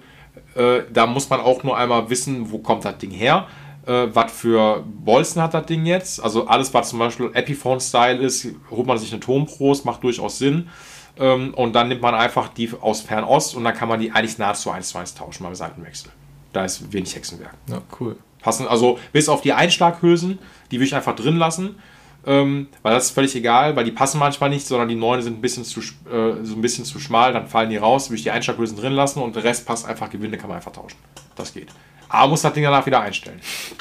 da muss man auch nur einmal wissen, wo kommt das Ding her. Was für Bolzen hat das Ding jetzt? Also alles, was zum Beispiel Epiphone-Style ist, holt man sich eine Tonpros, macht durchaus Sinn. Und dann nimmt man einfach die aus Fernost und dann kann man die eigentlich nahezu 1:1 tauschen beim Seitenwechsel. Da ist wenig Hexenwerk. Ja, cool. Passen, also bis auf die Einschlaghülsen, die will ich einfach drin lassen. Weil das ist völlig egal, weil die passen manchmal nicht, sondern die neuen sind so ein bisschen zu schmal, dann fallen die raus, will ich die Einschlaghülsen drin lassen und der Rest passt einfach, Gewinde kann man einfach tauschen. Das geht. Aber muss das Ding danach wieder einstellen.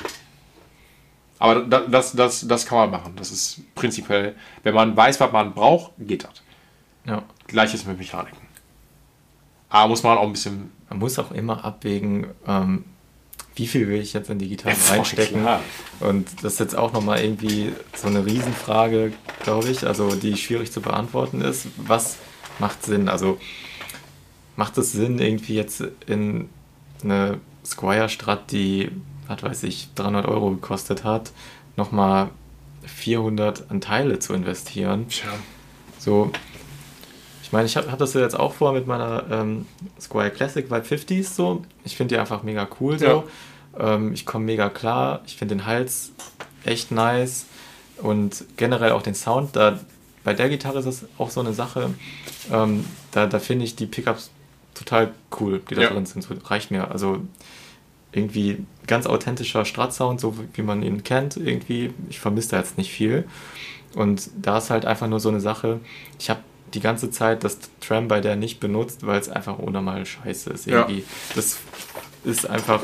Aber das kann man machen. Das ist prinzipiell, wenn man weiß, was man braucht, geht das. Ja. Gleiches mit Mechaniken. Aber muss man auch ein bisschen... Man muss auch immer abwägen, wie viel will ich jetzt in die Gitarre reinstecken. Klar. Und das ist jetzt auch nochmal irgendwie so eine Riesenfrage, glaube ich, also die schwierig zu beantworten ist. Was macht Sinn? Also macht es Sinn, irgendwie jetzt in eine Squier Strat, die, was weiß ich, 300 € gekostet hat, nochmal 400 an Teile zu investieren? Tja. So, ich meine, ich hab das ja jetzt auch vor mit meiner Squier Classic Vibe 50s so. Ich finde die einfach mega cool so. Ja. Ich komme mega klar. Ich finde den Hals echt nice und generell auch den Sound. Bei der Gitarre ist das auch so eine Sache. Da finde ich die Pickups total cool, die da drin sind. So, reicht mir. Also irgendwie ganz authentischer Strat-Sound, so wie man ihn kennt. Irgendwie, ich vermisse da jetzt nicht viel. Und da ist halt einfach nur so eine Sache. Ich habe die ganze Zeit das Trem bei der nicht benutzt, weil es einfach unnormal scheiße ist. Irgendwie. Ja. Das ist einfach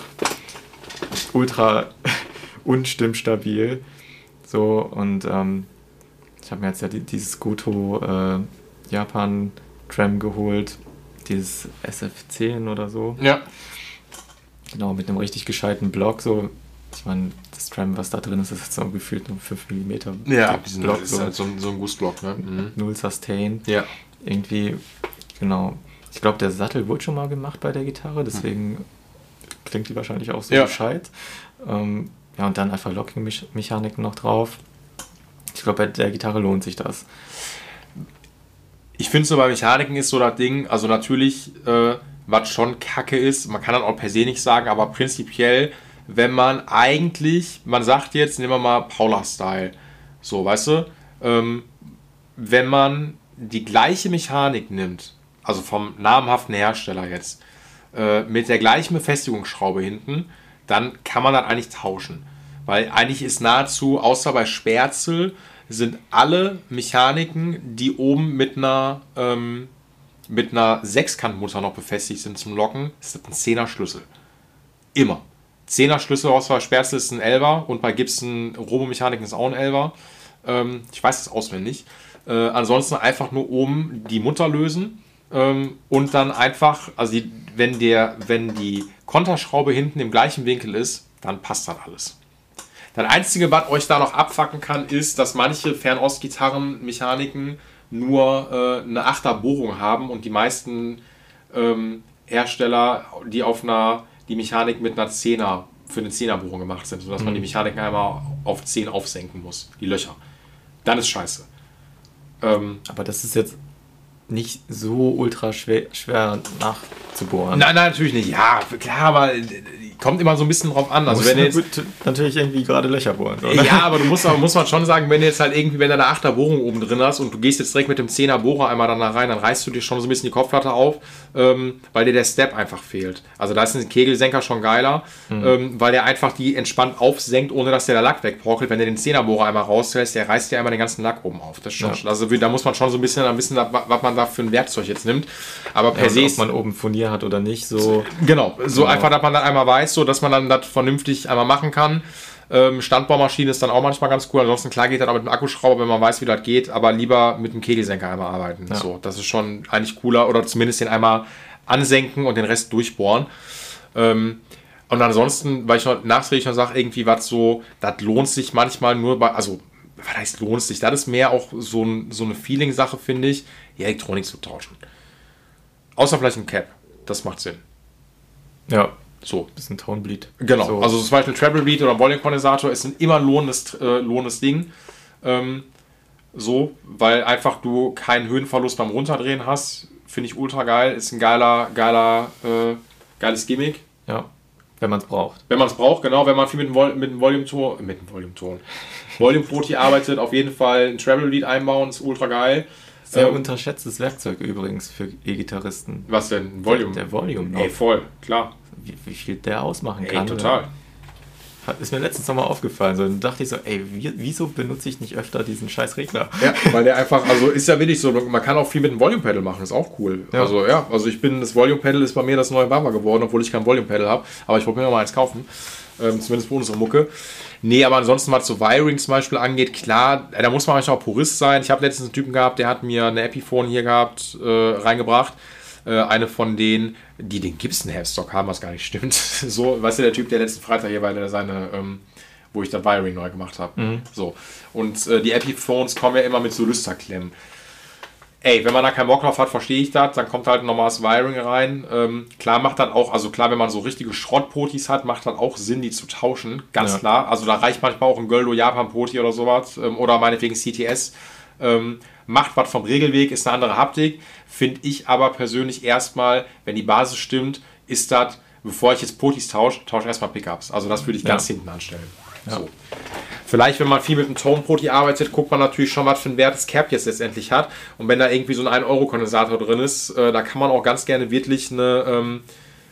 ultra unstimmstabil. So, und ich habe mir jetzt ja dieses Goto Japan Trem geholt. Dieses SF10 oder so. Ja. Genau, mit einem richtig gescheiten Block. So. Ich meine, das Trem, was da drin ist, ist jetzt so gefühlt nur 5 mm. Ja, Block, ist halt so ein Gussblock, ne? Mhm. Null Sustain. Ja. Irgendwie, genau. Ich glaube, der Sattel wurde schon mal gemacht bei der Gitarre, deswegen klingt die wahrscheinlich auch so gescheit. Ja, und dann einfach Locking-Mechaniken noch drauf. Ich glaube, bei der Gitarre lohnt sich das. Ich finde so, bei Mechaniken ist so das Ding, also natürlich, was schon kacke ist, man kann das auch per se nicht sagen, aber prinzipiell, wenn man eigentlich, man sagt jetzt, nehmen wir mal Paula-Style, so, weißt du, wenn man die gleiche Mechanik nimmt, also vom namhaften Hersteller jetzt, mit der gleichen Befestigungsschraube hinten, dann kann man das eigentlich tauschen. Weil eigentlich ist nahezu, außer bei Sperzel, sind alle Mechaniken, die oben mit einer Sechskantmutter noch befestigt sind zum Locken, ist das ein 10er Schlüssel. Immer. 10er Schlüssel, außer bei Sperzel ist ein 11er und bei Gibson Robomechaniken ist auch ein 11er. Ich weiß das auswendig. Ansonsten einfach nur oben die Mutter lösen und dann einfach, also wenn die Konterschraube hinten im gleichen Winkel ist, dann passt das alles. Das Einzige, was euch da noch abfacken kann, ist, dass manche Fernost-Gitarren-Mechaniken nur eine 8er Bohrung haben und die meisten Hersteller, die die Mechanik mit einer 10er, für eine 10er Bohrung gemacht sind, sodass man die Mechaniken einmal auf 10 aufsenken muss, die Löcher. Dann ist scheiße. Aber das ist jetzt nicht so ultra schwer aufzubohren. Nein, natürlich nicht. Ja, klar, aber kommt immer so ein bisschen drauf an. Also wenn du jetzt natürlich irgendwie gerade Löcher bohren. Oder? Ja, aber muss man schon sagen, wenn du jetzt halt irgendwie, wenn du eine 8er Bohrung oben drin hast und du gehst jetzt direkt mit dem 10er Bohrer einmal dann da rein, dann reißt du dir schon so ein bisschen die Kopfplatte auf, weil dir der Step einfach fehlt. Also da ist ein Kegelsenker schon geiler, weil der einfach die entspannt aufsenkt, ohne dass der Lack wegbröckelt. Wenn du den 10er Bohrer einmal rauslässt, der reißt dir einmal den ganzen Lack oben auf. Das ist schon, also da muss man schon so ein bisschen wissen, was man da für ein Werkzeug jetzt nimmt. Aber per se ob man oben Furnier hat oder nicht, so. Genau, einfach, dass man dann einmal weiß, so dass man dann das vernünftig einmal machen kann. Standbohrmaschine ist dann auch manchmal ganz cool. Ansonsten klar geht das auch mit dem Akkuschrauber, wenn man weiß, wie das geht, aber lieber mit dem Kegelsenker einmal arbeiten. Ja. So, das ist schon eigentlich cooler, oder zumindest den einmal ansenken und den Rest durchbohren. Und ansonsten, weil ich noch nachträglich noch sage, irgendwie was so, das lohnt sich manchmal nur bei, also was heißt lohnt sich? Das ist mehr auch so eine Feeling-Sache, finde ich, die Elektronik zu tauschen. Außer vielleicht ein Cap. Das macht Sinn. Ja. So. Bisschen Tonebleed. Genau. So. Also zum Beispiel Treble Beat oder Volume-Kondensator ist ein immer lohnendes Ding. So, weil einfach du keinen Höhenverlust beim Runterdrehen hast. Finde ich ultra geil. Ist ein geiles Gimmick. Ja. Wenn man es braucht. Wenn man es braucht, genau. Wenn man viel mit dem Volume-Proti arbeitet, auf jeden Fall ein Treble Beat einbauen. Ist ultra geil. Sehr unterschätztes Werkzeug übrigens für E-Gitarristen. Was denn? Volume? Der Volume. Ey, voll, klar. Wie viel der ausmachen kann. Total. Ist mir letztens nochmal aufgefallen. So, dann dachte ich so, ey, wieso benutze ich nicht öfter diesen scheiß Regler? Ja, weil der einfach, also ist ja wirklich so, man kann auch viel mit dem Volume Pedal machen, ist auch cool. Ja. Also das Volume Pedal ist bei mir das neue Baba geworden, obwohl ich kein Volume Pedal habe, aber ich wollte mir noch mal eins kaufen, zumindest für unsere Mucke. Nee, aber ansonsten, was so Wiring zum Beispiel angeht, klar, da muss man manchmal auch Purist sein. Ich habe letztens einen Typen gehabt, der hat mir eine Epiphone hier gehabt, reingebracht. Eine von denen, die den Gibson-Headstock haben, was gar nicht stimmt. So, weißt du, der Typ, der letzten Freitag hier war, wo ich das Wiring neu gemacht habe. So. Und die Epiphones kommen ja immer mit so Lüsterklemmen. Ey, wenn man da keinen Bock drauf hat, verstehe ich das, dann kommt halt ein normales Wiring rein. Klar macht das auch, also klar, wenn man so richtige Schrottpotis hat, macht das auch Sinn, die zu tauschen, ganz klar. Also da reicht manchmal auch ein Göldo Japan-Poti oder sowas, oder meinetwegen CTS. Macht was vom Regelweg, ist eine andere Haptik. Finde ich aber persönlich erstmal, wenn die Basis stimmt, ist das, bevor ich jetzt Potis tausche erstmal Pickups. Also das würde ich ganz hinten anstellen. Ja. So. Vielleicht, wenn man viel mit einem Tone-Poti arbeitet, guckt man natürlich schon, was für ein Wert das Cap jetzt letztendlich hat. Und wenn da irgendwie so ein 1-Euro-Kondensator drin ist, da kann man auch ganz gerne wirklich einen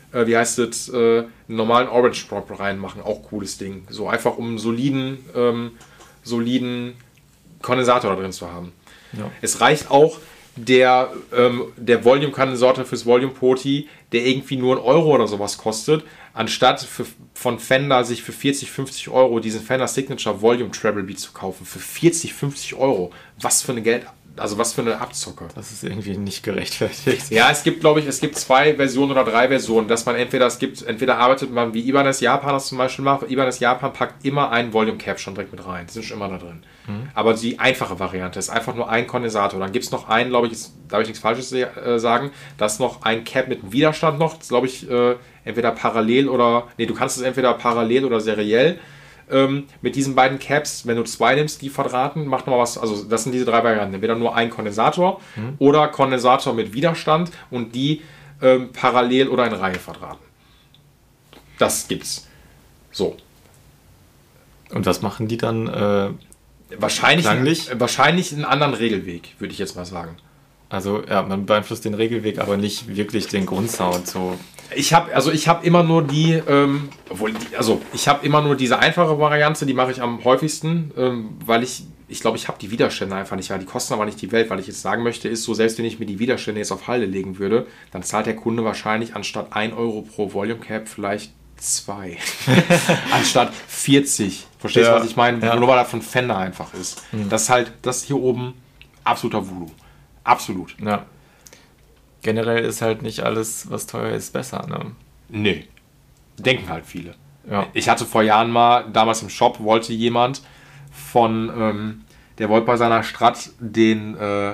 normalen Orange Drop reinmachen. Auch cooles Ding. So einfach, um einen soliden Kondensator da drin zu haben. Ja. Es reicht auch der Volume-Kondensator fürs Volume-Poti, der irgendwie nur 1 Euro oder sowas kostet, anstatt von Fender sich für 40, 50 Euro diesen Fender Signature Volume Treble Beat zu kaufen. Für 40, 50 Euro. Was für eine Abzocke. Das ist irgendwie nicht gerechtfertigt. Ja, es gibt 2 Versionen oder 3 Versionen, dass man entweder arbeitet man wie Ibanez Japan das zum Beispiel macht. Ibanez Japan packt immer einen Volume Cap schon direkt mit rein. Die sind schon immer da drin. Aber die einfache Variante ist einfach nur ein Kondensator. Dann gibt es noch einen, glaube ich, darf ich nichts Falsches sagen, da ist noch ein Cap mit einem Widerstand noch. Das glaube ich entweder parallel oder, du kannst es entweder parallel oder seriell mit diesen beiden Caps, wenn du 2 nimmst, die verdrahten, macht nochmal was, also das sind diese 3 Varianten. Entweder nur ein Kondensator oder Kondensator mit Widerstand und die parallel oder in Reihe verdrahten. Das gibt's. So. Und was machen die dann? Wahrscheinlich einen anderen Regelweg, würde ich jetzt mal sagen. Also ja, man beeinflusst den Regelweg, aber nicht wirklich den Grundsound. So. Ich habe immer nur ich habe immer nur diese einfache Variante, die mache ich am häufigsten, weil ich glaube, ich habe die Widerstände einfach nicht, weil die kosten aber nicht die Welt, weil ich jetzt sagen möchte, ist so, selbst wenn ich mir die Widerstände jetzt auf Halde legen würde, dann zahlt der Kunde wahrscheinlich anstatt 1 Euro pro Volume Cap vielleicht 2. Anstatt 40. Verstehst du, was ich meine? Ja. Nur weil das von Fender einfach ist. Das ist halt, das hier oben, absoluter Voodoo. Absolut. Ja. Generell ist halt nicht alles, was teuer ist, besser, ne? Nee. Denken halt viele. Ja. Ich hatte vor Jahren mal, damals im Shop, wollte jemand der wollte bei seiner Strat den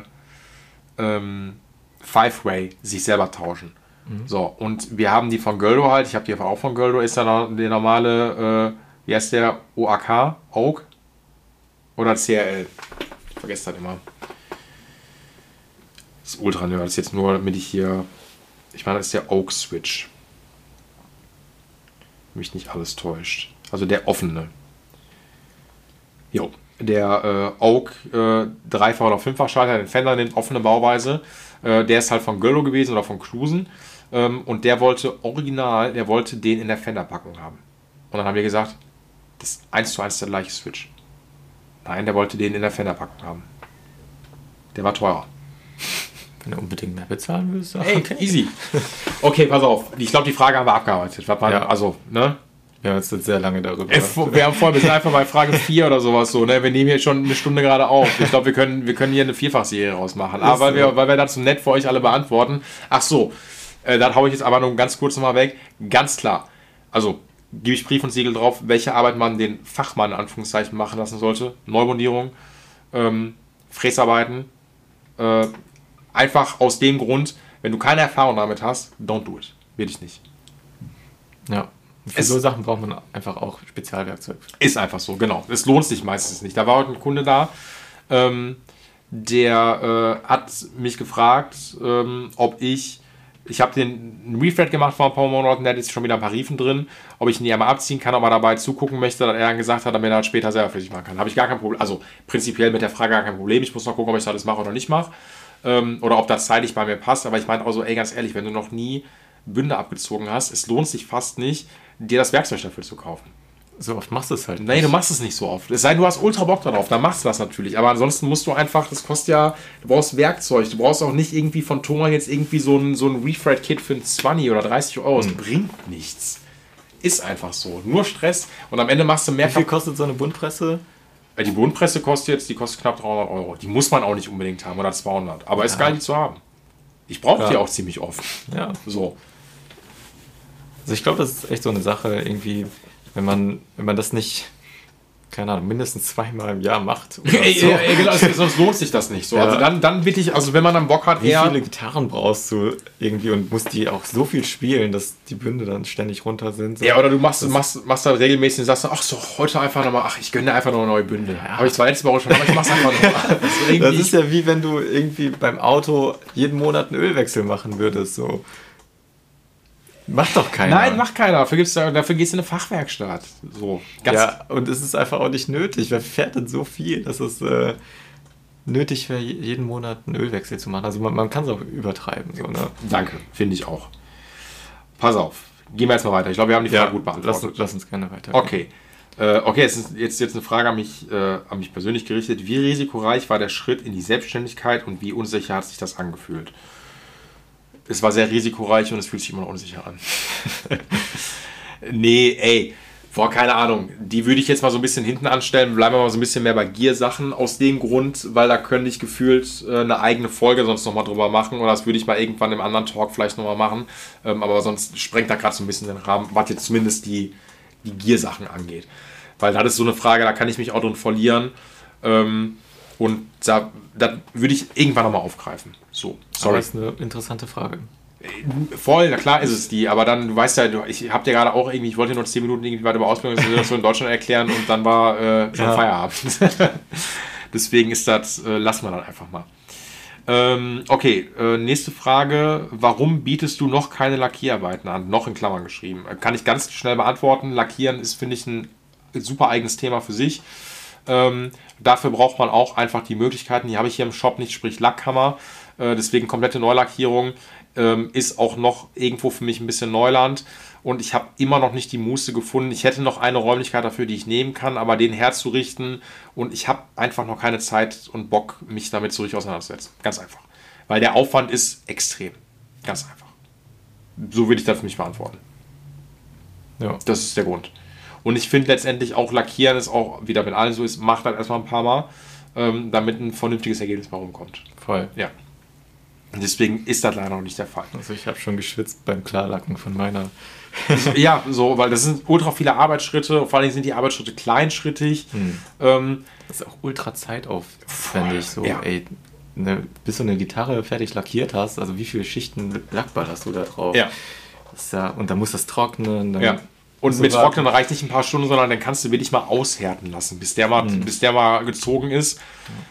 Five-Way sich selber tauschen. So, und wir haben die von Göldo halt, ich habe die auch von Göldo, ist dann der normale, wie heißt der, OAK, Oak oder CRL? Ich vergesse das immer. Das ist ultra nerd, das ist jetzt nur, damit ich hier Ich meine, das ist der Oak Switch. Wenn mich nicht alles täuscht. Also der offene. Jo. Der Oak 3-fach oder 5-fach Schalter, den Fender, den offene Bauweise. Der ist halt von Göllo gewesen oder von Klusen. Und der wollte den in der Fender-Packung haben. Und dann haben wir gesagt, das ist 1:1 der gleiche Switch. Nein, der wollte den in der Fender-Packung haben. Der war teurer. Wenn du unbedingt mehr bezahlen willst. Ey, okay. Easy. Okay, pass auf. Ich glaube, die Frage haben wir abgearbeitet. Ja. Also, ne? Wir haben jetzt sehr lange darüber. Wir sind einfach bei Frage 4 oder sowas so, ne? Wir nehmen hier schon eine Stunde gerade auf. Ich glaube, wir können hier eine Vierfachserie rausmachen. Aber weil wir das so nett für euch alle beantworten. Ach so, dann haue ich jetzt aber nur ganz kurz nochmal weg. Ganz klar. Also, gebe ich Brief und Siegel drauf, welche Arbeit man den Fachmann in Anführungszeichen machen lassen sollte. Neubondierung, Fräsarbeiten. Einfach aus dem Grund, wenn du keine Erfahrung damit hast, don't do it. Will ich nicht. Ja. Für so Sachen braucht man einfach auch Spezialwerkzeug. Ist einfach so, genau. Es lohnt sich meistens nicht. Da war heute ein Kunde da, der hat mich gefragt, ob ich habe den Refret gemacht vor ein paar Monaten, der hat jetzt schon wieder ein paar Riefen drin, ob ich ihn ja mal abziehen kann, ob er dabei zugucken möchte, dass er dann gesagt hat, damit er das später selber fertig machen kann. Habe ich gar kein Problem, also prinzipiell mit der Frage gar kein Problem. Ich muss noch gucken, ob ich das alles mache oder nicht mache. Oder ob das zeitlich bei mir passt. Aber ich meine auch so, ey, ganz ehrlich, wenn du noch nie Bünde abgezogen hast, es lohnt sich fast nicht, dir das Werkzeug dafür zu kaufen. So oft machst du es halt nicht. Nee, du machst es nicht so oft. Es sei denn, du hast ultra Bock darauf, dann machst du das natürlich. Aber ansonsten musst du einfach, das kostet ja, du brauchst Werkzeug. Du brauchst auch nicht irgendwie von Thomann jetzt irgendwie so ein Refret-Kit für 20 oder 30 Euro. Das bringt nichts. Ist einfach so. Nur Stress und am Ende machst du mehr. Wie viel kostet so eine Bundpresse? Die Bundpresse kostet knapp 300 Euro. Die muss man auch nicht unbedingt haben oder 200. Aber ist geil, die zu haben. Ich brauche die auch ziemlich oft. Ja. So. Also ich glaube, das ist echt so eine Sache, irgendwie, wenn man das nicht, keine Ahnung, mindestens 2-mal im Jahr macht. Genau, sonst lohnt sich das nicht. So. Ja. Also dann wirklich, also wenn man dann Bock hat, wie viele Gitarren brauchst du irgendwie und musst die auch so viel spielen, dass die Bünde dann ständig runter sind. So. Ja, oder du machst dann regelmäßig und sagst, ach so, heute einfach nochmal, ich gönne einfach noch eine neue Bünde. Ja. Habe ich zwar letzte Woche schon, aber ich mach's einfach nochmal. Das ist ja wie wenn du irgendwie beim Auto jeden Monat einen Ölwechsel machen würdest, so. Macht doch keiner. Nein, macht keiner. Dafür gehst du in eine Fachwerkstatt. So, ja, und es ist einfach auch nicht nötig. Wer fährt denn so viel, dass es nötig wäre, jeden Monat einen Ölwechsel zu machen? Also man kann es auch übertreiben. So, ne? Danke, finde ich auch. Pass auf, gehen wir jetzt mal weiter. Ich glaube, wir haben die Frage gut beantwortet. Lass uns gerne weiter. Okay, jetzt eine Frage an mich persönlich gerichtet. Wie risikoreich war der Schritt in die Selbstständigkeit und wie unsicher hat sich das angefühlt? Es war sehr risikoreich und es fühlt sich immer noch unsicher an. Keine Ahnung. Die würde ich jetzt mal so ein bisschen hinten anstellen. Bleiben wir mal so ein bisschen mehr bei Gear-Sachen aus dem Grund, weil da könnte ich gefühlt eine eigene Folge sonst nochmal drüber machen oder das würde ich mal irgendwann im anderen Talk vielleicht nochmal machen. Aber sonst sprengt da gerade so ein bisschen den Rahmen, was jetzt zumindest die Gear-Sachen angeht. Weil das ist so eine Frage, da kann ich mich auch drin verlieren. Und das würde ich irgendwann nochmal aufgreifen. So, sorry. Das ist eine interessante Frage. Voll, na klar ist es die, aber dann, du weißt ja, ich habe dir gerade auch irgendwie, ich wollte nur 10 Minuten irgendwie weiter über Ausbildung in Deutschland erklären und dann war schon Feierabend. Deswegen ist das, lassen wir dann einfach mal. Okay, nächste Frage. Warum bietest du noch keine Lackierarbeiten an? Noch in Klammern geschrieben. Kann ich ganz schnell beantworten. Lackieren ist, finde ich, ein super eigenes Thema für sich. Dafür braucht man auch einfach die Möglichkeiten, die habe ich hier im Shop nicht, sprich Lackhammer, deswegen komplette Neulackierung ist auch noch irgendwo für mich ein bisschen Neuland und ich habe immer noch nicht die Muße gefunden. Ich hätte noch eine Räumlichkeit dafür, die ich nehmen kann, aber den herzurichten und ich habe einfach noch keine Zeit und Bock, mich damit so richtig auseinanderzusetzen. Ganz einfach. Weil der Aufwand ist extrem. Ganz einfach. So würde ich das für mich beantworten. Ja. Das ist der Grund. Und ich finde letztendlich auch Lackieren ist auch, wieder wenn alles so ist, macht halt erstmal ein paar Mal, damit ein vernünftiges Ergebnis bei rumkommt. Voll. Ja. Und deswegen ist das leider noch nicht der Fall. Also ich habe schon geschwitzt beim Klarlacken von meiner. Ja, so, weil das sind ultra viele Arbeitsschritte, vor allem sind die Arbeitsschritte kleinschrittig. Das ist auch ultra zeitaufwendig. So, ja. Bis du eine Gitarre fertig lackiert hast, also wie viele Schichten Lackball hast du da drauf? Ja. Das ist ja, und dann muss das trocknen. Dann ja. Und mit Trocknen reicht nicht ein paar Stunden, sondern dann kannst du wirklich mal aushärten lassen, bis der mal gezogen ist.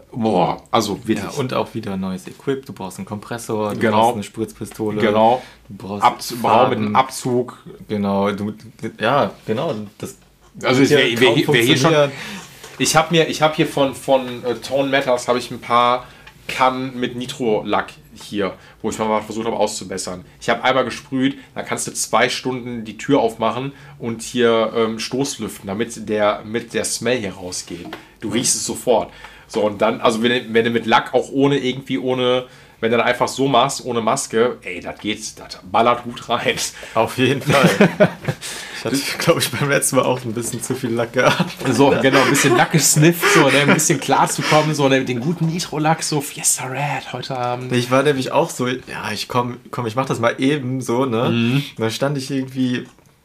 Boah, also wirklich. Ja, und auch wieder neues Equip. Du brauchst einen Kompressor, du Genau. brauchst eine Spritzpistole. Genau. Du brauchst Raum mit einem Abzug. Genau, genau. Das Also wird es ja wär kaum hier schon. funktionieren. Ich habe hier von Tone Matters habe ich ein paar Kannen mit Nitro-Lack hier, wo ich mal versucht habe auszubessern. Ich habe einmal gesprüht, da kannst du 2 Stunden die Tür aufmachen und hier Stoßlüften, damit der Smell hier rausgeht. Du riechst es sofort. So, und dann, also wenn du mit Lack auch ohne, wenn du dann einfach so machst, ohne Maske, ey, das ballert gut rein. Auf jeden Fall. Ich hatte, glaube ich, beim letzten Mal auch ein bisschen zu viel Lack gehabt. So, genau, ein bisschen Lack gesnifft, so, ein bisschen klar zu kommen, so, mit den guten Nitro-Lack, so, Fiesta Red heute Abend. Ich war nämlich auch so, ja, ich mach das mal eben so, ne? Und dann stand ich irgendwie,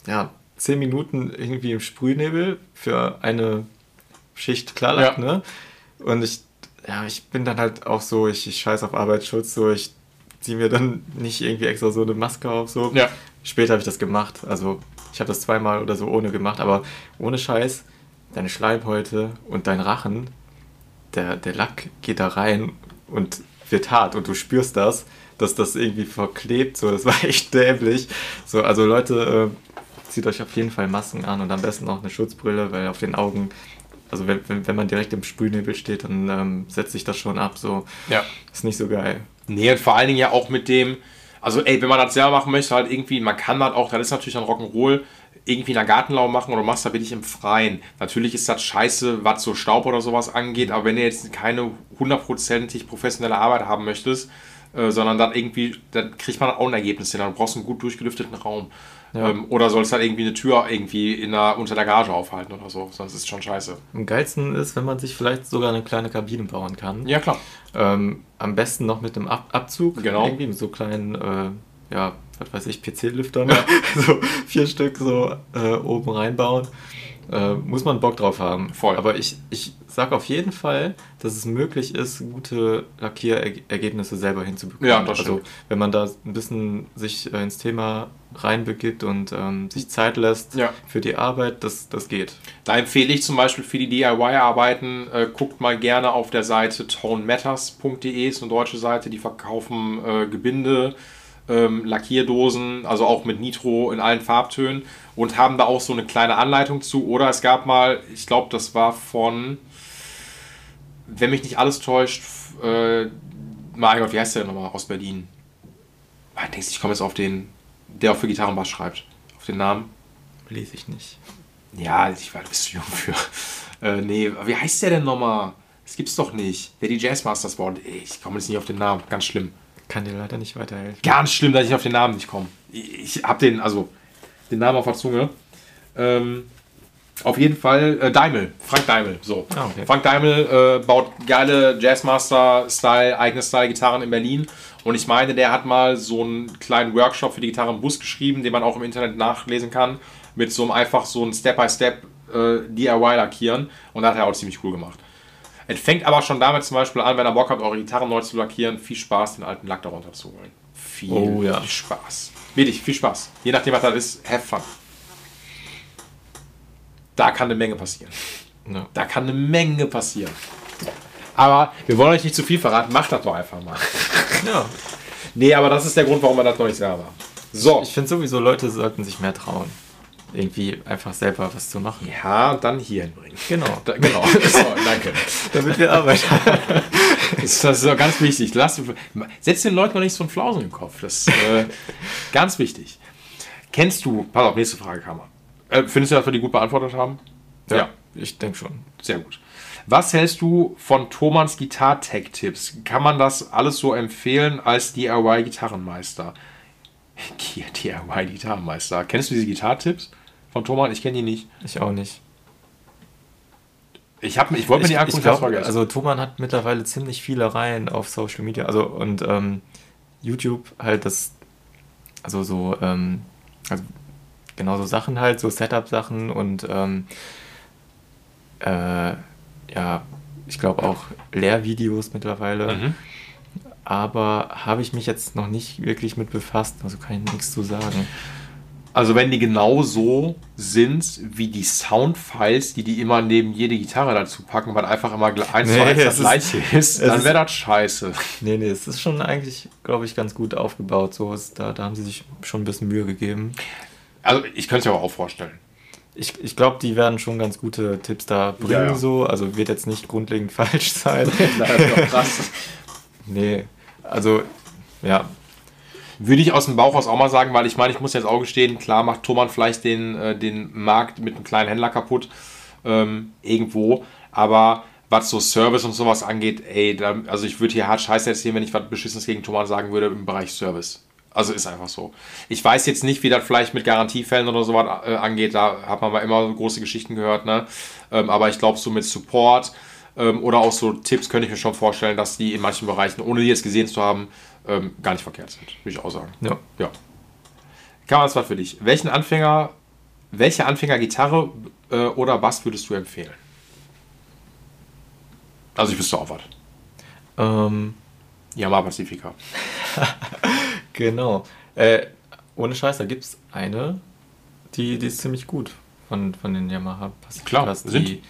10 Minuten irgendwie im Sprühnebel für eine Schicht Klarlack, ne? Und ich bin dann halt auch so, ich scheiß auf Arbeitsschutz, so, ich ziehe mir dann nicht irgendwie extra so eine Maske auf, so. Ja. Später habe ich das gemacht, also ich habe das 2-mal oder so ohne gemacht, aber ohne Scheiß, deine Schleimhäute und dein Rachen, der Lack geht da rein und wird hart und du spürst das, dass das irgendwie verklebt, so, das war echt dämlich. So, also Leute, zieht euch auf jeden Fall Masken an und am besten auch eine Schutzbrille, weil auf den Augen, also wenn man direkt im Sprühnebel steht, dann setzt sich das schon ab, so. Ja. Ist nicht so geil. Nee, und vor allen Dingen ja auch mit dem, also ey, wenn man das selber machen möchte, halt irgendwie, man kann das auch, das ist natürlich ein Rock'n'Roll, irgendwie in der Gartenlaube machen oder machst da wirklich im Freien. Natürlich ist das scheiße, was so Staub oder sowas angeht, aber wenn du jetzt keine 100% professionelle Arbeit haben möchtest, sondern dann kriegt man auch ein Ergebnis hin, dann brauchst du einen gut durchgelüfteten Raum. Ja. Oder sollst halt irgendwie eine Tür irgendwie unter der Garage aufhalten oder so, sonst ist es schon scheiße. Am geilsten ist, wenn man sich vielleicht sogar eine kleine Kabine bauen kann. Ja, klar. Am besten noch mit einem Abzug, genau. Irgendwie mit so kleinen, was weiß ich, PC-Lüftern, so 4 Stück so oben reinbauen. Muss man Bock drauf haben. Voll. Aber ich sage auf jeden Fall, dass es möglich ist, gute Lackierergebnisse selber hinzubekommen. Ja, das stimmt. Also wenn man da ein bisschen sich ins Thema reinbegibt und sich Zeit lässt für die Arbeit, das geht. Da empfehle ich zum Beispiel für die DIY-Arbeiten, guckt mal gerne auf der Seite tonematters.de, ist eine deutsche Seite, die verkaufen Gebinde, Lackierdosen, also auch mit Nitro in allen Farbtönen und haben da auch so eine kleine Anleitung zu. Oder es gab mal, ich glaube, das war von, wenn mich nicht alles täuscht, mein Gott, wie heißt der nochmal aus Berlin? Ich komme jetzt auf den, der auch für Gitarrenbass schreibt. Auf den Namen. Lese ich nicht. Ja, ich war ein bisschen jung für. Nee, wie heißt der denn nochmal? Das gibt's doch nicht. Der die Jazzmasters baut. Ich komme jetzt nicht auf den Namen. Ganz schlimm. Kann dir leider nicht weiterhelfen. Ganz schlimm, dass ich auf den Namen nicht komme. Ich habe den Namen auf der Zunge. Auf jeden Fall Daimel, Frank Daimel. So. Ah, okay. Frank Daimel baut geile Jazzmaster-Style, eigene Style-Gitarren in Berlin. Und ich meine, der hat mal so einen kleinen Workshop für die Gitarre im Bus geschrieben, den man auch im Internet nachlesen kann. Mit so einem Step-by-Step DIY-Lackieren. Und das hat er auch ziemlich cool gemacht. Es fängt aber schon damit zum Beispiel an, wenn ihr Bock habt, eure Gitarren neu zu lackieren, viel Spaß, den alten Lack darunter zu holen. Viel Spaß. Wirklich, viel Spaß. Je nachdem, was das ist, have fun. Da kann eine Menge passieren. Ja. Da kann eine Menge passieren. Aber wir wollen euch nicht zu viel verraten, macht das doch einfach mal. Ja. Nee, aber das ist der Grund, warum man das noch nicht selber macht. So. Ich finde sowieso, Leute sollten sich mehr trauen. Irgendwie einfach selber was zu machen. Ja, und dann hier hinbringen. Genau. Genau. So, danke. Damit wir Arbeit haben. Das ist auch ganz wichtig. Setz den Leuten noch nicht so einen Flausen im Kopf. Das ist ganz wichtig. Kennst du, pass auf, nächste Frage, Kammer. Findest du, dass wir die gut beantwortet haben? Ja, ich denke schon. Sehr gut. Was hältst du von Thomans Gitar-Tech-Tipps? Kann man das alles so empfehlen als DIY-Gitarrenmeister? DIY-Gitarrenmeister. Kennst du diese Gitar-Tipps von Thomann? Ich kenne die nicht. Ich auch nicht. Ich wollte mir die angucken, ich glaub, also Thomann hat mittlerweile ziemlich viele Reihen auf Social Media, also und YouTube halt also genau so Sachen halt, so Setup-Sachen und ich glaube auch Lehrvideos mittlerweile. Mhm. Aber habe ich mich jetzt noch nicht wirklich mit befasst, also kann ich nichts zu sagen. Also wenn die genau so sind, wie die Soundfiles, die immer neben jede Gitarre dazu packen, weil einfach immer 1:1 das gleiche ist, dann wäre das scheiße. Nee, es ist schon eigentlich, glaube ich, ganz gut aufgebaut. So da haben sie sich schon ein bisschen Mühe gegeben. Also ich könnte es mir aber auch vorstellen. Ich glaube, die werden schon ganz gute Tipps da bringen, so. Also wird jetzt nicht grundlegend falsch sein. Das ist doch krass. Nee, also, ja. Würde ich aus dem Bauch aus auch mal sagen, weil ich meine, ich muss jetzt auch gestehen, klar macht Thomann vielleicht den Markt mit einem kleinen Händler kaputt, irgendwo, aber was so Service und sowas angeht, also ich würde hier hart Scheiße erzählen, wenn ich was Beschissenes gegen Thomann sagen würde im Bereich Service. Also ist einfach so. Ich weiß jetzt nicht, wie das vielleicht mit Garantiefällen oder sowas angeht, da hat man mal immer so große Geschichten gehört, ne? Aber ich glaube, so mit Support oder auch so Tipps könnte ich mir schon vorstellen, dass die in manchen Bereichen, ohne die jetzt gesehen zu haben, gar nicht verkehrt sind, würde ich auch sagen. Ja. Kammer, das war für dich. Welche Anfänger-Gitarre oder Bass würdest du empfehlen? Also ich wüsste auch was. Yamaha Pacifica. Genau. Ohne Scheiß, da gibt es eine, die ist ziemlich gut von den Yamaha Pacificas. Klar, sind.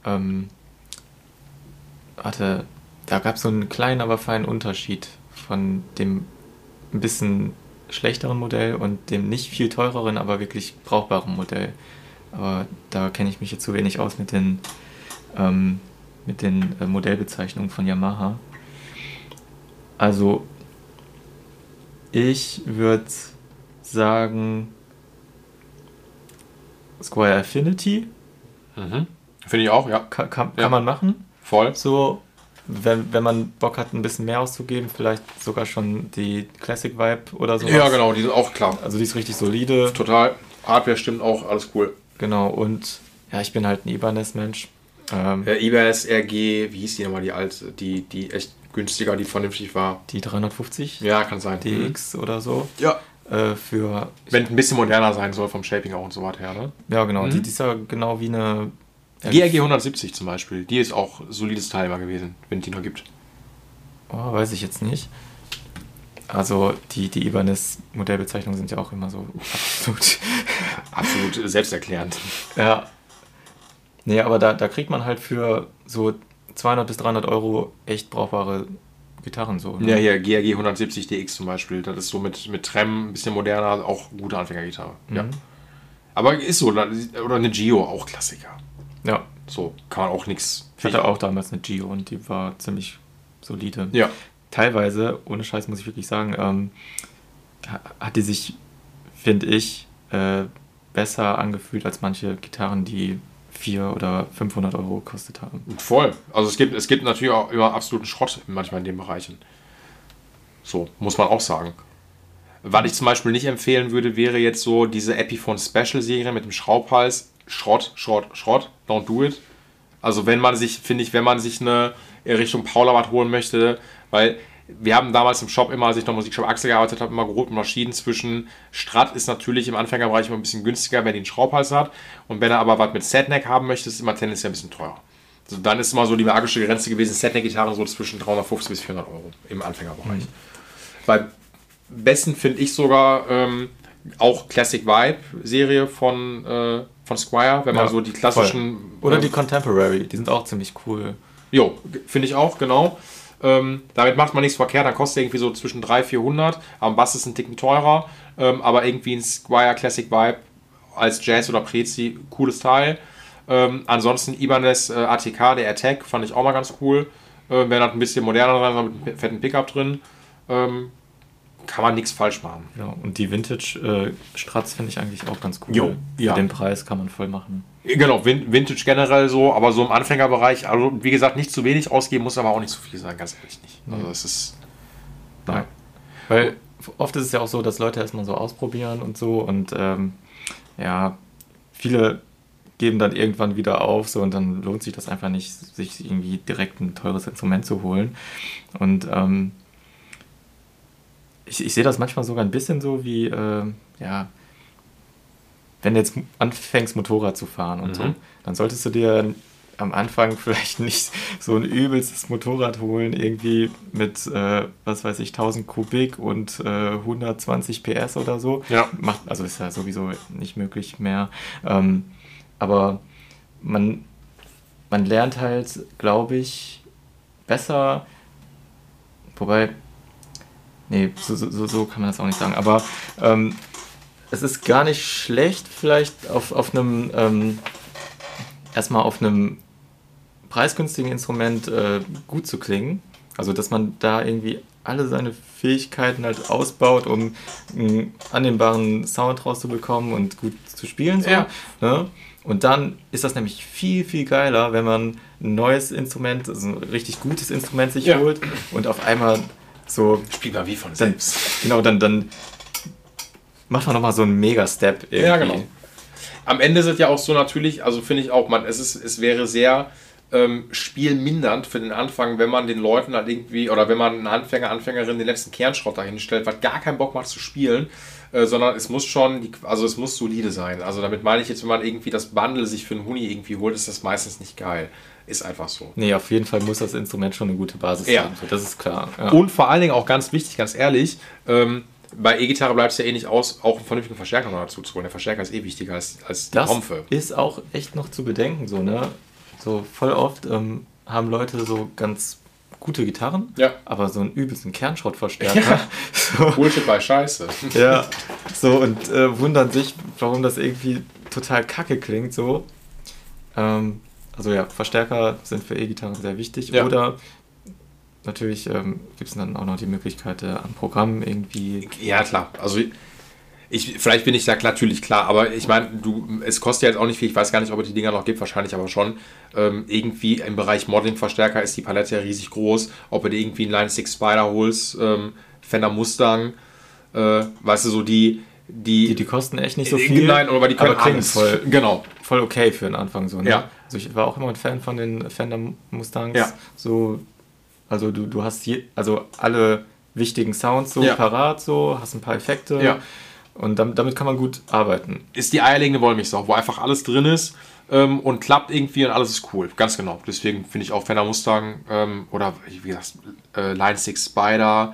Da gab es so einen kleinen, aber feinen Unterschied von dem ein bisschen schlechteren Modell und dem nicht viel teureren, aber wirklich brauchbaren Modell. Aber da kenne ich mich jetzt zu wenig aus mit den Modellbezeichnungen von Yamaha. Also ich würde sagen Squier Affinity. Finde ich auch, ja. Kann man machen. Voll. So, wenn man Bock hat, ein bisschen mehr auszugeben, vielleicht sogar schon die Classic Vibe oder so. Ja, genau, die sind auch klar. Also die ist richtig solide. Total. Hardware stimmt auch, alles cool. Genau, und ja, ich bin halt ein Ibanez-Mensch. Ibanez RG, wie hieß die nochmal, die alte, die echt günstiger, die vernünftig war? Die 350? Ja, kann sein. DX oder so. Ja. Wenn ein bisschen moderner sein soll vom Shaping auch und so weiter her, ne? Ja, genau. Die ist ja genau wie eine... GRG 170 zum Beispiel, die ist auch solides Teil mal gewesen, wenn es die noch gibt. Oh, weiß ich jetzt nicht. Also die Ibanez-Modellbezeichnungen sind ja auch immer so absolut selbsterklärend. Ja. Nee, aber da kriegt man halt für so 200 bis 300 Euro echt brauchbare Gitarren so. Ne? Ja, hier GRG 170 DX zum Beispiel, das ist so mit Trem, ein bisschen moderner, auch gute Anfängergitarre. Ja. Aber ist so, oder eine Gio, auch Klassiker. Ja. So, kann man auch nichts. Ich hatte auch damals eine Gio und die war ziemlich solide. Ja. Teilweise, ohne Scheiß muss ich wirklich sagen, hat die sich, finde ich, besser angefühlt als manche Gitarren, die 400 oder 500 Euro gekostet haben. Voll. Also es gibt natürlich auch immer absoluten Schrott manchmal in den Bereichen. So, muss man auch sagen. Was ich zum Beispiel nicht empfehlen würde, wäre jetzt so diese Epiphone Special Serie mit dem Schraubhals. Schrott. Don't do it. Also wenn man sich eine Richtung Paulawatt holen möchte, weil wir haben damals im Shop immer, als ich noch Musikshop Axel gearbeitet habe, immer grob unterschieden zwischen Strat ist natürlich im Anfängerbereich immer ein bisschen günstiger, wenn die einen Schraubhals hat, und wenn er aber was mit Setneck haben möchte, ist es immer tendenziell ein bisschen teurer. Also dann ist immer so die magische Grenze gewesen, Setneck-Gitarren so zwischen 350 bis 400 Euro im Anfängerbereich. Bei besten finde ich sogar auch Classic Vibe Serie von Squier, wenn man so die klassischen... Voll. Oder die Contemporary, die sind auch ziemlich cool. Jo, finde ich auch, genau. Damit macht man nichts verkehrt, dann kostet irgendwie so zwischen 300-400, am Bass ist ein Ticken teurer, aber irgendwie ein Squier Classic Vibe als Jazz oder Prezi, cooles Teil. Ansonsten Ibanez ATK, der Attack, fand ich auch mal ganz cool. Wenn das ein bisschen moderner sein soll, mit einem fetten Pickup drin, kann man nichts falsch machen. Ja, und die Vintage Strats finde ich eigentlich auch ganz cool. Jo, ja. Für den Preis kann man voll machen. Genau, Vintage generell so, aber so im Anfängerbereich, also wie gesagt, nicht zu wenig ausgeben, muss aber auch nicht zu viel sein, ganz ehrlich nicht. Also es ist... Nein. Weil oft ist es ja auch so, dass Leute erstmal so ausprobieren und so und ja, viele geben dann irgendwann wieder auf so und dann lohnt sich das einfach nicht, sich irgendwie direkt ein teures Instrument zu holen. Und ich sehe das manchmal sogar ein bisschen so wie, ja, wenn du jetzt anfängst Motorrad zu fahren und so, dann solltest du dir am Anfang vielleicht nicht so ein übelstes Motorrad holen, irgendwie mit, was weiß ich, 1000 Kubik und 120 PS oder so. Ja. Also ist ja sowieso nicht möglich mehr. Aber man lernt halt, glaube ich, besser, wobei, nee, so kann man das auch nicht sagen, aber es ist gar nicht schlecht, vielleicht auf einem, erstmal auf einem preisgünstigen Instrument gut zu klingen. Also, dass man da irgendwie alle seine Fähigkeiten halt ausbaut, um einen annehmbaren Sound rauszubekommen und gut zu spielen. So, Ja. ne? Und dann ist das nämlich viel, viel geiler, wenn man ein neues Instrument, also ein richtig gutes Instrument sich holt und auf einmal so... Spielt man wie von dann, selbst. genau, dann macht man nochmal so einen Mega-Step irgendwie. Ja, genau. Am Ende ist es ja auch so natürlich, also finde ich auch, es wäre sehr spielmindernd für den Anfang, wenn man den Leuten halt irgendwie, oder wenn man einen Anfänger, den letzten Kernschrott dahin stellt, was gar keinen Bock macht zu spielen, sondern es muss schon, es muss solide sein. Also damit meine ich jetzt, wenn man irgendwie das Bundle sich für einen Huni irgendwie holt, ist das meistens nicht geil. Ist einfach so. Nee, auf jeden Fall muss das Instrument schon eine gute Basis haben. So, das ist klar. Ja. Und vor allen Dingen auch ganz wichtig, ganz ehrlich, bei E-Gitarre bleibt es ja eh nicht aus, auch einen vernünftigen Verstärker noch dazu zu holen. Der Verstärker ist eh wichtiger als die das Pompe. Ist auch echt noch zu bedenken, so, ne? So voll oft haben Leute so ganz gute Gitarren, aber so einen übelsten Kernschrottverstärker. Ja. So. Bullshit bei Scheiße. Ja, so und wundern sich, warum das irgendwie total kacke klingt, so. Also ja, Verstärker sind für E-Gitarren sehr wichtig. Ja. Oder natürlich gibt es dann auch noch die Möglichkeit, am Programm irgendwie... Ja, klar. Also vielleicht bin ich da natürlich klar, aber ich meine, es kostet ja jetzt auch nicht viel, ich weiß gar nicht, ob es die Dinger noch gibt, wahrscheinlich aber schon. Irgendwie im Bereich Modeling-Verstärker ist die Palette ja riesig groß. Ob du dir irgendwie einen Line 6 Spider holst, Fender Mustang, weißt du, so die kosten echt nicht so viel. Nein, aber die können aber klingen voll, voll okay für den Anfang. So, ne? Ja. Also ich war auch immer ein Fan von den Fender Mustangs. Ja. So, also du hast hier also alle wichtigen Sounds so parat, so, hast ein paar Effekte. Ja. Und damit kann man gut arbeiten. Ist die eierlegende Wollmilchsau, wo einfach alles drin ist und klappt irgendwie und alles ist cool. Ganz genau. Deswegen finde ich auch Fender Mustang oder wie gesagt Line 6 Spider,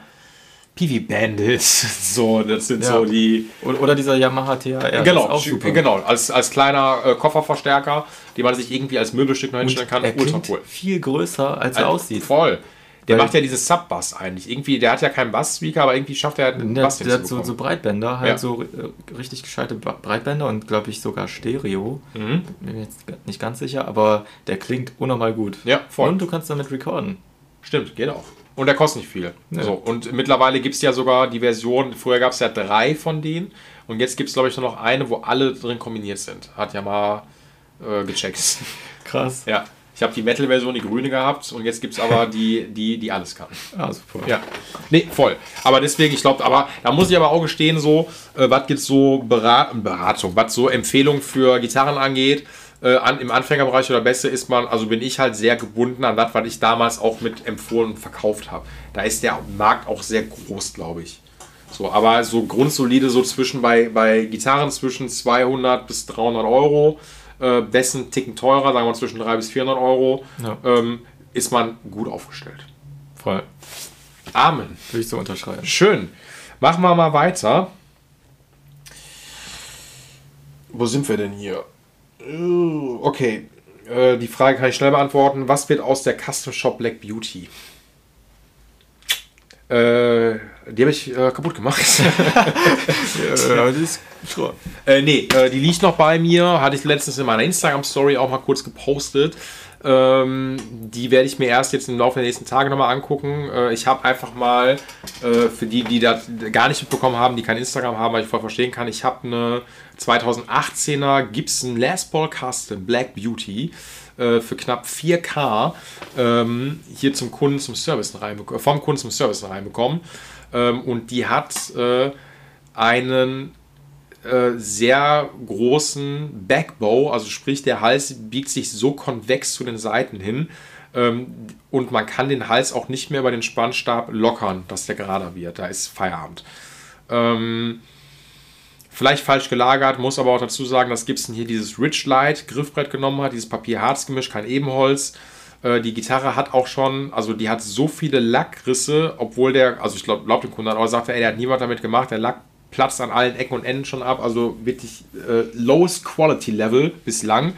PV Bandits, so, das sind so die... Oder dieser Yamaha THR, genau, ist auch super. Genau, als kleiner Kofferverstärker, den man sich irgendwie als Möbelstück noch hinstellen kann. Er klingt viel größer, als er aussieht. Voll. Der macht ja dieses Sub-Bass eigentlich. Irgendwie, der hat ja keinen Bass-Speaker, aber irgendwie schafft er halt einen Bass Der hat so Breitbänder, halt so richtig gescheite Breitbänder und glaube ich sogar Stereo. Bin mir jetzt nicht ganz sicher, aber der klingt unnormal gut. Ja, voll. Und du kannst damit recorden. Stimmt, geht auch. Und der kostet nicht viel. Ja. So, und mittlerweile gibt es ja sogar die Version, früher gab es ja 3 von denen und jetzt gibt es glaube ich nur noch eine, wo alle drin kombiniert sind. Hat ja mal gecheckt. Krass. Ja. Ich habe die Metal-Version, die grüne gehabt und jetzt gibt es aber die alles kann. Ah, super. Ja. Nee, voll. Aber deswegen, ich glaube, da muss ich aber auch gestehen, so, was gibt es so Beratung, was so Empfehlungen für Gitarren angeht, im Anfängerbereich oder besser ist man, also bin ich halt sehr gebunden an das, was ich damals auch mit empfohlen und verkauft habe. Da ist der Markt auch sehr groß, glaube ich. So, aber so grundsolide so bei Gitarren zwischen 200 bis 300 Euro, dessen Ticken teurer, sagen wir zwischen 300 bis 400 Euro, ist man gut aufgestellt. Voll. Amen. Würde ich so unterschreiben. Schön. Machen wir mal weiter. Wo sind wir denn hier? Okay. Die Frage kann ich schnell beantworten. Was wird aus der Custom Shop Black Beauty? Die habe ich kaputt gemacht. Die ist schon. Die liegt noch bei mir. Hatte ich letztens in meiner Instagram-Story auch mal kurz gepostet. Die werde ich mir erst jetzt im Laufe der nächsten Tage nochmal angucken. Ich habe einfach mal, für die das gar nicht mitbekommen haben, die kein Instagram haben, weil ich voll verstehen kann, ich habe eine 2018er Gibson Les Paul Custom Black Beauty für knapp 4K hier vom Kunden zum Service reinbekommen. Und die hat einen sehr großen Backbow, also sprich der Hals biegt sich so konvex zu den Seiten hin und man kann den Hals auch nicht mehr über den Spannstab lockern, dass der gerader wird. Da ist Feierabend. Vielleicht falsch gelagert, muss aber auch dazu sagen, dass Gibson hier dieses Ridge-Light Griffbrett genommen hat, dieses Papier-Harz-Gemisch, kein Ebenholz. Die Gitarre hat auch schon, also die hat so viele Lackrisse, obwohl also ich glaube dem Kunden hat auch gesagt, der hat niemand damit gemacht, der Lack platzt an allen Ecken und Enden schon ab, also wirklich lowest Quality Level bislang.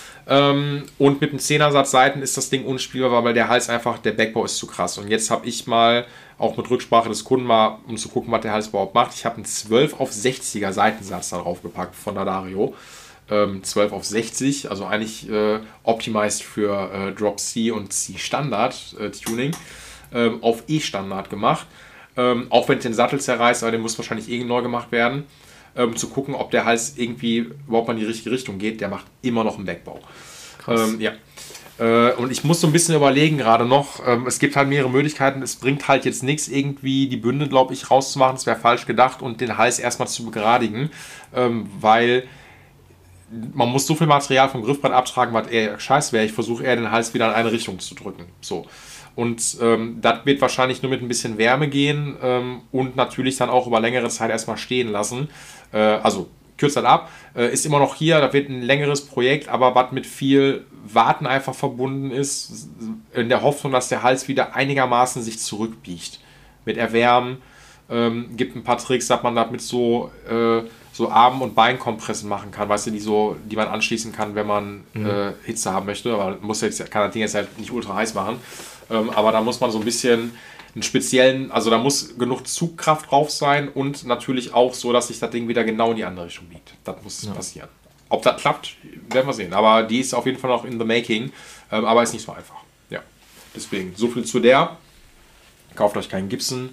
Und mit dem 10er-Satz Saiten ist das Ding unspielbar, weil der Hals einfach, der Backbau ist zu krass. Und jetzt habe ich mal, auch mit Rücksprache des Kunden mal, um zu gucken, was der Hals überhaupt macht, ich habe einen 12 auf 60er Seitensatz da drauf gepackt von der Dario. 12 auf 60, also eigentlich optimized für Drop C und C Standard Tuning, auf E Standard gemacht. Auch wenn es den Sattel zerreißt, aber der muss wahrscheinlich neu gemacht werden, zu gucken, ob der Hals irgendwie überhaupt mal in die richtige Richtung geht. Der macht immer noch einen Backbau. Krass. Ja. Und ich muss so ein bisschen überlegen gerade noch, es gibt halt mehrere Möglichkeiten, es bringt halt jetzt nichts irgendwie die Bünde, glaube ich, rauszumachen, das wäre falsch gedacht und den Hals erstmal zu begradigen, weil man muss so viel Material vom Griffbrett abtragen, was eher scheiße wäre. Ich versuche eher den Hals wieder in eine Richtung zu drücken. So. Und das wird wahrscheinlich nur mit ein bisschen Wärme gehen und natürlich dann auch über längere Zeit erstmal stehen lassen. Also kürzt das ab. Ist immer noch hier, da wird ein längeres Projekt, aber was mit viel Warten einfach verbunden ist, in der Hoffnung, dass der Hals wieder einigermaßen sich zurückbiegt. Mit Erwärmen, gibt ein paar Tricks, dass man das mit so Arm- und Beinkompressen machen kann, weißt du, die man anschließen kann, wenn man Hitze haben möchte. Aber kann das Ding jetzt halt nicht ultra heiß machen. Aber da muss man so ein bisschen einen speziellen, also da muss genug Zugkraft drauf sein und natürlich auch so, dass sich das Ding wieder genau in die andere Richtung biegt. Das muss passieren. Ob das klappt, werden wir sehen. Aber die ist auf jeden Fall noch in the making. Aber ist nicht so einfach. Ja. Deswegen, so viel zu der. Kauft euch keinen Gibson.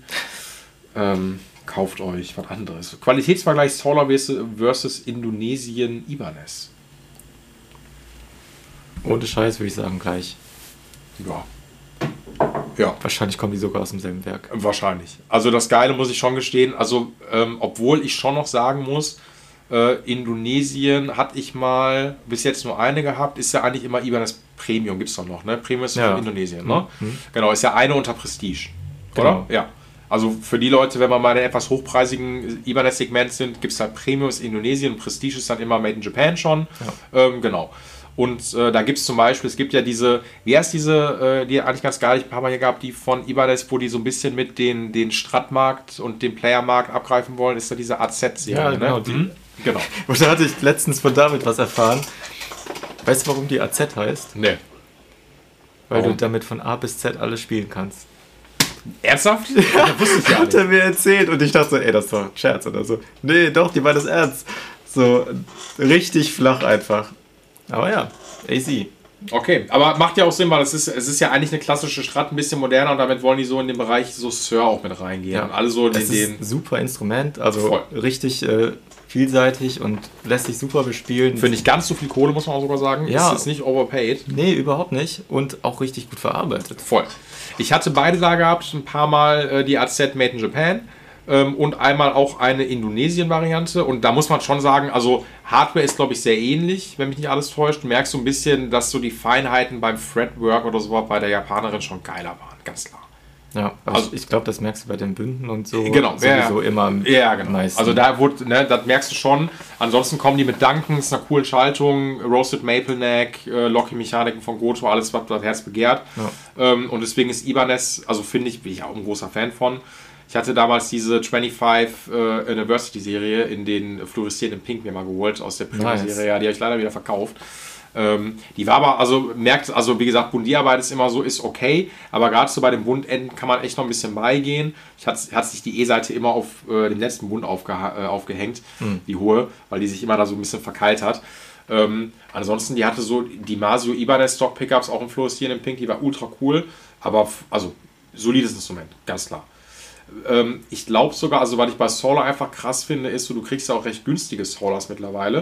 Kauft euch was anderes. Qualitätsvergleich Solar versus Indonesien Ibanez. Ohne Scheiß würde ich sagen gleich. Ja. Wahrscheinlich kommen die sogar aus demselben Werk. Wahrscheinlich. Also das Geile muss ich schon gestehen, also obwohl ich schon noch sagen muss, Indonesien hatte ich mal bis jetzt nur eine gehabt, ist ja eigentlich immer Ibanez Premium, gibt es doch noch, ne? Premium ist ja Indonesien, ne? Mhm. Genau, ist ja eine unter Prestige, oder? Genau. Ja. Also für die Leute, wenn wir mal in einem etwas hochpreisigen Ibanez-Segment sind, gibt es halt Premium ist Indonesien, Prestige ist dann immer Made in Japan schon. Ja. Genau. Und da gibt es zum Beispiel, es gibt ja diese, wie heißt diese, die eigentlich ganz geil, ich habe mal hier gehabt, die von Ibanez, wo die so ein bisschen mit den Strat-Markt und den Player-Markt abgreifen wollen, ist da diese AZ-Serie. Ja, genau. Ne? Genau. Und da hatte ich letztens von David was erfahren. Weißt du, warum die AZ heißt? Nee. Weil du damit von A bis Z alles spielen kannst. Ernsthaft? Ja, wusste ich ja Hat er mir erzählt und ich dachte so, ey, das ist doch ein Scherz oder so. Nee, doch, die war das ernst. So richtig flach einfach. Aber ja, AC. Okay, aber macht ja auch Sinn, weil es ist ja eigentlich eine klassische Strat, ein bisschen moderner und damit wollen die so in den Bereich so Sir auch mit reingehen. Ja. Und alle so das ist ein super Instrument, also richtig vielseitig und lässt sich super bespielen. Für nicht ganz so viel Kohle, muss man auch sogar sagen. Ja. Ist nicht overpaid. Nee, überhaupt nicht. Und auch richtig gut verarbeitet. Voll. Ich hatte beide da gehabt, ein paar Mal die AZ Made in Japan. Und einmal auch eine Indonesien-Variante. Und da muss man schon sagen, also Hardware ist, glaube ich, sehr ähnlich, wenn mich nicht alles täuscht. Du merkst so ein bisschen, dass so die Feinheiten beim Fretwork oder so bei der Japanerin schon geiler waren, ganz klar. Ja, also ich glaube, das merkst du bei den Bünden und so genau, sowieso immer genau. Meisten. Also da wurde, das merkst du schon. Ansonsten kommen die mit Duncans, einer coolen Schaltung, Roasted Maple Neck, Locky-Mechaniken von Goto, alles, was das Herz begehrt. Ja. Und deswegen ist Ibanez, also finde ich, bin ich auch ein großer Fan von. Ich hatte damals diese 25 Anniversary-Serie in den fluoreszierenden Pink mir mal geholt aus der Prima-Serie. Ja, die habe ich leider wieder verkauft. Die war aber, also wie gesagt, Bundierarbeit ist immer so, ist okay, aber gerade so bei den Bundenden kann man echt noch ein bisschen beigehen. Hat sich die E-Seite immer auf dem letzten Bund aufgehängt, die hohe, weil die sich immer da so ein bisschen verkeilt hat. Ansonsten, die hatte so die Masio Ibanez Stock Pickups, auch im fluoreszierenden Pink, die war ultra cool, aber also solides Instrument, ganz klar. Ich glaube sogar, also was ich bei Solar einfach krass finde, ist so, du kriegst ja auch recht günstige Solars mittlerweile,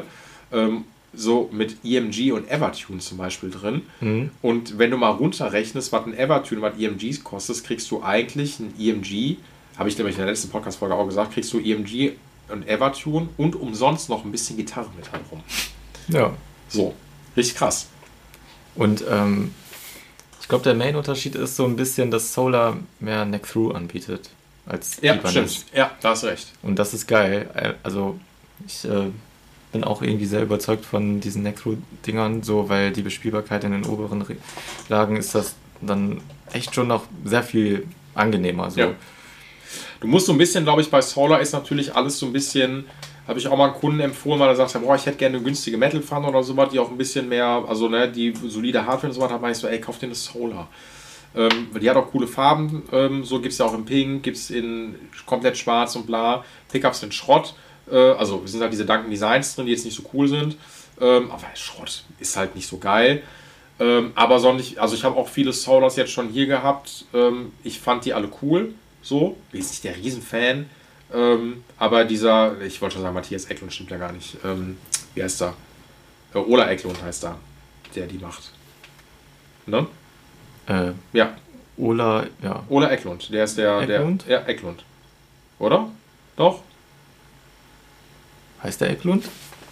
so mit EMG und Evertune zum Beispiel drin. Mhm. Und wenn du mal runterrechnest, was ein Evertune und was EMG kostet, kriegst du eigentlich ein EMG, habe ich nämlich in der letzten Podcast-Folge auch gesagt, kriegst du EMG und Evertune und umsonst noch ein bisschen Gitarre mit rum. Ja. So, richtig krass. Und ich glaube, der Main-Unterschied ist so ein bisschen, dass Solar mehr Neck-Through anbietet als ja, Ibanez. Stimmt. Ja, da hast du recht. Und das ist geil. Also Ich bin auch irgendwie sehr überzeugt von diesen Necro-Dingern, so, weil die Bespielbarkeit in den oberen Lagen ist das dann echt schon noch sehr viel angenehmer. So. Ja. Du musst so ein bisschen, glaube ich, bei Solar ist natürlich alles so ein bisschen, habe ich auch mal einen Kunden empfohlen, weil er sagt, boah, ich hätte gerne eine günstige Metal-Pfanne oder sowas, die auch ein bisschen mehr, also ne, die solide Hardware und sowas hat, meine ich so, ey, kauf dir eine Solar. Die hat auch coole Farben, so gibt es ja auch in Pink, gibt es in komplett schwarz und bla. Pickups sind Schrott, also sind halt diese Duncan Designs drin, die jetzt nicht so cool sind. Aber Schrott ist halt nicht so geil. Aber sonst, also ich habe auch viele Solars jetzt schon hier gehabt. Ich fand die alle cool, so. Bin jetzt nicht der Riesenfan. Aber dieser, ich wollte schon sagen, Matthias Eklund stimmt ja gar nicht. Wie heißt er? Ola Eklund heißt er, der die macht. Ne? Ja. Ola, ja. Ola Eklund, der ist der... Eklund? Ja, Eklund. Oder? Doch? Heißt der Eklund?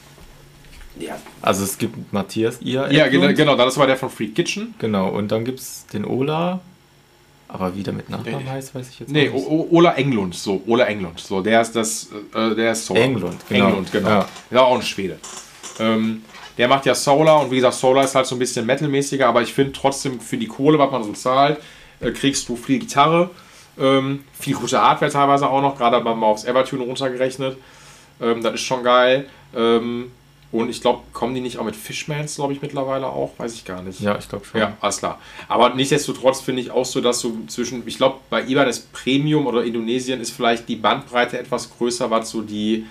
Ja. Also es gibt Matthias Eklund. Ja, genau, das war der von Freak Kitchen. Genau, und dann gibt es den Ola, aber wie der mit Nachnamen heißt, weiß ich jetzt nicht. nicht. Ola Englund, so, Ola Englund. So, der ist Solar. Englund, genau. Englund, genau. Ja, auch ein Schwede. Der macht ja Solar und wie gesagt, Solar ist halt so ein bisschen metalmäßiger, aber ich finde trotzdem für die Kohle, was man so zahlt, kriegst du viel Gitarre, viel gute Hardware teilweise auch noch, gerade mal aufs Evertune runtergerechnet. Das ist schon geil. Und ich glaube, kommen die nicht auch mit Fishmans, glaube ich, mittlerweile auch? Weiß ich gar nicht. Ja, ich glaube schon. Ja, alles klar. Aber nichtsdestotrotz finde ich auch so, dass so ich glaube, bei Ibanez Premium oder Indonesien ist vielleicht die Bandbreite etwas größer, was so die,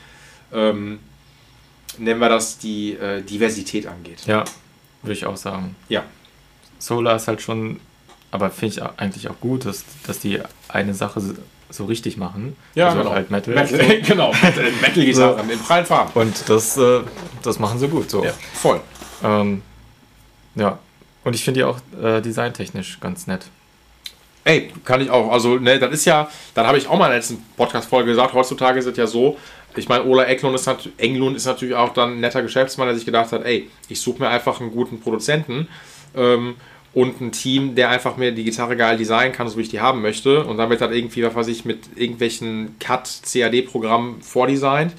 nennen wir das, die Diversität angeht. Ja, würde ich auch sagen. Ja. Solar ist halt schon, aber finde ich eigentlich auch gut, dass die eine Sache so richtig machen. Ja, also genau. Halt Metal. Genau, Metal-Gitarren in prallen Farben. Und das machen sie gut. So. Ja, voll. Ja, und ich finde die auch designtechnisch ganz nett. Ey, kann ich auch. Also, ne, das ist ja, dann habe ich auch mal in der letzten Podcast-Folge gesagt, heutzutage ist es ja so, ich meine, Ola Englund ist natürlich auch dann ein netter Geschäftsmann, der sich gedacht hat, ey, ich suche mir einfach einen guten Produzenten und ein Team, der einfach mir die Gitarre geil designen kann, so wie ich die haben möchte. Und dann wird halt irgendwie, was weiß ich, mit irgendwelchen CAD-programmen vordesignt.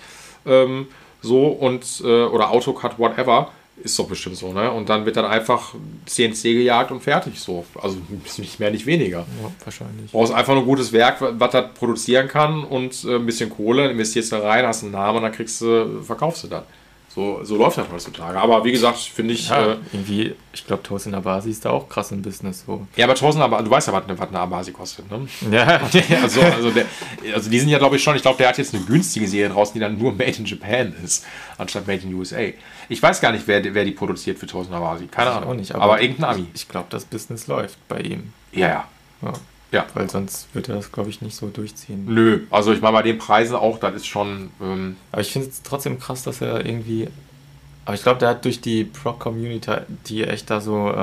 Oder AutoCAD, whatever. Ist doch bestimmt so, ne? Und dann wird dann einfach CNC gejagt und fertig so. Also nicht mehr, nicht weniger. Ja, wahrscheinlich. Du brauchst einfach nur ein gutes Werk, was das produzieren kann und ein bisschen Kohle, investierst da rein, hast einen Namen und dann verkaufst du dann. So läuft das heutzutage. Aber wie gesagt, finde ich... Ja, irgendwie, ich glaube, Tosin Abasi ist da auch krass im Business. So. Ja, aber Tosin Abasi, du weißt ja, was eine Abasi kostet, ne? Ja. also die sind ja, glaube ich, schon... Ich glaube, der hat jetzt eine günstige Serie draußen, die dann nur Made in Japan ist, anstatt Made in USA. Ich weiß gar nicht, wer die produziert für Tosin Abasi. Keine Ahnung. Auch nicht, aber irgendein Ami. Ich glaube, das Business läuft bei ihm. Ja. Ja. Weil sonst wird er das, glaube ich, nicht so durchziehen. Nö, also ich meine, bei den Preisen auch, das ist schon... Aber ich finde es trotzdem krass, dass er irgendwie... Aber ich glaube, der hat durch die Prog-Community, die echt da so,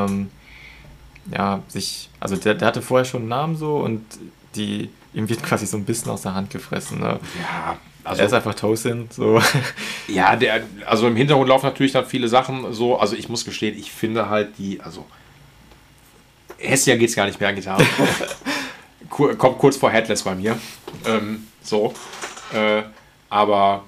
also der hatte vorher schon einen Namen so und ihm wird quasi so ein bisschen aus der Hand gefressen. Ne? Ja, also... Er ist einfach Tosin, so. Ja, also im Hintergrund laufen natürlich dann viele Sachen so, also ich muss gestehen, ich finde halt Hessia geht es gar nicht mehr an Gitarre. Kommt kurz vor Headless bei mir. Aber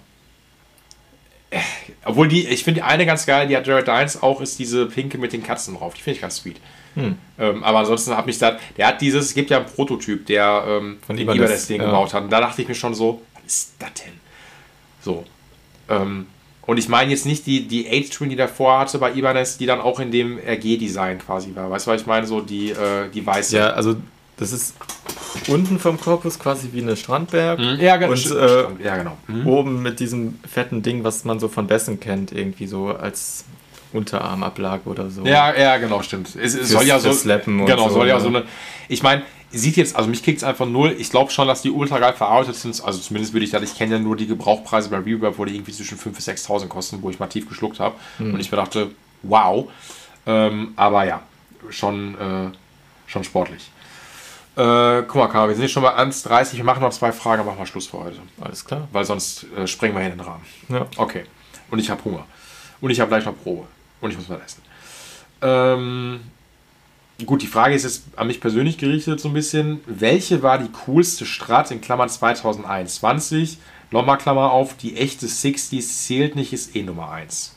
obwohl ich finde die eine ganz geil, die hat Jared Dines auch, ist diese pinke mit den Katzen drauf. Die finde ich ganz sweet. Aber ansonsten hat mich es gibt ja einen Prototyp, der von Ibanez Ding gebaut hat. Und da dachte ich mir schon so, was ist das denn? So. Und ich meine jetzt nicht die H-Twin, die davor hatte bei Ibanez, die dann auch in dem RG-Design quasi war. Weißt du, was ich meine? So die weiße. Ja, also das ist unten vom Korpus quasi wie eine Strandberg. Ja, genau. Und ja, genau. Oben mit diesem fetten Ding, was man so von Bessen kennt, irgendwie so als Unterarmablage oder so. Ja, genau, stimmt. Es soll ja so Slappen genau, und so, soll ja so eine. Ich meine, sieht jetzt, also mich kriegt es einfach null. Ich glaube schon, dass die ultra geil verarbeitet sind. Also zumindest würde ich kenne ja nur die Gebrauchpreise bei Reverb, wo die irgendwie zwischen 5.000 bis 6.000 kosten, wo ich mal tief geschluckt habe. Und ich mir dachte, wow. Aber ja, schon sportlich. Guck mal, Karl, wir sind jetzt schon bei 1,30. Wir machen noch 2 Fragen, machen wir Schluss für heute. Alles klar. Weil sonst sprengen wir hier in den Rahmen. Ja. Okay. Und ich habe Hunger. Und ich habe gleich noch Probe. Und ich muss was essen. Gut, die Frage ist jetzt an mich persönlich gerichtet so ein bisschen. Welche war die coolste Strat in Klammern 2021? Nochmal Klammer auf, die echte 60s zählt nicht, ist Nummer 1.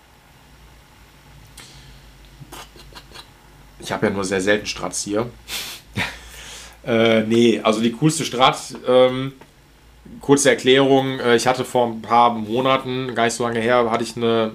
Ich habe ja nur sehr selten Strats hier. Nee, also die coolste Strat, kurze Erklärung, ich hatte vor ein paar Monaten, gar nicht so lange her, hatte ich eine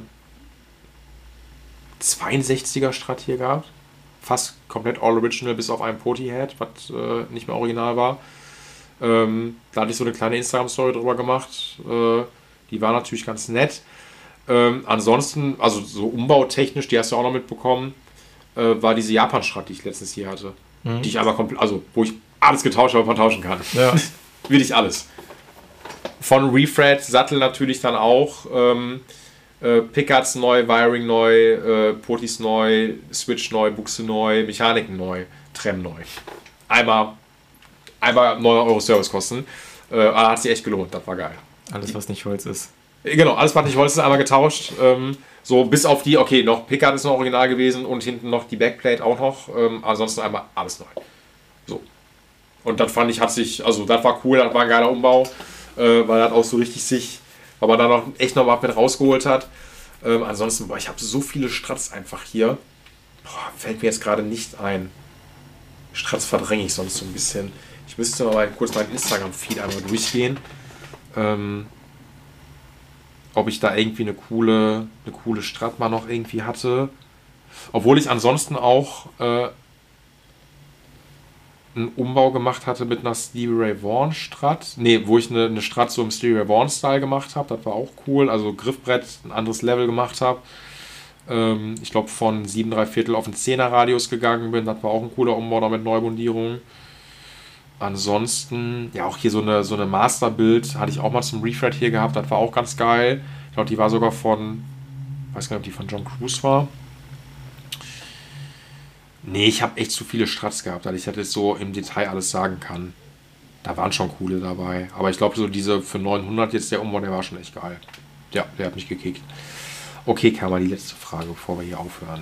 62er Strat hier gehabt. Fast komplett all original, bis auf einen Poti-Head, was nicht mehr original war. Da hatte ich so eine kleine Instagram-Story drüber gemacht. Die war natürlich ganz nett. Ansonsten, also so umbautechnisch, die hast du auch noch mitbekommen, war diese Japan-Strat, die ich letztens hier hatte. Die ich aber komplett, also wo ich alles getauscht habe, tauschen kann. Ja. Wirklich alles. Von Refred, Sattel natürlich dann auch. Pickups neu, Wiring neu, Potis neu, Switch neu, Buchse neu, Mechaniken neu, Trem neu. Einmal 9 Euro Servicekosten. Aber hat sich echt gelohnt, das war geil. Alles, was nicht Holz ist. Genau, alles, was nicht Holz ist, einmal getauscht. So bis auf die, okay, noch Pickup ist noch original gewesen und hinten noch die Backplate auch noch. Ansonsten einmal alles neu. So. Und das fand ich, also das war cool, das war ein geiler Umbau, weil das auch so richtig weil man da noch echt noch was mit rausgeholt hat. Ansonsten, ich habe so viele Strats einfach hier. Fällt mir jetzt gerade nicht ein. Strats verdränge ich sonst so ein bisschen. Ich müsste mal kurz meinen Instagram-Feed einmal durchgehen. Ob ich da irgendwie eine coole Strat mal noch irgendwie hatte. Obwohl ich ansonsten auch einen Umbau gemacht hatte mit einer Stevie Ray Vaughan Strat. Ne, wo ich eine Strat so im Stevie Ray Vaughan Style gemacht habe. Das war auch cool. Also Griffbrett, ein anderes Level gemacht habe. Ich glaube von 7 3/4 auf einen 10er Radius gegangen bin. Das war auch ein cooler Umbau da mit Neubundierung. Ansonsten, ja, auch hier so eine Masterbild hatte ich auch mal zum Refred hier gehabt. Das war auch ganz geil. Ich glaube, die war sogar von, weiß gar nicht, ob die von John Cruise war. Nee, ich habe echt zu viele Strats gehabt, dass ich das jetzt so im Detail alles sagen kann. Da waren schon coole dabei. Aber ich glaube, so diese für 900 jetzt der Umbau, der war schon echt geil. Ja, der hat mich gekickt. Okay, kam mal die letzte Frage, bevor wir hier aufhören.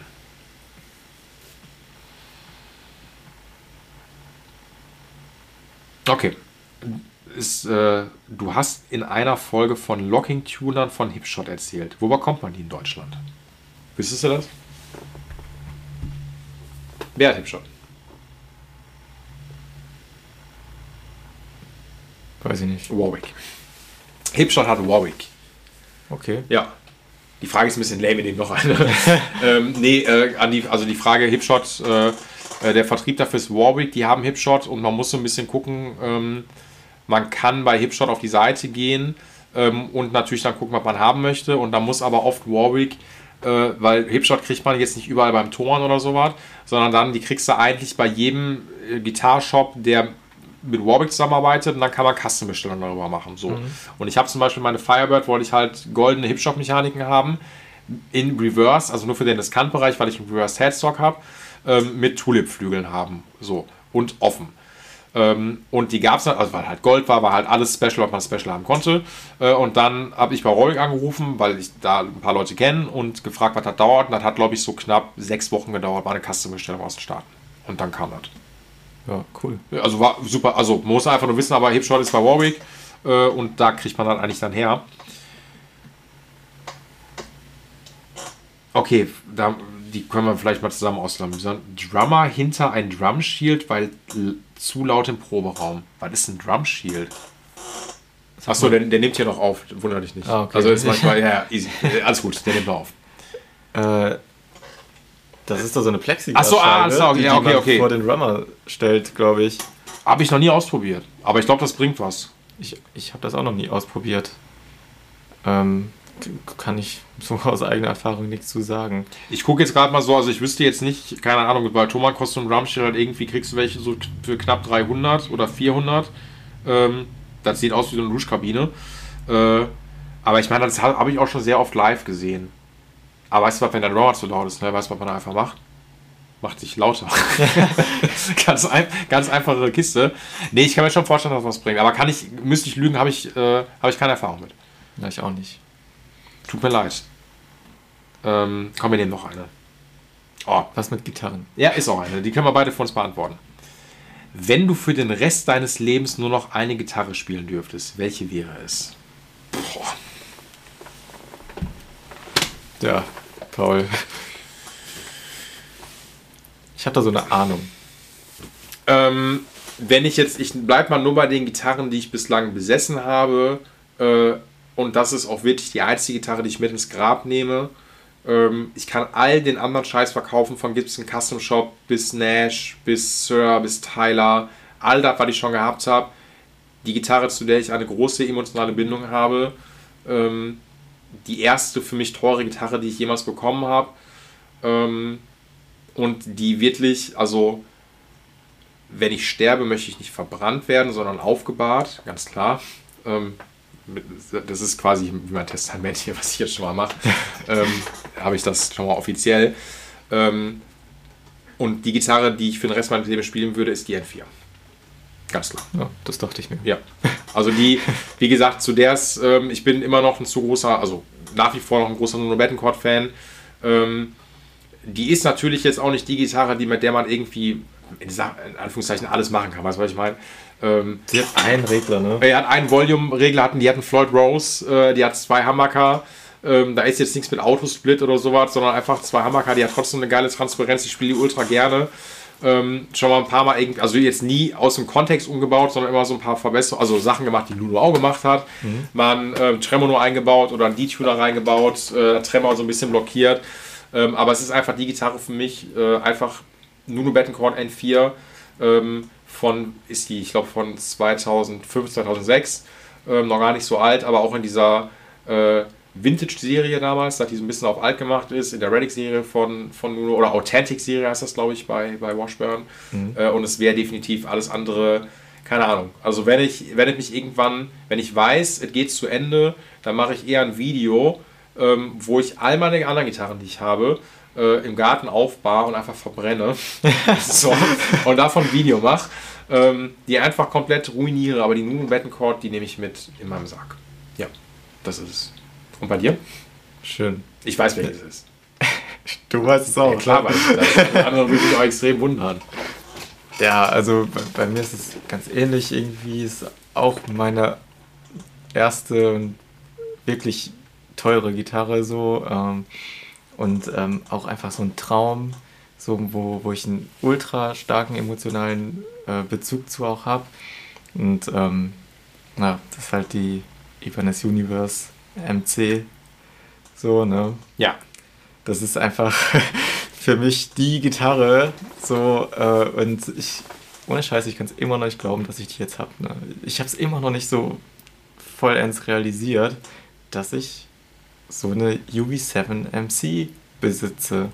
Okay. Du hast in einer Folge von Locking-Tunern von Hipshot erzählt. Wo bekommt man die in Deutschland? Wüsstest du das? Wer hat Hipshot? Weiß ich nicht. Warwick. Hipshot hat Warwick. Okay. Ja. Die Frage ist ein bisschen lame, wir nehmen noch eine. Also die Frage Hipshot, der Vertrieb dafür ist Warwick, die haben Hipshot und man muss so ein bisschen gucken, man kann bei Hipshot auf die Seite gehen und natürlich dann gucken, was man haben möchte und dann muss aber oft Warwick, weil Hipshot kriegt man jetzt nicht überall beim Toren oder sowas, sondern dann, die kriegst du eigentlich bei jedem Gitarreshop, der mit Warwick zusammenarbeitet und dann kann man Custom-Bestellungen darüber machen. So. Und ich habe zum Beispiel meine Firebird, wollte ich halt goldene Hipshot-Mechaniken haben, in Reverse, also nur für den Diskantbereich, weil ich einen Reverse Headstock habe, mit Tulip-Flügeln haben. So. Und offen. Und die gab es dann, also weil halt Gold war halt alles Special, was man Special haben konnte. Und dann habe ich bei Warwick angerufen, weil ich da ein paar Leute kenne und gefragt, was das dauert. Und das hat, glaube ich, so knapp 6 Wochen gedauert, war eine Custom-Bestellung aus den Staaten. Und dann kam das. Ja, cool. Also war super, also man muss einfach nur wissen, aber Hipshot ist bei Warwick und da kriegt man dann eigentlich dann her. Okay, die können wir vielleicht mal zusammen auslammen. Drummer hinter ein Drum Shield, weil zu laut im Proberaum. Was ist ein Drum Shield? Achso, der nimmt hier noch auf, wundert dich nicht. Ah, okay. Also ist manchmal, ja, easy. Alles gut, der nimmt noch auf. Das ist doch so eine Plexiglasscheibe, die man vor den Drummer stellt, glaube ich. Habe ich noch nie ausprobiert, aber ich glaube, das bringt was. Ich habe das auch noch nie ausprobiert. Kann ich so aus eigener Erfahrung nichts zu sagen. Ich gucke jetzt gerade mal so, also ich wüsste jetzt nicht, keine Ahnung, bei Thomann kostet ein Drumshield halt irgendwie, kriegst du welche so für knapp 300 oder 400. Das sieht aus wie so eine Duschkabine. Aber ich meine, das habe ich auch schon sehr oft live gesehen. Aber weißt du was, wenn der Drummer zu laut ist, ne? Weißt du, was man da einfach macht? Macht sich lauter. ganz einfache Kiste. Nee, ich kann mir schon vorstellen, dass das was bringt. Aber müsste ich lügen, habe ich keine Erfahrung mit. Ja, ich auch nicht. Tut mir leid. Komm, wir nehmen noch eine. Oh. Was mit Gitarren? Ja, ist auch eine. Die können wir beide für uns beantworten. Wenn du für den Rest deines Lebens nur noch eine Gitarre spielen dürftest, welche wäre es? Boah. Ja, Paul. Ich habe da so eine Ahnung. Wenn ich bleib mal nur bei den Gitarren, die ich bislang besessen habe, und das ist auch wirklich die einzige Gitarre, die ich mit ins Grab nehme. Ich kann all den anderen Scheiß verkaufen, von Gibson Custom Shop bis Nash, bis Sir, bis Tyler, all das, was ich schon gehabt habe. Die Gitarre, zu der ich eine große emotionale Bindung habe, die erste für mich teure Gitarre, die ich jemals bekommen habe, und die wirklich, also wenn ich sterbe, möchte ich nicht verbrannt werden, sondern aufgebahrt, ganz klar. Das ist quasi wie mein Testament hier, was ich jetzt schon mal mache. Habe ich das schon mal offiziell. Und die Gitarre, die ich für den Rest meines Lebens spielen würde, ist die N4. Ganz klar. Ja, das dachte ich mir. Ja. Also die, wie gesagt, ich bin immer noch nach wie vor noch ein großer Nuno Bettencourt-Fan. Die ist natürlich jetzt auch nicht die Gitarre, mit der man irgendwie in Anführungszeichen alles machen kann. Weißt du, was ich meine? Sie hat einen Regler, ne? Er hat einen Volume-Regler, die hatten Floyd Rose, die hat 2 Humbucker. Da ist jetzt nichts mit Autosplit oder sowas, sondern einfach 2 Humbucker, die hat trotzdem eine geile Transparenz. Ich spiele die ultra gerne. Schon mal ein paar Mal irgendwie, also jetzt nie aus dem Kontext umgebaut, sondern immer so ein paar Verbesserungen, also Sachen gemacht, die Nuno auch gemacht hat. Man Tremolo eingebaut oder einen D-Tuner reingebaut, Tremor so ein bisschen blockiert. Aber es ist einfach die Gitarre für mich, einfach Nuno Bettencourt N4 ich glaube von 2005, 2006, noch gar nicht so alt, aber auch in dieser Vintage-Serie damals, die so ein bisschen auf alt gemacht ist, in der Relic-Serie von Nuno, oder Authentic-Serie heißt das, glaube ich, bei Washburn. Und es wäre definitiv alles andere, keine Ahnung. Also wenn ich weiß, es geht zu Ende, dann mache ich eher ein Video, wo ich all meine anderen Gitarren, die ich habe, im Garten aufbaue und einfach verbrenne. So, und davon ein Video mache, die einfach komplett ruiniere. Aber die Nuno Bettencourt, die nehme ich mit in meinem Sarg. Ja, das ist es. Und bei dir? Schön. Ich weiß, welches es ist. Du weißt es auch. Ja, klar, weil das andere würde mich auch extrem wundern. Ja, also bei mir ist es ganz ähnlich. Irgendwie ist auch meine erste und wirklich teure Gitarre so. Und auch einfach so ein Traum, so, wo ich einen ultra starken emotionalen Bezug zu auch habe. Und das ist halt die Ibanez Universe MC. So, ne? Ja. Das ist einfach für mich die Gitarre. So, und ohne Scheiß, ich kann es immer noch nicht glauben, dass ich die jetzt habe. Ne? Ich habe es immer noch nicht so vollends realisiert, dass ich so eine UV7 MC besitze.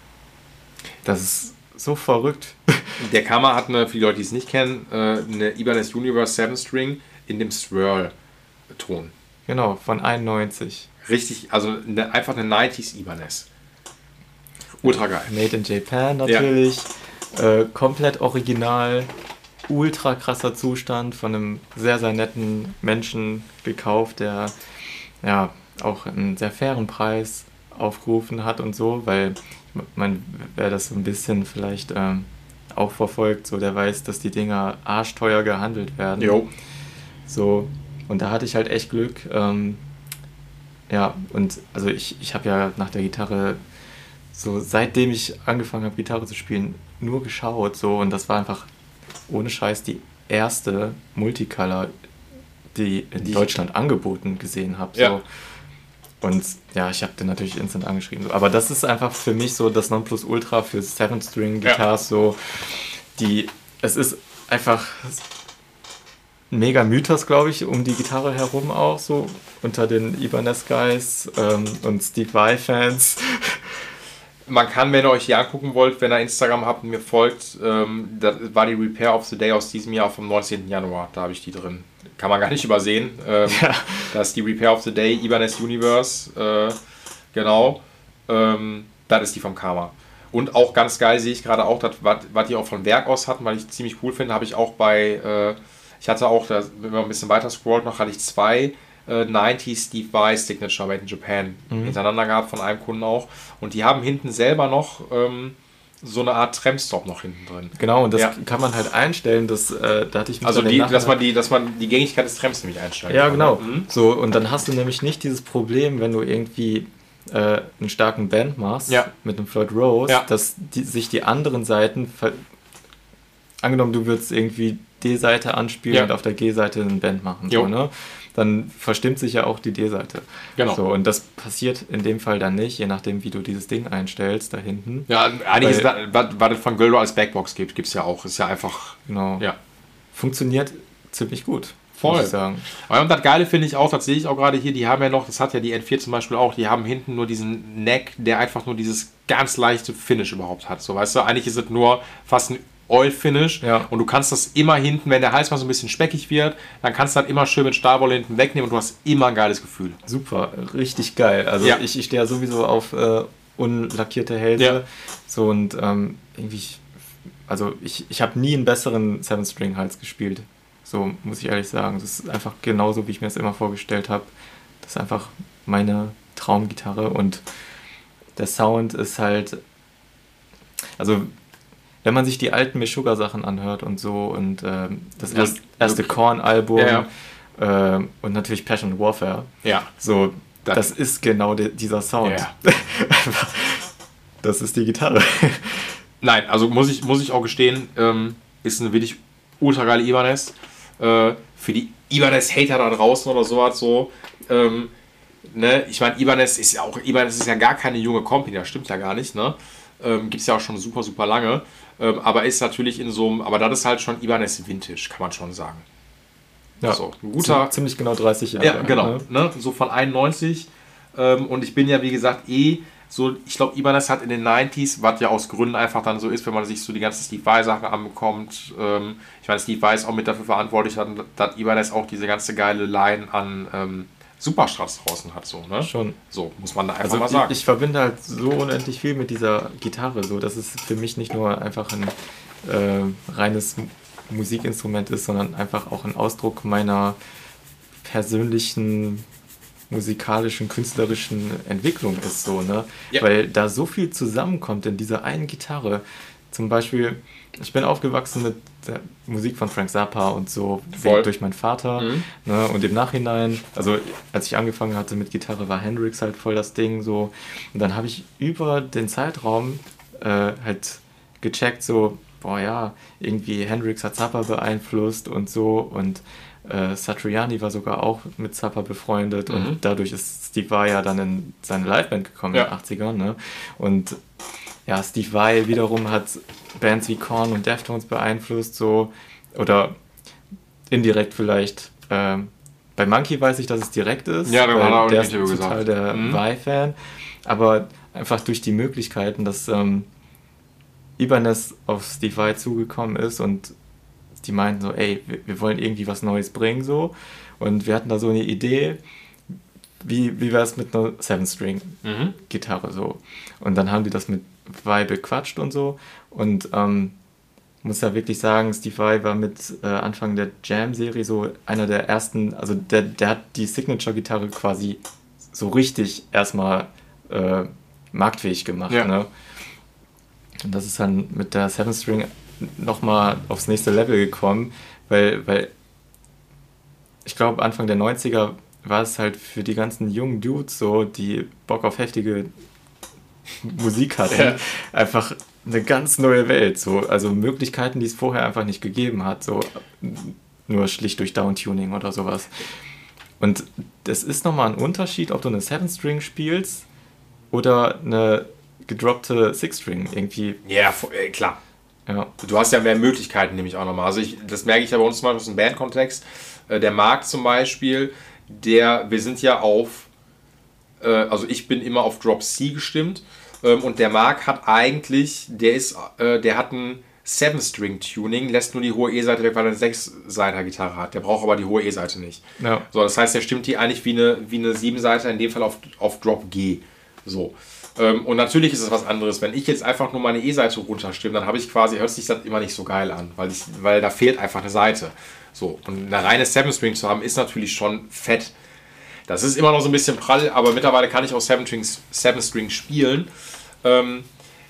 Das ist so verrückt. Der Kammer hat für die Leute, die es nicht kennen, eine Ibanez Universe 7 String in dem Swirl-Ton. Genau, von 91. Richtig, also einfach eine 90s Ibanez. Ultra geil. Made in Japan natürlich. Ja. Komplett original. Ultra krasser Zustand, von einem sehr, sehr netten Menschen gekauft, der ja auch einen sehr fairen Preis aufgerufen hat und so, weil wer das so ein bisschen vielleicht auch verfolgt, so der weiß, dass die Dinger arschteuer gehandelt werden. Jo. So, und da hatte ich halt echt Glück. Ja, und also ich habe ja nach der Gitarre, so seitdem ich angefangen habe, Gitarre zu spielen, nur geschaut, so, und das war einfach ohne Scheiß die erste Multicolor, die in Deutschland angeboten gesehen habe. So. Ja. Und ja, ich habe den natürlich instant angeschrieben. So. Aber das ist einfach für mich so das Nonplusultra für 7-String-Guitars. Ja. So, es ist einfach ein mega Mythos, glaube ich, um die Gitarre herum auch, so unter den Ibanez-Guys und Steve Vai-Fans. Man kann, wenn ihr euch die angucken wollt, wenn ihr Instagram habt und mir folgt, das war die Repair of the Day aus diesem Jahr vom 19. Januar. Da habe ich die drin. Kann man gar nicht übersehen. Ja. Das ist die Repair of the Day, Ibanez Universe. Genau. Das ist die vom Karma. Und auch ganz geil sehe ich gerade auch, das, was die auch von Werk aus hatten, weil ich ziemlich cool finde, habe ich auch ich hatte auch, wenn man ein bisschen weiter scrollt noch, hatte ich 2 90 Steve Vai Signature Made in Japan hintereinander gehabt von einem Kunden auch. Und die haben hinten selber noch so eine Art Tramstop noch hinten drin. Genau, und das kann man halt einstellen, da hatte ich mich also dass man die Gängigkeit des Trams nämlich einstellen kann. Ja, genau. So, und dann hast du nämlich nicht dieses Problem, wenn du irgendwie einen starken Band machst mit einem Floyd Rose, dass sich die anderen Seiten, angenommen du würdest irgendwie D-Seite anspielen und auf der G-Seite eine Band machen, so, ne? Dann verstimmt sich ja auch die D-Seite. Genau. So, und das passiert in dem Fall dann nicht, je nachdem, wie du dieses Ding einstellst da hinten. Ja, eigentlich ist das, was es von Gildo als Backbox gibt es ja auch. Ist ja einfach... Genau. Ja. Funktioniert ziemlich gut, voll. Muss ich sagen. Und das Geile finde ich auch, das sehe ich auch gerade hier, die haben ja noch, das hat ja die N4 zum Beispiel auch, die haben hinten nur diesen Neck, der einfach nur dieses ganz leichte Finish überhaupt hat. So, weißt du, eigentlich ist es nur fast ein Oil-Finish und du kannst das immer hinten, wenn der Hals mal so ein bisschen speckig wird, dann kannst du das immer schön mit Stahlwolle hinten wegnehmen und du hast immer ein geiles Gefühl. Super, richtig geil. Also ich stehe ja sowieso auf unlackierte Hälse. Ja. So und irgendwie, also ich habe nie einen besseren 7-String-Hals gespielt. So muss ich ehrlich sagen. Das ist einfach genauso, wie ich mir das immer vorgestellt habe. Das ist einfach meine Traumgitarre und der Sound ist halt, also wenn man sich die alten Meshuggah-Sachen anhört und so und das erste Korn-Album und natürlich Passion Warfare, so, das ist genau dieser Sound. Ja. Das ist die Gitarre. Nein, also muss ich auch gestehen, ist eine wirklich ultra geile Ibanez. Für die Ibanez-Hater da draußen oder sowas so, ne? Ich meine, Ibanez ist ja gar keine junge Company, das stimmt ja gar nicht, ne? Gibt es ja auch schon super, super lange. Aber ist natürlich in so einem, aber das ist halt schon Ibanez Vintage, kann man schon sagen. Ja, so, ein guter, ziemlich genau 30 Jahre. Ja, genau, ne? So von 91. Und ich bin ja, wie gesagt, so, ich glaube, Ibanez hat in den 90s, was ja aus Gründen einfach dann so ist, wenn man sich so die ganzen Steve Vai Sachen anbekommt. Ich meine, Steve Vai ist auch mit dafür verantwortlich, dass Ibanez auch diese ganze geile Line an Superstrats draußen hat, so, ne? Schon. So, muss man da einfach mal sagen. Ich verbinde halt so unendlich viel mit dieser Gitarre, so, dass es für mich nicht nur einfach ein reines Musikinstrument ist, sondern einfach auch ein Ausdruck meiner persönlichen musikalischen, künstlerischen Entwicklung ist, so, ne? Ja. Weil da so viel zusammenkommt in dieser einen Gitarre. Zum Beispiel, ich bin aufgewachsen mit der Musik von Frank Zappa und so durch meinen Vater. Ne? Und im Nachhinein, also als ich angefangen hatte mit Gitarre, war Hendrix halt voll das Ding. So. Und dann habe ich über den Zeitraum halt gecheckt, so, boah ja, irgendwie Hendrix hat Zappa beeinflusst und so. Und Satriani war sogar auch mit Zappa befreundet. Und dadurch ist Steve Vai ja dann in seine Liveband gekommen in den 80ern. Ne? Und ja, Steve Vai wiederum hat Bands wie Korn und Deftones beeinflusst, so, oder indirekt vielleicht. Bei Monkey weiß ich, dass es direkt ist, ja, weil auch der ist total der Vai-Fan, aber einfach durch die Möglichkeiten, dass Ibanez auf Steve Vai zugekommen ist und die meinten so, ey, wir wollen irgendwie was Neues bringen, so, und wir hatten da so eine Idee, wie wäre es mit einer 7-String-Gitarre, so, und dann haben die das mit Vai bequatscht und so und muss ja wirklich sagen, Steve Vai war mit Anfang der Jam-Serie so einer der ersten, also der hat die Signature-Gitarre quasi so richtig erstmal marktfähig gemacht, ne? Und das ist dann mit der 7-String nochmal aufs nächste Level gekommen, weil ich glaube Anfang der 90er war es halt für die ganzen jungen Dudes so, die Bock auf heftige Musik hatten, einfach eine ganz neue Welt, so, also Möglichkeiten, die es vorher einfach nicht gegeben hat, so nur schlicht durch Downtuning oder sowas. Und das ist nochmal ein Unterschied, ob du eine 7-String spielst oder eine gedroppte 6-String irgendwie. Ja, klar. Ja. Du hast ja mehr Möglichkeiten, nämlich auch nochmal. Also das merke ich ja bei uns zum Beispiel aus dem Bandkontext. Der Marc zum Beispiel, wir sind ja auf, also ich bin immer auf Drop C gestimmt und der Marc hat eigentlich, der hat ein 7-String-Tuning, lässt nur die hohe E-Seite weg, weil er eine 6-Seiter-Gitarre hat. Der braucht aber die hohe E-Seite nicht. Ja. So, das heißt, der stimmt die eigentlich wie eine 7-Seiter, in dem Fall auf Drop G. So. Und natürlich ist es was anderes. Wenn ich jetzt einfach nur meine E-Seite runterstimme, dann hört sich das immer nicht so geil an, weil da fehlt einfach eine Seite. So. Und eine reine 7-String zu haben, ist natürlich schon fett. Das ist immer noch so ein bisschen prall, aber mittlerweile kann ich auch 7-String spielen.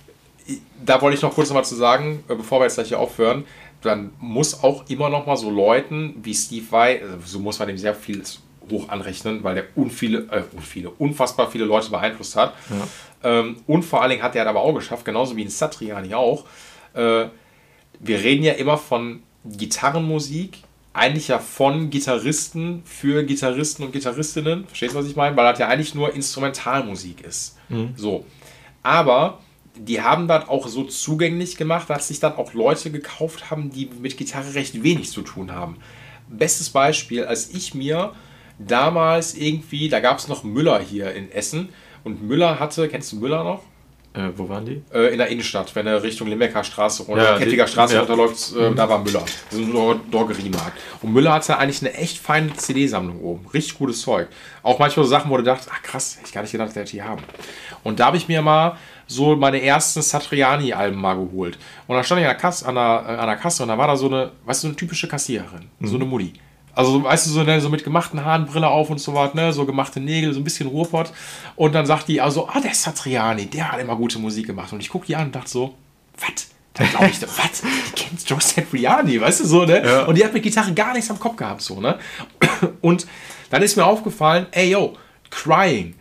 da wollte ich noch kurz was zu sagen, bevor wir jetzt gleich hier aufhören. Dann muss auch immer noch mal so Leuten wie Steve Vai, so muss man dem sehr viel hoch anrechnen, weil der unfassbar viele Leute beeinflusst hat. Ja. Und vor allen Dingen hat er aber auch geschafft, genauso wie in Satriani auch. Wir reden ja immer von Gitarrenmusik, eigentlich ja von Gitarristen für Gitarristen und Gitarristinnen. Verstehst du, was ich meine? Weil das ja eigentlich nur Instrumentalmusik ist. So. Aber die haben das auch so zugänglich gemacht, dass sich dann auch Leute gekauft haben, die mit Gitarre recht wenig zu tun haben. Bestes Beispiel, als ich mir damals irgendwie, da gab es noch Müller hier in Essen und Müller hatte, kennst du Müller noch? Wo waren die? In der Innenstadt, wenn er Richtung Limbecker Straße oder Kettiger Straße runterläuft, da war Müller. So ein Drogeriemarkt. Und Müller hatte eigentlich eine echt feine CD-Sammlung oben. Richtig gutes Zeug. Auch manchmal so Sachen, wo du dachtest, ach krass, hätte ich gar nicht gedacht, dass die haben. Und da habe ich mir mal so meine ersten Satriani-Alben mal geholt. Und da stand ich an der Kasse und da war da so eine, weißt du, eine typische Kassiererin. So eine Mutti. Also, weißt du, so mit gemachten Haaren, Brille auf und so was, ne? So gemachte Nägel, so ein bisschen Ruhrpott. Und dann sagt die, also, der Satriani, der hat immer gute Musik gemacht. Und ich gucke die an und dachte so, was? Dann glaube ich, was? Die kennt Joe Satriani, weißt du, so, ne? Ja. Und die hat mit Gitarre gar nichts am Kopf gehabt, so, ne? Und dann ist mir aufgefallen, ey, yo, Crying,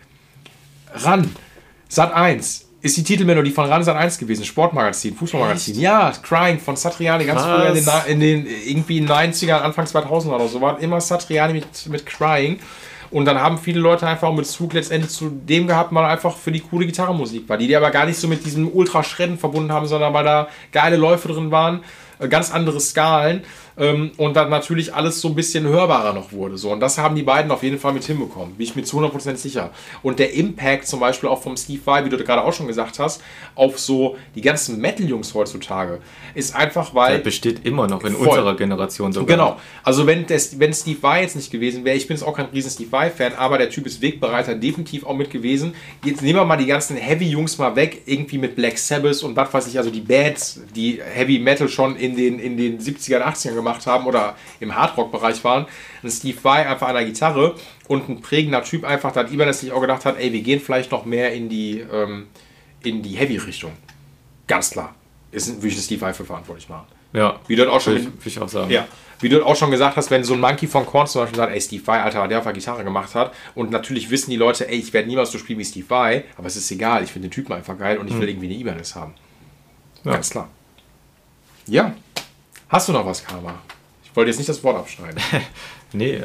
Ran, Sat.1, ist die Titelmelodie von Ran Sat.1 gewesen, Sportmagazin, Fußballmagazin. Echt? Ja, Crying von Satriani, ganz früher in den irgendwie 90ern, Anfang 2000 oder so, war immer Satriani mit Crying. Und dann haben viele Leute einfach einen Bezug letztendlich zu dem gehabt, weil einfach für die coole Gitarrenmusik war, die aber gar nicht so mit diesem Ultraschredden verbunden haben, sondern weil da geile Läufe drin waren, ganz andere Skalen. Und dann natürlich alles so ein bisschen hörbarer noch wurde. So. Und das haben die beiden auf jeden Fall mit hinbekommen. Bin ich mir zu 100% sicher. Und der Impact zum Beispiel auch vom Steve Vai, wie du gerade auch schon gesagt hast, auf so die ganzen Metal-Jungs heutzutage, ist einfach, weil... Der besteht immer noch in unserer Generation sogar. Genau. Also wenn Steve Vai jetzt nicht gewesen wäre, ich bin jetzt auch kein riesen Steve Vai-Fan, aber der Typ ist Wegbereiter, definitiv auch mit gewesen. Jetzt nehmen wir mal die ganzen Heavy-Jungs mal weg, irgendwie mit Black Sabbath und was weiß ich, also die Bands, die Heavy Metal schon in den 70er, 80ern gemacht haben oder im Hardrock-Bereich waren. Ein Steve Vai einfach an der Gitarre und ein prägender Typ einfach, da hat Ibanez sich auch gedacht hat, ey, wir gehen vielleicht noch mehr in die Heavy-Richtung. Ganz klar. Würde ich den Steve Vai für verantwortlich machen. Ja. Wie du auch schon will ich auch sagen. Ja. Wie du auch schon gesagt hast, wenn so ein Monkey von Korn zum Beispiel sagt, ey, Steve Vai, Alter, der auf der Gitarre gemacht hat und natürlich wissen die Leute, ey, ich werde niemals so spielen wie Steve Vai, aber es ist egal, ich finde den Typen einfach geil und ich will irgendwie eine Ibanez haben. Ja. Ganz klar. Ja. Hast du noch was, Karma? Ich wollte jetzt nicht das Wort abschneiden. Nee,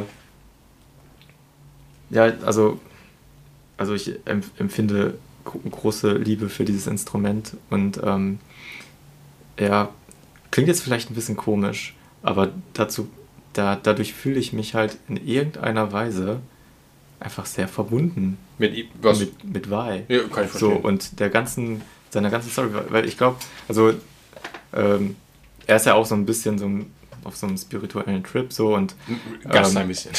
ja, also ich empfinde große Liebe für dieses Instrument und ja, klingt jetzt vielleicht ein bisschen komisch, aber dadurch fühle ich mich halt in irgendeiner Weise einfach sehr verbunden mit Vai. Ja, kann ich verstehen. So, und seiner ganzen Story, weil ich glaube, also er ist ja auch so ein bisschen auf so einem spirituellen Trip so und ganz ein bisschen.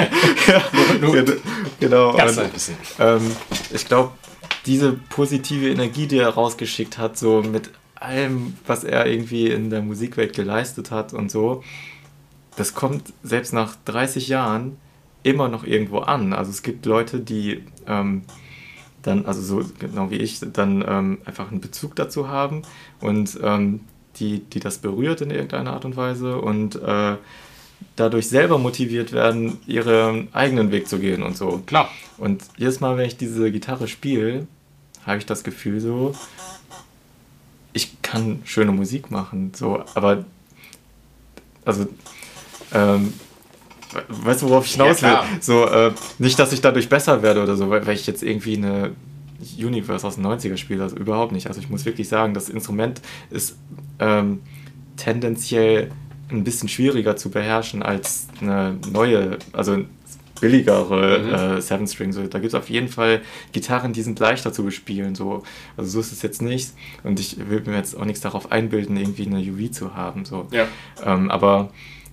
Genau. Ganz ein bisschen. Ich glaube, diese positive Energie, die er rausgeschickt hat, so mit allem, was er irgendwie in der Musikwelt geleistet hat und so, das kommt selbst nach 30 Jahren immer noch irgendwo an. Also es gibt Leute, die dann, also so genau wie ich, dann einfach einen Bezug dazu haben und die das berührt in irgendeiner Art und Weise und dadurch selber motiviert werden, ihren eigenen Weg zu gehen und so. Klar. Und jedes Mal, wenn ich diese Gitarre spiele, habe ich das Gefühl so, ich kann schöne Musik machen, so, aber also weißt du, worauf ich hinaus will? Ja, so, nicht, dass ich dadurch besser werde oder so, weil ich jetzt irgendwie eine Universe aus den 90er spiele, also überhaupt nicht. Also ich muss wirklich sagen, das Instrument ist tendenziell ein bisschen schwieriger zu beherrschen als eine neue, also billigere Seven-String. So, da gibt es auf jeden Fall Gitarren, die sind leichter zu bespielen. So. Also so ist es jetzt nicht. Und ich will mir jetzt auch nichts darauf einbilden, irgendwie eine UV zu haben. So. Ja. Aber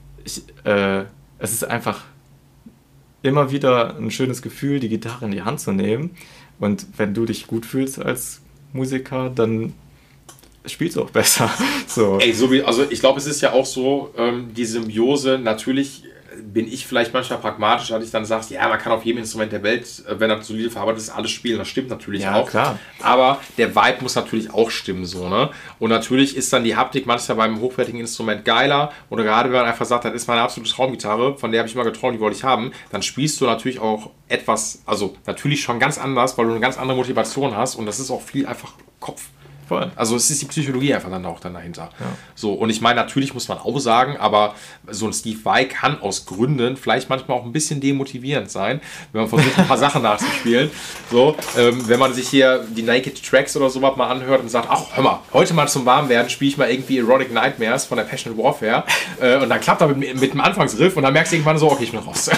es ist einfach immer wieder ein schönes Gefühl, die Gitarre in die Hand zu nehmen. Und wenn du dich gut fühlst als Musiker, dann spielst du auch besser. So. Ey, also ich glaube, es ist ja auch so, die Symbiose, natürlich bin ich vielleicht manchmal pragmatisch, dass ich dann sage, ja, man kann auf jedem Instrument der Welt, wenn das solide verarbeitet ist, alles spielen. Das stimmt natürlich auch. Klar. Aber der Vibe muss natürlich auch stimmen, so, ne? Und natürlich ist dann die Haptik manchmal beim hochwertigen Instrument geiler. Oder gerade wenn man einfach sagt, das ist meine absolute Traumgitarre, von der habe ich mal geträumt, die wollte ich haben, dann spielst du natürlich auch etwas, also natürlich schon ganz anders, weil du eine ganz andere Motivation hast und das ist auch viel einfach Kopf. Voll. Also es ist die Psychologie einfach dann auch dann dahinter. Ja. So, und ich meine, natürlich muss man auch sagen, aber so ein Steve Vai kann aus Gründen vielleicht manchmal auch ein bisschen demotivierend sein, wenn man versucht, ein paar Sachen nachzuspielen. So, wenn man sich hier die Naked Tracks oder sowas mal anhört und sagt, ach, hör mal, heute mal zum Warmwerden spiele ich mal irgendwie Erotic Nightmares von der Passionate Warfare und dann klappt er mit dem Anfangsriff und dann merkst du irgendwann so, okay, ich bin raus.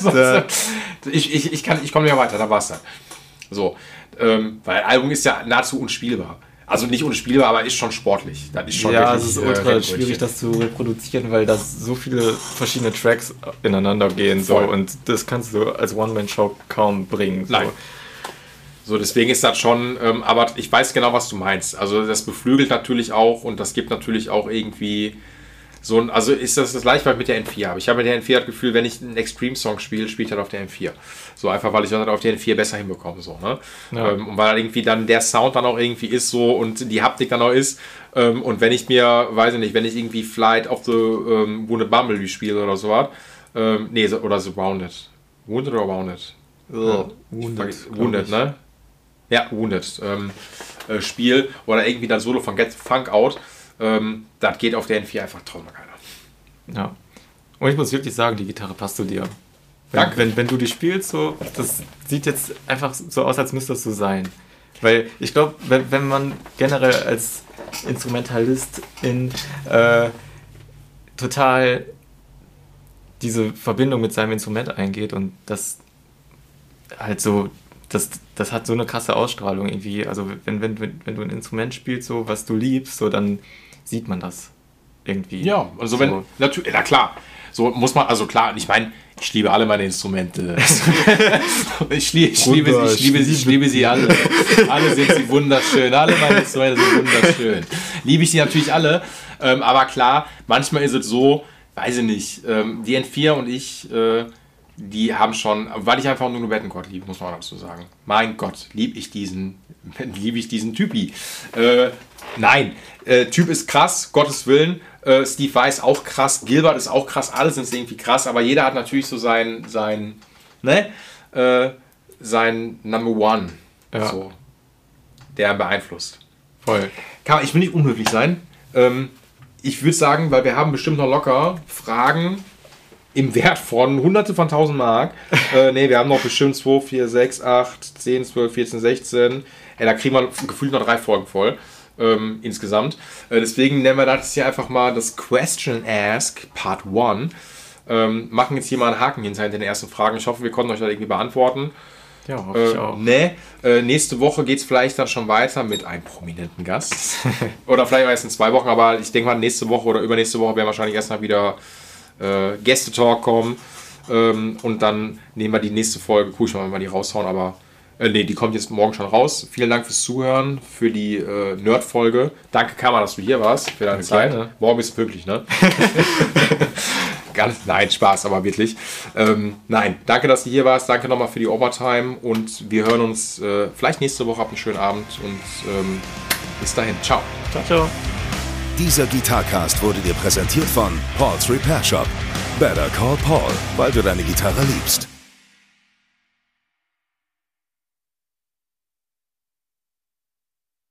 Ich komme nicht mehr weiter, da war's dann. So, weil das Album ist ja nahezu unspielbar. Also nicht unspielbar, aber ist schon sportlich. Das ist schon ja, wirklich, es ist ultra schwierig, das zu reproduzieren, weil da so viele verschiedene Tracks ineinander gehen. So, und das kannst du als One-Man-Show kaum bringen. So. Nein. So, deswegen ist das schon, aber ich weiß genau, was du meinst. Also das beflügelt natürlich auch und das gibt natürlich auch irgendwie so ein, also ist das gleiche, was ich mit der N4 habe. Ich habe mit der N4 das Gefühl, wenn ich einen Extreme-Song spiele, spiele ich halt auf der N4. So einfach, weil ich das auf der N4 besser hinbekomme. So, ne? Ja. Und weil irgendwie dann der Sound dann auch irgendwie ist so und die Haptik dann auch ist. Und wenn ich mir, weiß ich nicht, wenn ich irgendwie Flight of the Wounded Bumblebee spiele oder sowas, oder The Wounded. Wounded oder Wounded? Ja, Wounded, ne? Ja, Wounded. Spiel oder irgendwie dann Solo von Get Funk Out. Das geht auf der N4 einfach tausendmal geiler. Ja. Und ich muss wirklich sagen, die Gitarre passt zu dir. Danke. Wenn du die spielst, so, das sieht jetzt einfach so aus, als müsste das so sein. Weil ich glaube, wenn man generell als Instrumentalist total diese Verbindung mit seinem Instrument eingeht und das halt so, das hat so eine krasse Ausstrahlung irgendwie. Also wenn du ein Instrument spielst, so was du liebst, so dann sieht man das irgendwie. Ja, also so. Wenn, natürlich, na klar, so muss man, also klar, ich meine, ich liebe alle meine Instrumente. ich liebe sie alle. Alle sind sie wunderschön. Alle meine Instrumente sind wunderschön. Liebe ich sie natürlich alle. Aber klar, manchmal ist es so, weiß ich nicht, die N4 und ich, die haben schon, weil ich einfach nur eine Bettencourt liebe, muss man dazu sagen. Mein Gott, liebe ich diesen Typi. Nein, Typ ist krass, Gottes Willen. Steve Vai ist auch krass, Gilbert ist auch krass, alle sind irgendwie krass, aber jeder hat natürlich so sein Number One, ja. So, der beeinflusst. Voll. Ich will nicht unhöflich sein. Ich würde sagen, weil wir haben bestimmt noch locker Fragen im Wert von Hunderte von 1000 Mark. Wir haben noch bestimmt 2, 4, 6, 8, 10, 12, 14, 16. Da kriegen wir gefühlt noch 3 Folgen voll. Insgesamt. Deswegen nennen wir das hier einfach mal das Question Ask Part 1. Machen jetzt hier mal einen Haken hinter den ersten Fragen. Ich hoffe, wir konnten euch da irgendwie beantworten. Ja, hoffe ich auch. Nächste Woche geht es vielleicht dann schon weiter mit einem prominenten Gast. Oder vielleicht erst in 2 Wochen, aber ich denke mal, nächste Woche oder übernächste Woche werden wahrscheinlich erstmal wieder Gäste-Talk kommen. Und dann nehmen wir die nächste Folge. Cool, ich mal, wenn wir die raushauen, aber die kommt jetzt morgen schon raus. Vielen Dank fürs Zuhören, für die Nerd-Folge. Danke, Karma, dass du hier warst, für deine Zeit. Gerne. Morgen bist du pünktlich, ne? Nein, Spaß, aber wirklich. Nein, danke, dass du hier warst. Danke nochmal für die Overtime. Und wir hören uns vielleicht nächste Woche. Habt einen schönen Abend und bis dahin. Ciao. Ciao, ciao. Dieser Gitarcast wurde dir präsentiert von Paul's Repair Shop. Better call Paul, weil du deine Gitarre liebst.